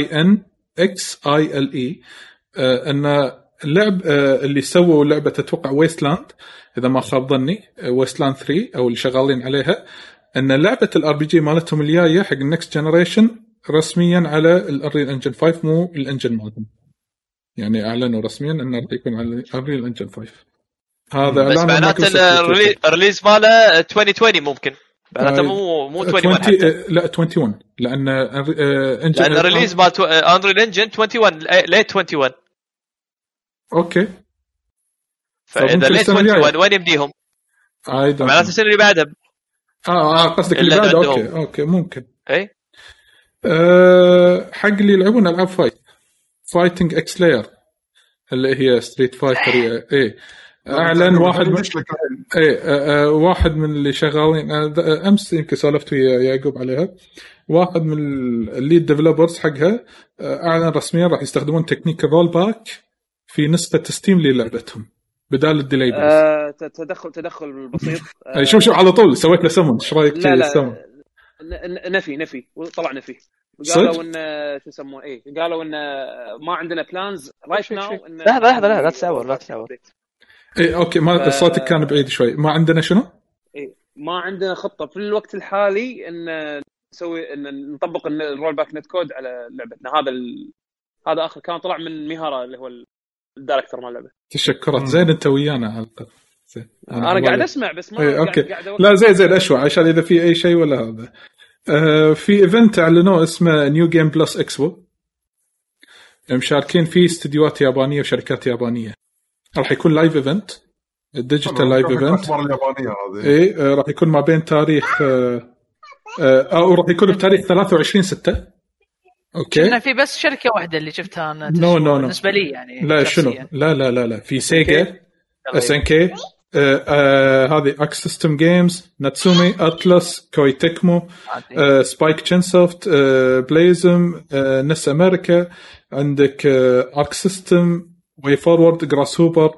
S4: INXILE، ان اللعب اللي سووا لعبه اتوقع ويستلاند اذا ما خاب ظني، ويستلاند 3 او اللي شغالين عليها، ان لعبه الار بي جي مالتهم الجايه حق النكست جنريشن رسميا على الانريل انجن 5، مو الانجن مالهم. يعني اعلنوا رسميا انه راح يكون على الانريل انجن 5. هذا
S3: بس معناته الريليز ماله 2020 ممكن، معناته مو 21 حتى.
S4: لا 21 لان
S3: انجن لان الريليز مال انريل انجن 21 ليت 21.
S4: اوكي
S3: فاذا ليت 21 وين يبديهم؟ معناته السنه اللي بعدها.
S4: قصدك اللي بعدها. اوكي ممكن.
S3: اي
S4: حق اللي يلعبون العاب فايتنج اكس لاير اللي هي ستريت فايتر. اي اعلن واحد من واحد من اللي شغالين امس يمكن سولفت ويا يعقوب عليها، واحد من الليد ديفلوبرز حقها اعلن رسميا راح يستخدمون تكنيك الرول باك في نسخه ستيم للعبتهم بدال الديلي بس.
S1: تدخل بسيط.
S4: شوف على طول سويت له سمون. ايش رايك في السمون؟
S1: نفي وطلع نفي، قالوا ان شو يسمونه قالوا ان ما عندنا بلانز رايت ناو.
S3: لحظه لا تساور
S4: اوكي ما صوتك كان بعيد شوي. ما عندنا شنو؟
S1: ما عندنا خطه في الوقت الحالي ان نسوي ان نطبق الرول باك نت كود على لعبتنا. هذا اخر كان طلع من ميهارا اللي هو الدايركتور مال اللعبه.
S4: تشكرت زين انت ويانا على القد.
S1: انا قاعد اسمع بس ما
S4: أوكي.
S1: قاعد
S4: لا زين اشوى عشان اذا في اي شيء ولا هذا. في ايفنت اعلنوه اسمه نيو جيم بلس اكسبو، مشاركين فيه استديوهات يابانيه وشركات يابانيه. راح يكون لايف ايفنت، الديجيتال لايف ايفنت
S5: الاخبار اليابانيه هذه.
S4: اي راح يكون ما بين تاريخ او راح يكون بتاريخ 23/6. اوكي
S6: كنا في بس شركه واحده اللي شفتها انا
S4: نو.
S6: بالنسبه لي يعني
S4: لا شنو لا في سيجا SNK هذه اكس سيستم جيمز، ناتسومي، اتلس، كوي تكمو، سبايك تشينسوفت، بليزم، نس امريكا، عندك ارك سيستم، واي فورورد، جراس هوبر،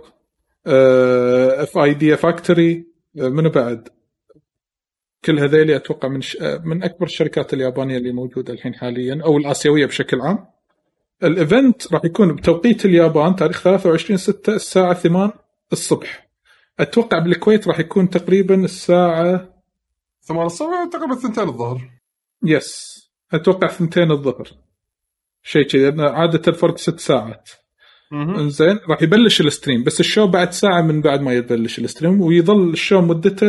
S4: FID فاكتوري، من بعد كل هذيلي اتوقع من اكبر الشركات اليابانيه اللي موجوده الحين حاليا او الاسيويه بشكل عام. الايفنت راح يكون بتوقيت اليابان تاريخ 23/6 الساعه 8 الصبح. اتوقع بالكويت راح يكون تقريبا الساعه
S5: 8 الصبح تقريبا 2 الظهر.
S4: يس اتوقع 2 الظهر شيء كذا، عاده الفرق 6 ساعات. انزين راح يبلش الستريم، بس الشو بعد ساعه من بعد ما يبلش الستريم، ويظل الشو مدته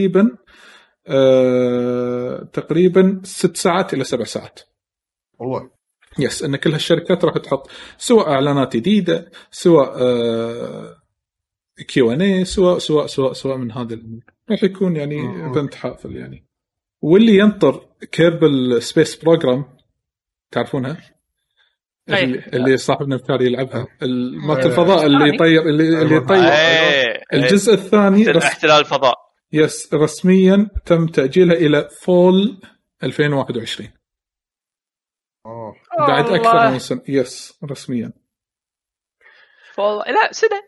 S4: تقريبا 6 ساعات الى 7 ساعات.
S5: والله
S4: يس ان كل هالشركات راح تحط سواء اعلانات جديده، سواء Q&A، سواء من هذا الامور. راح يكون يعني ايفنت حافل يعني. واللي ينطر كيربل سبيس بروجرام تعرفونها؟ اللي صاحبنا الثاني يلعبها، مالت الفضاء اللي يطير اللي يطير الجزء الثاني
S3: احتلال الفضاء.
S4: يس رسميا تم تأجيلها إلى فول 2021. بعد أكثر من سنة. يس رسميا
S6: فول لا سنة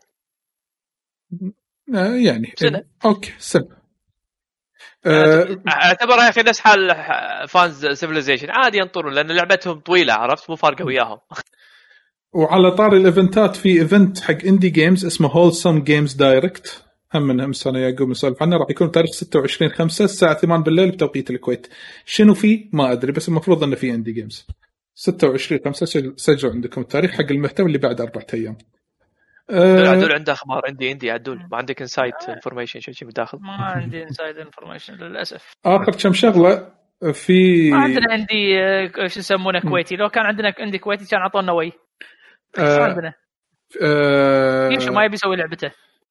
S4: يعني
S6: سنة.
S4: أوكي سنة.
S3: اعتبرها يا أخي نفس حال فانز سيفيلايزيشن، عادي ينطرون لأن لعبتهم طويلة، عرفت مو فارقة وياهم.
S4: وعلى طار الايفنتات في ايفنت حق اندي جيمز اسمه هولسم جيمز دايركت، هم من هم سنه يعقوب مسولف عنه، راح يكون تاريخ 26/5 الساعه 8 بالليل بتوقيت الكويت. شنو فيه ما ادري، بس المفروض انه في اندي جيمز. 26/5 سجلوا عندكم التاريخ حق المحتوى اللي بعد 4 ايام.
S3: عدول عنده اخبار عندي عدول، ما عندك انسايد انفورميشن شيء بالداخل؟
S6: ما عندي انسايد انفورميشن للاسف.
S4: اخر كم شغله في
S6: ما عندنا عندي شو يسمونه كويتي، لو كان عندنا عندي كويتي كان عطونا وي. عندنا ليش ما يبي يسوي لعبته؟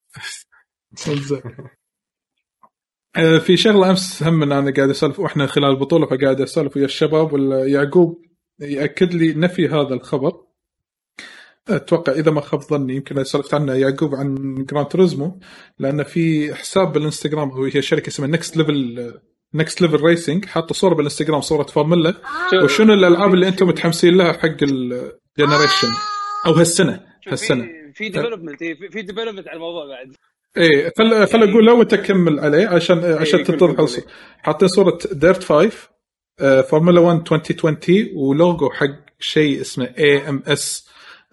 S4: في شغله امس هم انا قاعد اسولف واحنا خلال البطوله، فقاعد اسولف ويا الشباب ولا يعقوب ياكد لي نفي هذا الخبر. اتوقع اذا ما خاب ظني يمكن سولفت عنه يعقوب عن جران توريزمو، لان في حساب بالانستغرام وهي شركه اسمها نكست ليفل ريسنج، حاطه صوره بالانستغرام صوره فورمولا وشنو الالعاب اللي انتم متحمسين لها حق الجنريشن او هالسنه.
S1: في ديفلوبمنت على الموضوع بعد.
S4: ايه خل اقول لو تكمل عليه عشان تتضح. حاطين صوره ديرت 5 فورمولا 1 2020 ولوجو حق شيء اسمه AMS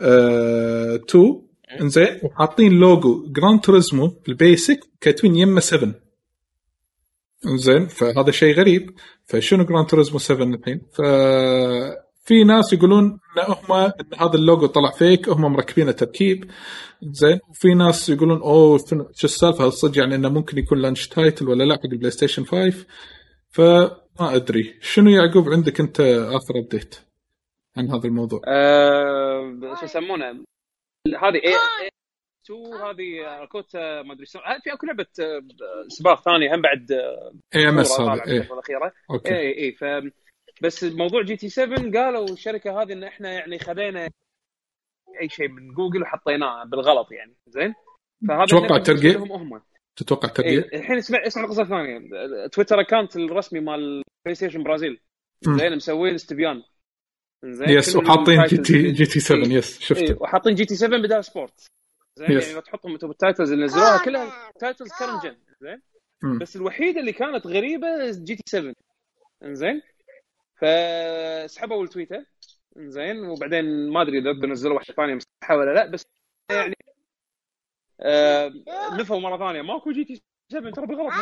S4: 2 انزين، وحاطين لوجو جران توريزمو البيسك كاتبين يمه 7 انزين. فهذا شيء غريب، فشنو جران توريزمو 7 الحين؟ ففي ناس يقولون ان هذا اللوجو طلع فيك، هم مركبينه تركيب زين. وفي ناس يقولون شو السالفه الصدق، يعني انه ممكن يكون لانش تايتل ولا لا حق البلاي ستيشن 5. فما ادري شنو يعقوب عندك انت اخر ابديت عن هذا الموضوع؟
S1: شو يسمونه هذه تو هذه كوتا ما ادري في اكو لعبه سباق ثاني هم بعد
S4: AMS هذه
S1: الاخيره. اي بس موضوع جي تي 7 قالوا الشركه هذه ان احنا يعني خذينا اي شيء من جوجل وحطيناه بالغلط يعني زين. فهذا
S4: تتوقع ترقيع؟ تتوقع ترقيع؟
S1: الحين اسمع القصه الثانيه. تويتر اكاونت الرسمي مال بلاي ستيشن برازيل زين مسوين استبيان زين،
S4: يس، وحاطين جي تي 7 يس شفته،
S1: وحاطين جي تي 7 بدال سبورت زين. يعني لو تحطهم انتم بالتايتلز اللي نزلوها كلها تايتلز كرنجن زين. بس الوحيده اللي كانت غريبه جي تي 7 زين. فسحبوا التويتر زين، وبعدين ما ادري اذا نزلوا واحده ثانيه مصحه ولا لا، بس يعني نفوا مره ثانيه ماكو جي تي 7 ترى بغلط.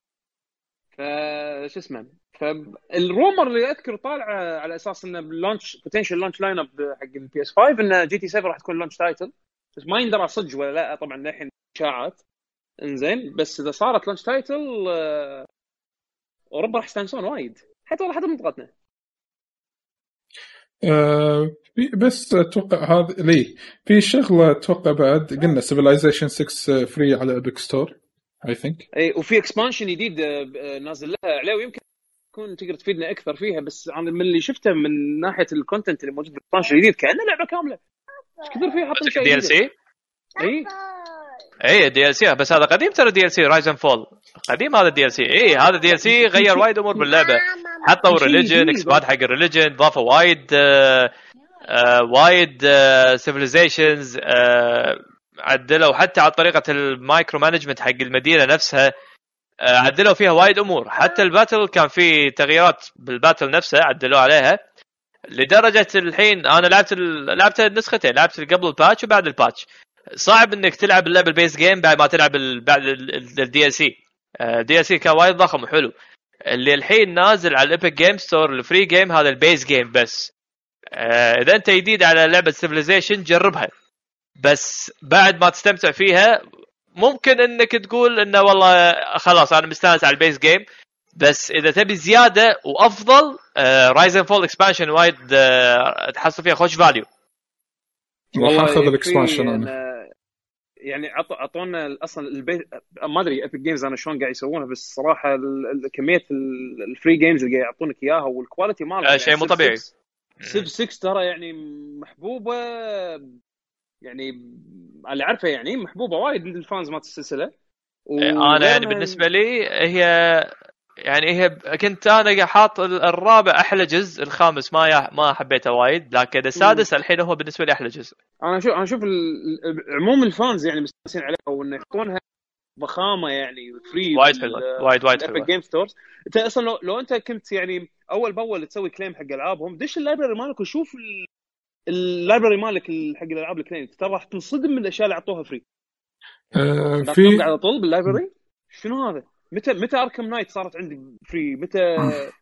S1: فش اسمه، فالرومر اللي اذكر طالعه على اساس انه لانش بوتنشال لانش لاين اب حق البي اس 5 ان جي تي 7 راح تكون لانش تايتل، بس ما يندرى صدق ولا لا طبعا للحين اشاعات انزين. بس اذا صارت لانش تايتل اوروبا راح يستانسون وايد، حتى والله حتى منطقتنا.
S4: بس اتوقع هذا لي في شغله اتوقع بعد قلنا سيفلايزيشن 6 فري على ابيك ستور اي ثينك.
S1: اي وفي اكسبانشن جديد نازل لها عليه، ويمكن تكون تقدر تفيدنا اكثر فيها. بس انا من اللي شفته من ناحيه الكونتنت اللي موجود بالاكسبانشن الجديد كانه لعبه كامله. ايش كثر فيها حاطين شيء
S3: دي ال سي.
S1: اي
S3: دي ال سي، بس هذا قديم ترى. دي ال سي رايزن فول قديم هذا دي ال سي. اي هذا دي ال سي غير وايد امور باللعبه، حطوا ريليجن اكسباند حق الريليجن، ضافوا وايد سيفيلايزيشنز، عدلوا حتى على طريقه المايكرو مانجمنت حق المدينه نفسها، عدلوا فيها وايد امور. حتى الباتل كان في تغييرات بالباتل نفسها عدلوا عليها، لدرجه الحين انا لعبت النسختين، لعبت قبل الباتش وبعد الباتش. صعب انك تلعب اللعبه البيس جيم بعد ما تلعب بعد الدي ال سي. الدي ال سي كان وايد ضخم وحلو. اللي الحين نازل على الابيك جيم ستور الفري جيم هذا البيس جيم بس. اذا انت جديد على لعبه سيفيلايزيشن جربها، بس بعد ما تستمتع فيها ممكن انك تقول انه والله خلاص انا مستانس على البيس جيم. بس اذا تبي زياده وافضل رايزن فول اكسبانشن وايد تحصل فيها خوش فاليو.
S4: والله اخذ الاكسبانشن انا
S1: يعني اعطونا اصلا البيت. ما ادري ابيك جيمز انا شلون قاعد يسوونها، بس صراحه كميه الفري جيمز اللي قاعد يعطونك اياها والكواليتي مالها
S3: شيء مو طبيعي.
S1: سيف 6 ترى يعني محبوبه، يعني اللي عارفه يعني محبوبه وايد من الفانز مالت السلسله.
S3: انا يعني بالنسبه لي هي كنت انا حاط الرابع احلى جزء، الخامس ما حبيته وايد، لكن السادس الحين هو بالنسبه لي احلى جزء.
S1: انا اشوف عموم الفانز يعني مستانسين عليها، وان يحطونها ضخامه يعني فري
S3: وايد حلوه وايد حلوه
S1: جيم ستورز. انت اصلا لو انت كنت يعني اول باول تسوي كليم حق العابهم، دش اللايبرري مالك وشوف اللايبرري مالك حق الالعاب الكلينيك ترى راح تنصدم من الاشياء اللي عطوها فري.
S4: في
S1: قاعد اطول باللايبرري شنو هذا؟ متى اركم نايت صارت عندي فري؟ متى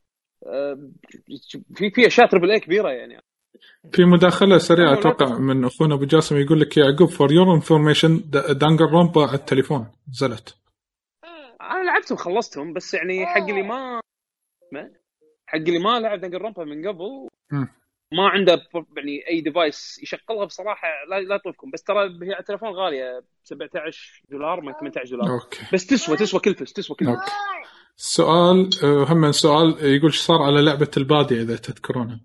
S1: في اشياء تربل اي كبيره يعني.
S4: في مداخله سريعه اتوقع من اخونا ابو جاسم يقول لك يا يعقوب فور يور انفورميشن دانجر رومبا على التليفون نزلت.
S1: انا لعبتهم خلصتهم بس يعني حق اللي ما لعب دانجر رومبا من قبل ما عنده يعني اي ديفايس يشغلها بصراحه لا يطوفكم. بس ترى هي على التليفون غاليه $17 ما $18
S4: أوكي.
S1: بس تسوى كلفس تسوى كلفس.
S4: السؤال هم سؤال يقول ايش صار على لعبه الباديه اذا تذكرونها؟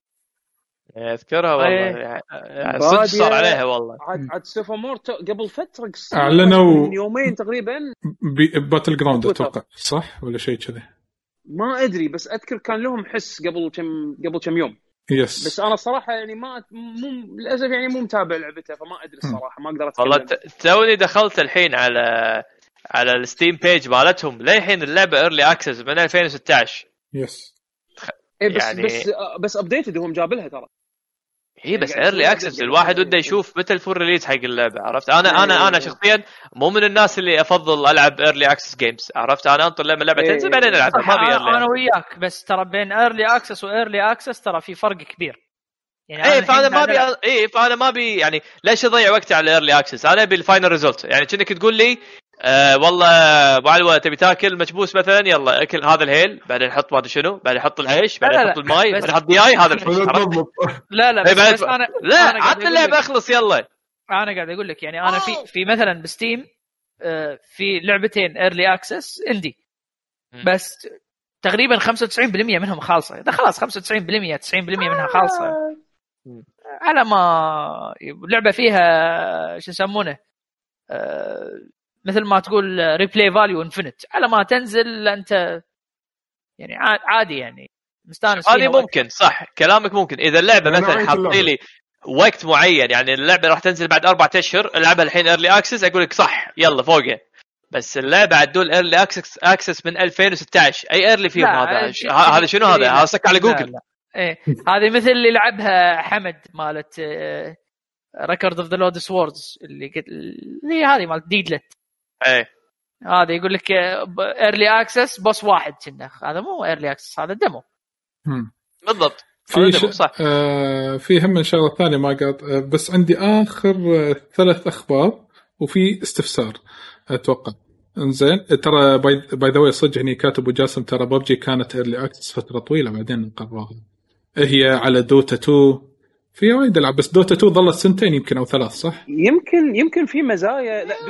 S3: اذكرها والله يعني صدق صار عليها والله.
S1: عاد سيفامور قبل فتره
S4: اعلنوا
S1: يومين تقريبا
S4: باتل جراوند اتوقع صح ولا شيء كذا
S1: ما ادري. بس اذكر كان لهم حس قبل كم يوم.
S4: يس.
S1: بس انا صراحه يعني للاسف يعني مو متابع لعبتها فما ادري الصراحه ما اقدر اتكلم.
S3: والله توني دخلت الحين على الستيم بيج مالتهم للحين اللعبه ايرلي اكسس من 2016.
S4: يس
S1: بس
S3: يعني
S1: بس ابديتد وهم جاب لها ترى.
S3: هي بس ايرلي اكسس الواحد وده يشوف متى الفول ريليز حق اللعبه. عرفت انا شخصيا مو من الناس اللي افضل العب ايرلي اكسس جيمز. عرفت انا انطر لما اللعبه تنزل بعدين العبها ما ابي ايرلي.
S6: انا وياك بس ترى بين ايرلي اكسس وايرلي اكسس ترى في فرق كبير يعني.
S3: فانا ما ابي يعني ليش اضيع وقتي على الايرلي اكسس؟ انا ابي الفاينل ريزلت. يعني كأنك تقول لي والله ابو علوه تبي تاكل مكبوس مثلا يلا اكل هذا الهيل بعدين حط ما ادري شنو بعدين حط العيش بعدين حط الماي بعدين حط دياي هذا
S6: لا بس انا
S3: عطنا اللعبه اخلص يلا.
S6: انا قاعد اقول لك يعني انا في مثلا بستيم في لعبتين ايرلي اكسس اندي بس تقريبا 95% منهم خالصه. ده خلاص 95% 90% منها خالصه على ما لعبه فيها شو يسمونه مثل ما تقول ريبلاي فاليو انفينيت على ما تنزل انت يعني عادي يعني مستانس
S3: هذه ممكن صح كلامك. ممكن اذا اللعبه مثلا حاطي لي وقت معين يعني اللعبه راح تنزل بعد 4 أشهر العبها الحين ايرلي اكسس اقول لك صح يلا فوقه. بس اللعبه عدول ايرلي اكسس من 2016 اي ايرلي فيهم هذا شنو هذا صك على جوجل.
S6: ايه هذه مثل اللي لعبها حمد مالت ريكورد اوف ذا لود سوردز اللي هذه مالت ديدلت.
S3: ايه
S6: هذا يقول لك ايرلي اكسس بوس واحد كنا هذا مو ايرلي اكسس هذا ديمو.
S3: بالضبط
S4: في صح. في هم شغله ثانيه ما قاعد بس عندي اخر 3 اخبار وفي استفسار اتوقع. انزين ترى باي ذا واي صدق هني كاتب وجاسم ترى ببجي كانت ايرلي اكسس فتره طويله بعدين قرروها هي على دوتا 2 في وايد العاب بس دوتا 2 ظلت 2 يمكن او 3 صح
S1: يمكن في مزايا لا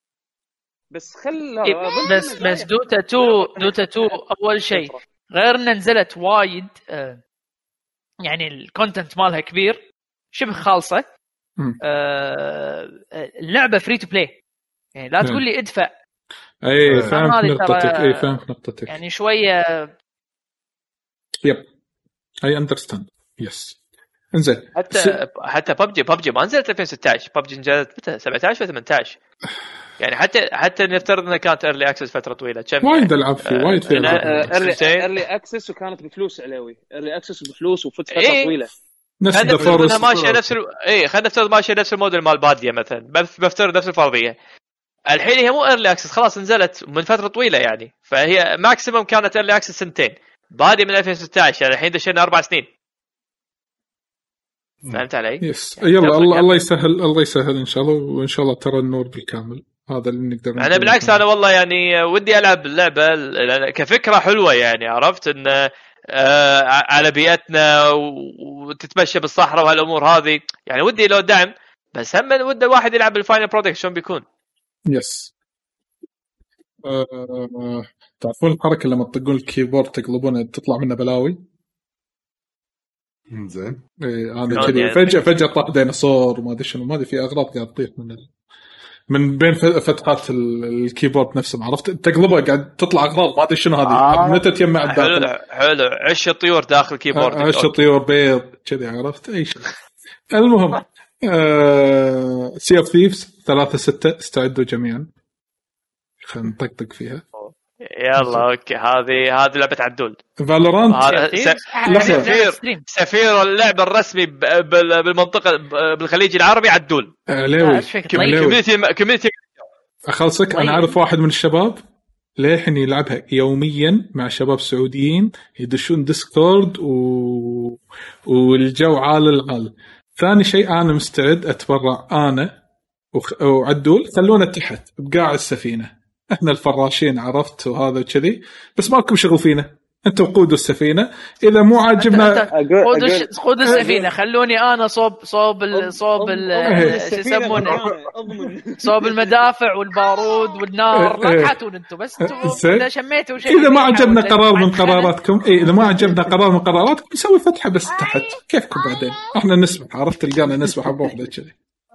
S1: بس
S6: بس دوتا 2 اول شيء غير ان نزلت وايد يعني الكونتنت مالها كبير شبه خالصه. اللعبه فري تو بلاي يعني لا تقول لي ادفع.
S4: اي فهمت نقطتك. اي فهمت نقطتك
S6: يعني شويه
S4: يب اي اندرستاند يس. انزين
S3: حتى ببجي ما نزلت 2016 ببجي نزلت متى 17 و 18 يعني حتى نفترض انها كانت ايرلي اكسس فتره طويله كم
S4: وايد العاب في وايد في
S1: ايرلي اكسس وكانت بفلوس علاوي ايرلي اكسس بفلوس وفتره طويله
S4: نفس الفورس
S3: ماشيه نفس خلينا نفترض ماشيه نفس الموديل مال باديه مثلا بفترض نفس الفرضيه. الحين هي مو ايرلي اكسس خلاص نزلت من فتره طويله يعني فهي ماكسيمم كانت ايرلي اكسس 2 باديه من 2016 يعني الحين دشينا 4 سنين. فهمت علي؟
S4: يس يلا الله يسهل ان شاء الله وان شاء الله ترى النور بالكامل. هذا اللي نقدر
S3: انا بالعكس انا والله يعني ودي العب اللعبه كفكره حلوه يعني عرفت ان على بيئتنا وتتمشى بالصحراء وهالامور هذه يعني ودي لو دعم بس هم ودي الواحد يلعب الفاينل برودكت شلون بيكون.
S4: يس تعرفون الحركه لما تطقون الكيبورد تقلبونه تطلع منه بلاوي.
S5: زين
S4: انا كذي فجاه طاح ديناصور ما ادري شنو ما ادري في اغراض قاعد تطيح من بين فتحات الكيبورد نفسه عرفت تقلبه قاعد تطلع اغراض ما ادري شنو هذه متى تجمع الداخل.
S3: حلو عش الطيور داخل الكيبورد
S4: عش الطيور بيض كذي عرفت اي شيء. المهم سي اوف ثيفز 3-6 استعدوا جميعا خلينا نطقطق فيها
S3: يلا اوكي هذه لعبه عدول.
S4: فالورانت
S3: سفير اللعبه الرسمي بالمنطقه بالخليج العربي عدول.
S4: عليوي
S3: كوميونتي.
S4: اخلصك انا اعرف واحد من الشباب للحين يلعبها يوميا مع شباب سعوديين يدشون ديسكورد والجو عال. ثاني شيء انا مستعد اتبرع انا وعدول خلونا تحت بقاع السفينه، احنا الفراشين عرفت وهذا وكذي، بس ماكم شغل فينا، انتوا قودوا السفينه. اذا مو عاجبنا
S6: قود السفينه، خلوني انا صوب يسمونه صوب المدافع والبارود والنار. لا تحاتون انتم بس اذا شميتوا شيء.
S4: اذا ما عجبنا قرار من قراراتكم اذا ما عجبنا قرار من قراراتكم نسوي فتحه بس تحت كيفكم بعدين، احنا نسبح عرفت تلقانا نسبح بروحنا كذي.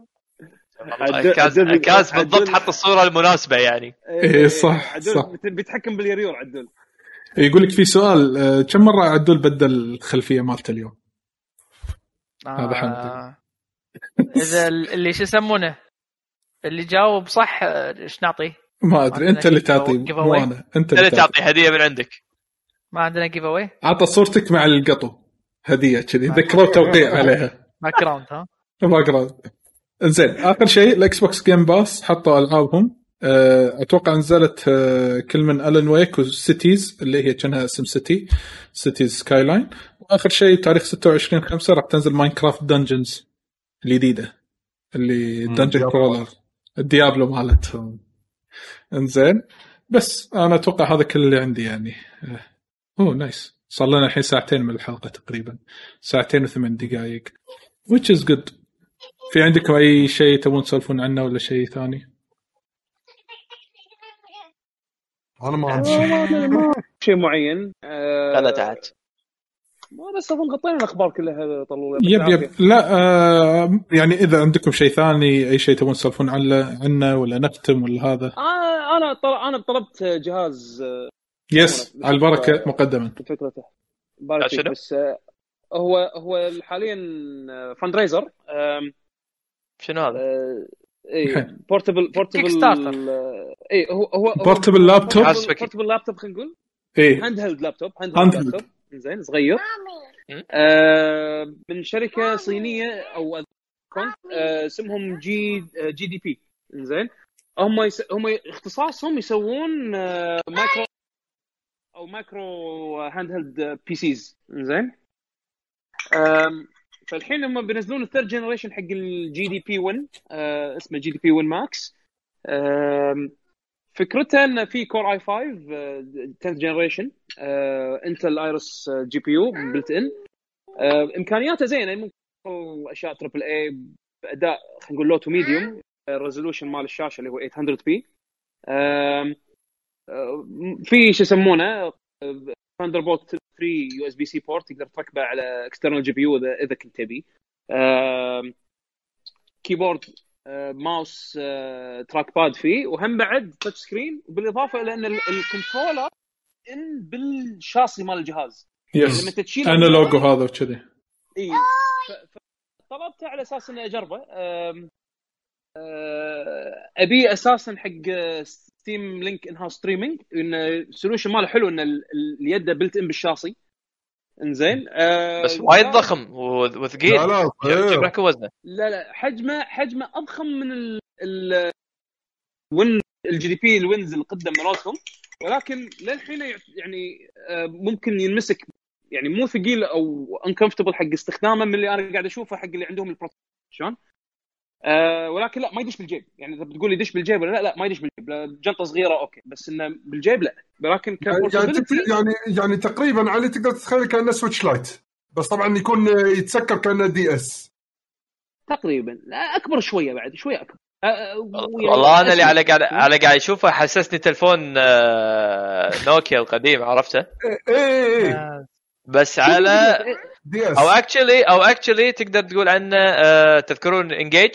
S3: كاس بالضبط حط الصوره المناسبه يعني.
S4: ايه صح
S1: بيتحكم باليريور عدول.
S4: يقول لك في سؤال كم مره عدول بدل الخلفيه مالته اليوم؟ هذا حمد.
S6: اذا اللي شو يسمونه اللي جاوب صح ايش نعطيه؟
S4: ما ادري انت اللي تعطي مو انا. انت
S3: اللي تعطي هديه من عندك.
S6: ما عندنا جيف اواي.
S4: عطى صورتك مع القطو هديه كذي ذكروا توقيع عليها.
S6: باك جراوند ها
S4: باك جراوند. زين اخر شيء الاكس بوكس جيم باس حطوا العابهم. اتوقع نزلت كل من ألان ويك وسيتيز اللي هي كانها اسم سيتيز سكاي لاين. واخر شيء تاريخ 26/5 راح تنزل ماينكرافت دنجنز الجديده اللي دنجن كرولر الديابلو مالتهم. انزين بس انا اتوقع هذا كل اللي عندي يعني. نايس. صار لنا الحين ساعتين من الحلقه تقريبا 2:08 which is good. في عندكم اي شيء تبون تسولفون عنه ولا شيء ثاني؟
S5: انا ما عندي
S1: شيء معين.
S3: لا تحت
S1: ما بس اظن غطينا الاخبار كلها طلول.
S4: يب لا يعني اذا عندكم شيء ثاني اي شيء تبون تسولفون عنه ولا نختم ولا هذا.
S1: انا طلبت جهاز
S4: يس على البركه مقدما
S1: فكرته بارك بس هو حاليا فاندريزر.
S3: شنو هذا؟
S1: اي بورتبل
S6: كيك ستارتر.
S1: اي هو
S4: بورتبل لابتوب.
S1: بورتبل لابتوب خلينا نقول
S4: ايه
S1: هاند هيلد لابتوب زين صغير من شركه صينيه او اسمهم جي دي بي. زين هم اختصاصهم يسوون مايكرو هاند هيلد بي سيز. زين فالحين هم بينزلون الثيرد جنريشن حق الجي دي بي 1 اسمه جي دي بي 1 ماكس. فكرتها ان في كور اي 5 10th جنريشن انتل ايرس جي بي يو بلت ان. امكانياته زينه ممكن اشياء تربل اي باداء خلينا نقول لو تو ميديوم. الريزولوشن مال الشاشه اللي هو 800 بي. في شو يسمونه ثاندربولت 3 يو اس بي سي بورت تقدر تركبه على اكسترنال جي بي يو اذا كنت تبي. كيبورد ماوس تراك باد فيه وهم بعد تاتش سكرين. بالاضافه الى ان الكنترولر ان بالشاصي مال الجهاز.
S4: يس لما تشيل انالوج وهذا وكذا.
S1: اي طلبته على اساس اني اجربه. ابي اساسا حق ستيم لينك ان هاوس ستريمينج ان السولوشن ماله حلو ان اليد بلت ان بالشاصي. انزين
S3: بس وايد ضخم وثقيل.
S5: لا
S3: لك وزنه.
S1: لا حجمه اضخم من وين الجي دي بي الوينز اللي قدم مالتهم، ولكن للحين يعني ممكن ينمسك يعني مو ثقيل او انكمفتبل حق استخدامه من اللي انا قاعد اشوفه حق اللي عندهم البروتكشن. ولكن لا ما يدش بالجيب. يعني اذا بتقول لي يدش بالجيب ولا لا ما يدش بالجيب. جنطه صغيره اوكي بس انه بالجيب لا. ولكن
S5: يعني تقريبا علي تقدر تتخيل كانه سويتش لايت بس طبعا يكون يتسكر كانه دي اس تقريبا.
S1: لا اكبر شويه بعد شويه اكبر.
S3: والله انا اللي على قاعد اشوفه حسسني تلفون نوكيا القديم عرفته.
S5: ايه
S3: بس على او اكشلي تقدر تقول عنه تذكرون انجيج.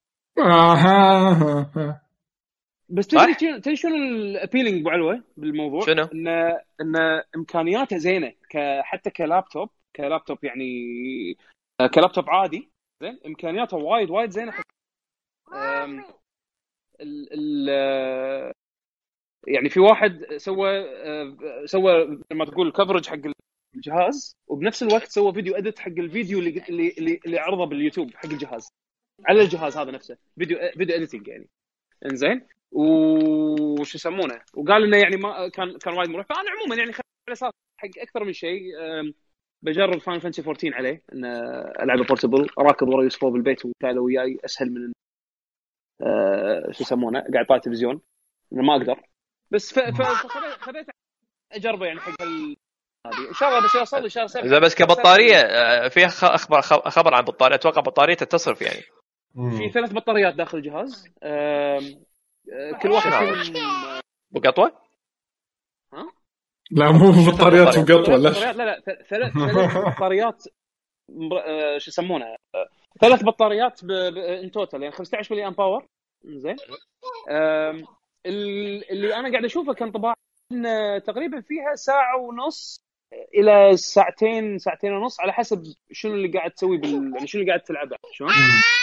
S1: بس تدري شنو الابيلينج ابو علوه بالموضوع؟
S3: شنو؟
S1: ان امكانياته زينه حتى كلابتوب يعني كلابتوب عادي. زين امكانياته وايد زينه. يعني في واحد سوى لما تقول كفرج حق الجهاز، وبنفس الوقت سوى فيديو اديت حق الفيديو اللي عرضه باليوتيوب حق الجهاز على الجهاز هذا نفسه، فيديو اديتنج يعني. انزين وش يسمونه، وقال انه يعني ما كان وايد مريح. فانا عموما يعني على اساس حق اكثر من شيء بجرب فاين فانتسي 14 عليه، ان العبه بورتبل، راكض ورا يوسف بالبيت وتعالوا وياي اسهل من شو يسمونه قاعد طالع تلفزيون، انا ما اقدر. بس خذيت اجربه يعني حق هذه ان شاء الله، بس يوصل لي شهر 7.
S3: اذا بس كبطاريه فيها خبر عن بطاريه، اتوقع بطاريته تصرف يعني.
S1: في 3 بطاريات داخل الجهاز، كل واحد فيهم
S3: بقطوه.
S1: ها
S4: لا مو بطاريات بقطوه،
S1: لا 3 بطاريات شو يسمونه 3 بطاريات ان توتال يعني 15 ملي امباور. زين اللي انا قاعد اشوفه كان طبعا تقريبا فيها ساعه ونص الى ساعتين ونص على حسب شنو اللي قاعد تسوي يعني شنو اللي قاعد تلعبه. شلون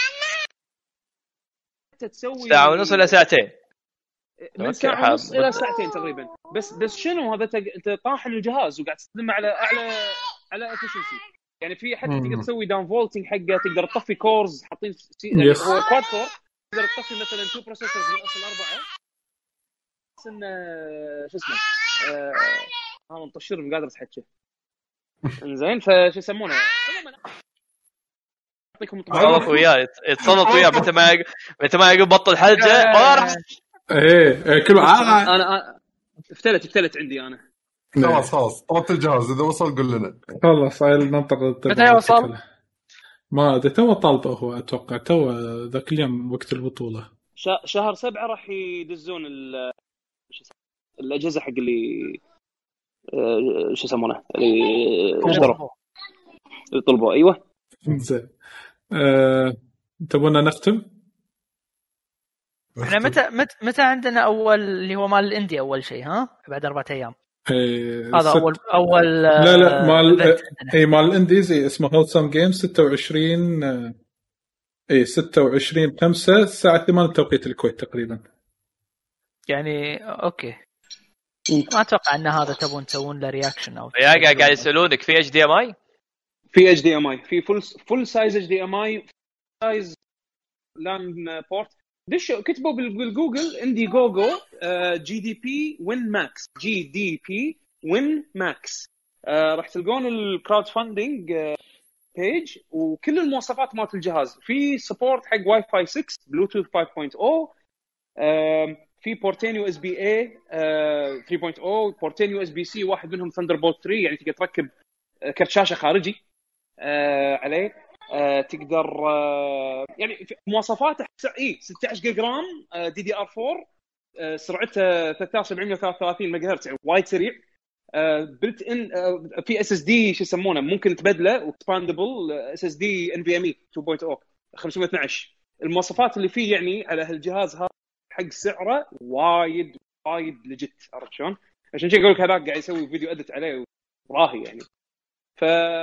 S1: تسوي
S3: ساعه ونص الى ساعتين،
S1: من ساعه ونص الى ساعتين تقريبا. بس شنو هذا، انت طاحن الجهاز وقاعد تستخدمه على افشنسي يعني. في حتى تقدر تسوي داون فولتنج حقه، تقدر تطفي كورز حاطين يعني هو كواد كور، تقدر تطفي مثلا 2 بروسيسورز من اصل 4. بس انه شو اسمه ها منطشر مش قادر اتحكى. انزين فشو يسمونه اعطيكم
S3: تصنط وياه يتصنط وياه متى ما يقول بطل حلقه
S4: ايه كل
S1: انا افتلت عندي انا.
S5: خلاص طلبت الجهاز، اذا وصل قول لنا.
S4: خلاص ننطر
S6: متى يوصل؟
S4: ما ادري تو طالبه هو، اتوقع تو ذاك اليوم وقت البطوله
S1: شهر 7 راح يدزون الاجهزه حق اللي شو يسمونه اللي اشتروا اللي طلبوا. ايوه
S4: زين تبونا نختم؟
S6: احنا متى عندنا اول اللي هو مال الاندي اول شيء؟ ها بعد 4 ايام هذا اول
S4: لا مال الانديزي اسمه هولسام جيم 26 26/5 الساعه 8 توقيت الكويت تقريبا
S6: يعني. اوكي ما اتوقع ان هذا تبون تسوون له رياكشن او
S3: قاعد يسالونك في اتش دي ام اي،
S1: في اتش دي ام اي، في فول سايز اتش دي ام اي سايز لان بورت. دش كتبوا بالجوجل اندي جوجو جي دي بي وين ماكس، جي دي بي وين ماكس، راح تلقون الكراود فاندنج بيج وكل المواصفات مالت الجهاز. في سبورت حق واي فاي 6 بلوتوث 5.0، في بورتين يو اس بي اي 3.0، بورتين يو اس بي سي واحد منهم ثاندربولت 3 يعني تقدر تركب كرت شاشه خارجي عليه. تقدر يعني مواصفاته 16 جيجا رام دي دي ار 4 سرعته 3733 ميجا هرتز يعني وايد سريع. بلت ان في اس اس دي شو يسمونه ممكن تبدله واكسباندبل اس اس دي ان في ام اي 2.0 512. المواصفات اللي فيه يعني على هالجهاز هذا حق سعره وايد لجت، عرفت شلون؟ عشان شيء اقول لك هذاك قاعد يسوي فيديو ادت عليه راهي يعني. ف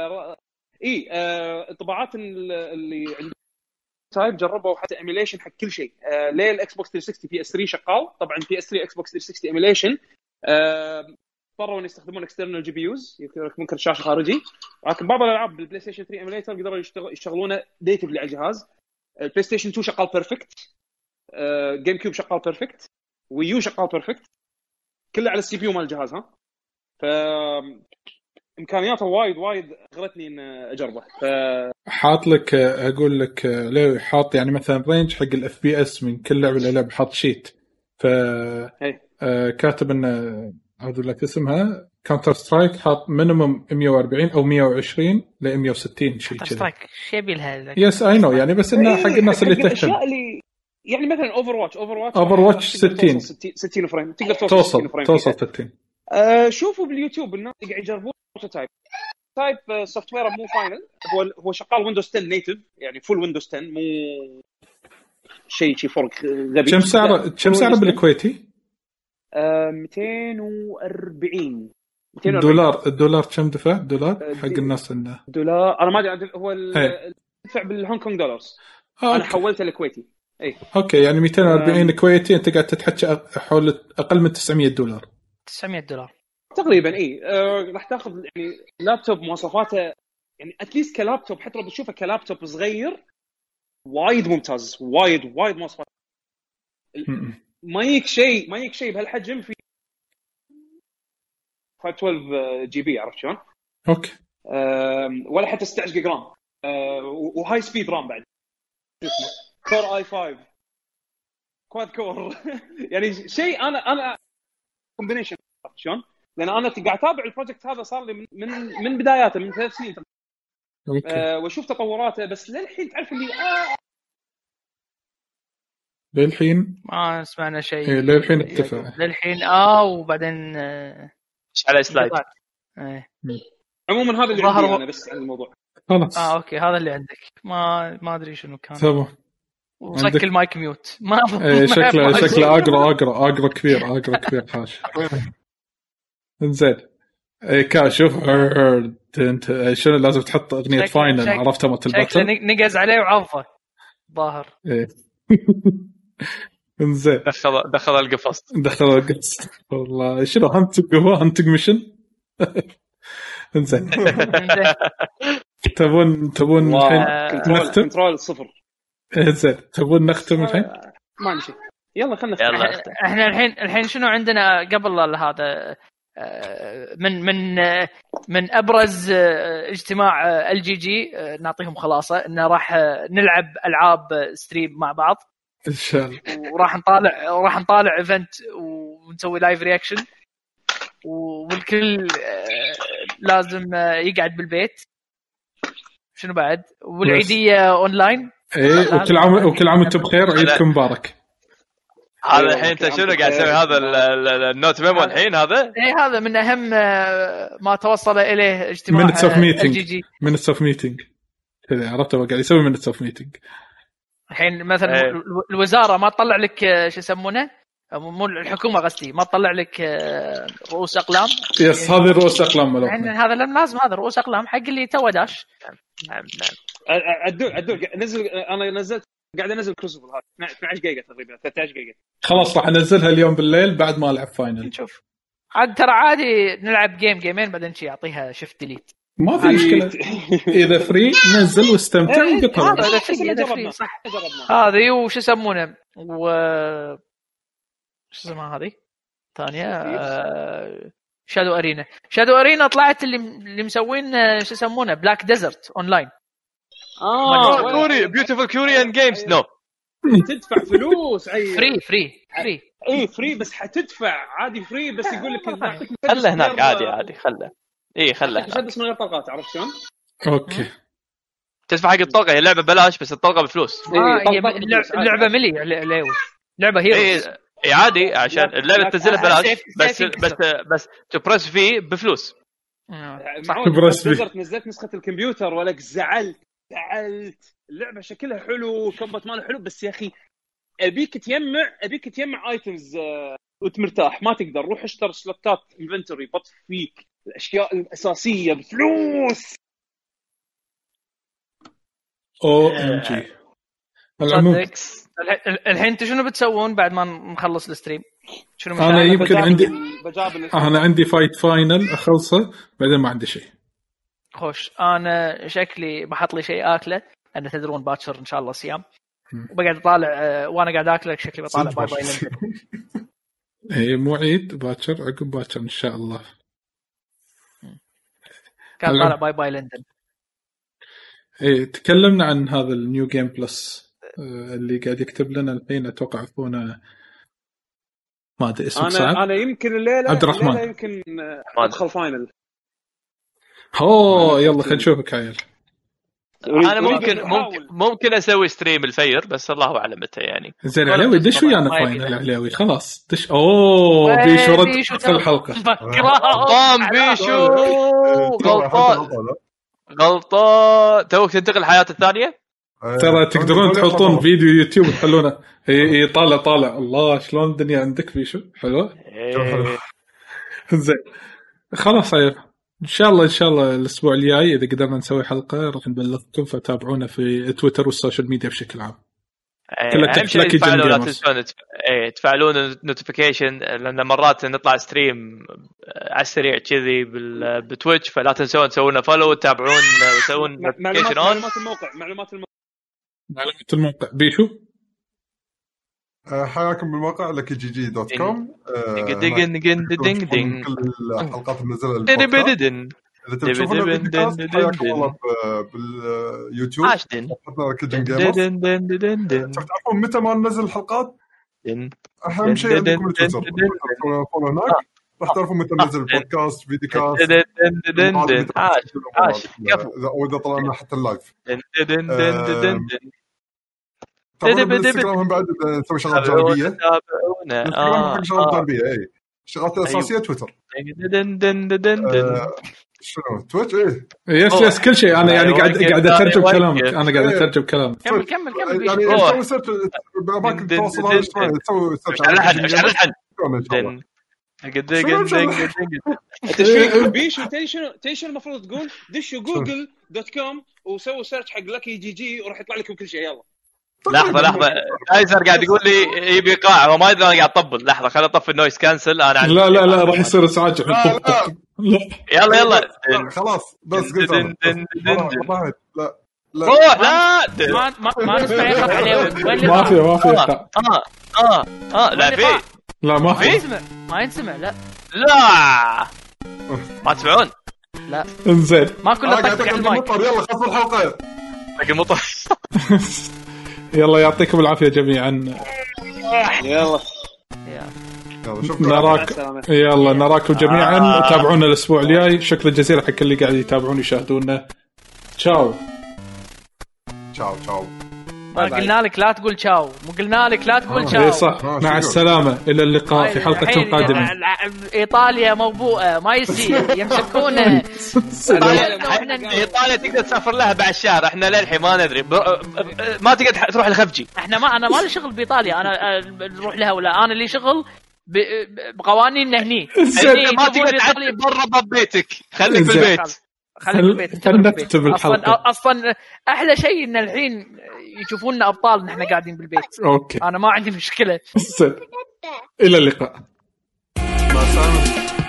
S1: الطباعات اللي عند تايب جربوا حتى ايميليشن حق كل شيء. ليه الاكس بوكس 360 بي اس 3 شغال طبعا، بي اس 3 اكس بوكس 360 ايميليشن اضطروا ان يستخدمون اكسترنال جي بي يوز ممكن شاشه خارجي، لكن بعض الالعاب بالبلاي ستيشن 3 ايميليتر قدروا يشتغلونه نيتفلي على الجهاز. البلاي ستيشن 2 شغال بيرفكت، جيم كيوب شغال بيرفكت، ويو شغال بيرفكت، كله على السي بي يو مال الجهاز. ها ف امكانياته وايد اغرتني ان اجربه.
S4: حاط لك اقول لك ليه حاط يعني مثلا رينج حق الاف بي اس من كل لعبه للعبه، حاط شيت ف كاتب انه اقول لك اسمها كاونتر سترايك، حاط مينيمم 140 او 120 ل 160 شيء كذا. سترايك
S6: شيء يبيلها
S4: يس اي نو يعني، بس انه حق الناس اللي تهتم.
S1: الاشياء اللي يعني مثلا اوفر
S4: واتش
S1: 60 فريم تقدر
S4: توصل 60.
S1: شوفوا باليوتيوب الناس قاعد يجربون تايب سوفت وير مو فاينل، هو شغال ويندوز 10 نيتف يعني فول ويندوز 10، مو شيء فرق غبي.
S4: كم سعره بالكويتي؟
S1: 240
S4: الدولار كم دفع دولار حق الناس انه
S1: دولار؟ انا ما ادري هو تدفع بالهونغ كونغ دولارز. انا حولته لكويتي
S4: اوكي يعني 240 كويتي انت قاعد تتحكي حول اقل من $900.
S6: $900
S1: تقريبا. راح تاخذ يعني لابتوب مواصفاته يعني اتليست كلابتوب، حتى لو بتشوفه كلابتوب صغير وايد ممتاز، وايد مواصفات. ما يك شيء بهالحجم في 512 جي بي، عرفت شلون؟
S4: اوكي.
S1: ولا حتى 16 جيجا رام، وهاي سبيد رام بعد، كور اي 5 كواد كور يعني شيء انا كومبينيشن، عرفت شلون؟ لان انا قاعد اتابع البروجكت هذا صار لي من بداياته من 3 سنين واشوف تطوراته، بس للحين تعرف اللي
S4: للحين
S6: ما سمعنا شيء.
S4: للحين اتفق
S6: للحين وبعدين
S3: على سلايد.
S1: عموما هذا اللي عندي انا بس عن الموضوع.
S4: خلاص
S6: اوكي هذا اللي عندك. ما ادري شنو كان.
S4: تمام.
S6: وسك المايك ميوت. ما
S4: شكله اقرا كبير حاش. انزين شوف انت شنو لازم تحط اغنيه فاينل، عرفتها مالت الباتل
S6: نقز عليه وعضه ظاهر.
S4: انزين
S3: دخل القفص
S4: والله شنو هانتق ميشن. انزين تبون الحين نختم
S1: كنترول 0.
S4: انزين تبون نختم الحين؟
S1: ما عندي شيء، يلا خلنا نختم.
S6: احنا الحين شنو عندنا قبل هذا؟ من ابرز اجتماع LGG نعطيهم خلاصه انه راح نلعب العاب ستريم مع بعض
S4: ان شاء الله،
S6: وراح نطالع ايفنت ونسوي لايف رياكشن، والكل لازم يقعد بالبيت. شنو بعد؟ والعيديه اونلاين.
S4: وكل عام وانتم بخير، عيدكم مبارك.
S3: هذا الحين انت شنو قاعد تسوي؟ هذا النوت ميمو الحين هذا
S6: هذا من اهم ما توصل اليه اجتماع
S4: minutes of meeting كذا، عرفته قاعد يسوي minutes of meeting.
S6: الحين مثلا الوزاره ما تطلع لك شو يسمونه، مو الحكومه قصدي، ما تطلع لك رؤوس اقلام.
S4: يس هذه رؤوس اقلام مالهم.
S6: هذا لازم، هذا رؤوس اقلام حق اللي تو داش.
S1: عدول نزل، انا نزلت قاعد انزل كروسفل هذا 12 دقيقه تقريبا 13 دقيقه.
S4: خلاص راح انزلها اليوم بالليل بعد ما العب فاينل.
S6: نشوف عاد ترى عادي نلعب جيمين بعدين شي يعطيها شيفت ديليت،
S4: ما في مشكله. اذا فري نزل واستمتع وقطع.
S6: هذا فري صح. هذه وش يسمونه شو اسمها هذه ثانيه شادو ارينا طلعت اللي مسوين شو يسمونه بلاك ديزرت اونلاين.
S3: كوري بيوتيفول كوريان جيمز. نو
S1: تدفع فلوس
S6: فري
S1: اي فري بس حتدفع عادي فري، بس يقول لك نعطيك
S3: خله هناك عادي خله
S1: مسدس من غير طلقات، عرفت شلون؟
S4: اوكي
S3: تدفع حق الطلقه، هي لعبه بلاش بس الطلقه بفلوس.
S6: اللعبه ملي عليوي لعبه هيرو
S3: عادي عشان اللعبه تنزلها بلاش بس تبرس فيه بفلوس.
S1: نزلت نسخه الكمبيوتر ولك زعلت. اللعبه شكلها حلو، كومبات ماله حلو، بس يا اخي ابيك تجمع ايتمز وتمرتاح، ما تقدر. روح اشتر سلوتات انفنتوري بط فيك الاشياء الاساسيه بفلوس.
S4: OMG.
S6: الحين انتوا شنو بتسوون بعد ما نخلص الستريم؟ شنو
S4: انا يمكن عندي فايت فاينل اخلصه بعدين ما عندي شيء.
S6: خوش انا شكلي بحط لي شيء اكله، انا تدرون باكر ان شاء الله صيام، وبقعد اطالع وانا قاعد اكل شكلي بطالع باي لندن.
S4: اي مو عيد باكر، عقب باكر ان شاء الله
S6: كان طالع باي لندن.
S4: ايه تكلمنا عن هذا النيو جيم بلس اللي قاعد يكتب لنا الحين، اتوقع اخونا ما ادري اسمه سعد.
S1: انا يمكن الليله
S4: عبد الرحمن
S1: يمكن ادخل فاينل.
S4: يلا خلينا نشوفك عيل.
S3: انا ممكن اسوي ستريم الفير، بس الله اعلم متى يعني.
S4: زين عليوي دش ويانا فاينل عليوي خلاص دش. بيشو رد في الحلقه.
S3: بيشو غلطان توك تنتقل الحياه الثانيه.
S4: ترى تقدرون تحطون فيديو يوتيوب تخلونه طالع. الله شلون الدنيا عندك بيشو حلوه. زين خلاص عيل، ان شاء الله الاسبوع الجاي اذا قدرنا نسوي حلقه راح نبلغكم، فتابعونا في تويتر والسوشيال ميديا بشكل عام.
S3: اهم شيء تفعلوا لا تنسون تفعلون النوتيفيكيشن لان مرات نطلع ستريم على السريع كذي بتويتش فلا تنسون تسوون فولو وتتابعون وتسوون نوتيفيكيشن اون.
S4: معلومات الموقع بيشو
S5: حياكم بالموقع luckygg.com.
S3: دين
S5: كل الحلقات المنزله البودكاست اذا تشوفون البودكاست حياكم الله باليوتيوب حطنا لكجن جيمرز. تعرفون متى ما ننزل الحلقات اهم شيء عندكم التويتر فولو هناك راح تعرفون متى ننزل البودكاست فيديو كاست اذا طلعنا حتى اللايف. طبعا بالانستغرام هم بعد نسوي شغلات جانبيه شغلات جانبيه اي شغلات اساسيه تويتر شنو تويتش
S4: يس كل شيء انا يعني قاعد اترجم كلامك انا قاعد اترجم كلامك
S6: كمل
S5: يعني تسوي سيرش باماكن التواصل هذا تسوي سيرش
S1: تشويق بيش تيشن المفروض تقول دشوا google.com وسووا سيرش حق لكي جي جي وراح يطلع لكم كل شيء. يلا
S3: لحظه ايزر قاعد يقول لي يبي ايقاع وما ادري انا قاعد اطبل. لحظه خليني اطفي النويز كانسل انا
S4: لا راح يصير ازعاج.
S3: يلا
S5: خلاص بس قلت لا
S3: روح لا
S6: ما نسمع يقطع عليه.
S4: ما في
S3: لا في
S4: لا
S6: ما ينسمع لا
S3: ما تسمعون
S6: لا
S4: انزين
S6: ما كله طق المايك.
S5: يلا خلص الحلقه
S3: طق المطر.
S4: يلا يعطيكم العافيه جميعا.
S1: يلا
S4: نراكم جميعا. تابعونا الاسبوع الجاي. شكرا جزيلا حق اللي قاعد يتابعون يشاهدونا. تشاو.
S6: ما قلنا لك لا تقول تشاو مو قلنا لك لا تقول تشاو.
S4: صح. مع السلامه الى اللقاء في حلقه قادمه.
S6: ايطاليا موبوءه ما يصير يمسكونه.
S3: ايطاليا تقدر تسافر لها بعد الشهر احنا للحين ما ندري ما تقدر تروح لخفجي.
S6: انا ما لي شغل بايطاليا انا نروح لها ولا انا اللي شغل بقوانين هني.
S3: ما تقدر تعدي برا بيتك خليك في البيت.
S4: نكتب الحلقة.
S6: أصلا أحلى شيء إن الحين يشوفوننا أبطال نحن قاعدين بالبيت.
S4: أوكي
S6: أنا ما عندي مشكلة.
S4: إلى اللقاء.
S5: مع السلامة.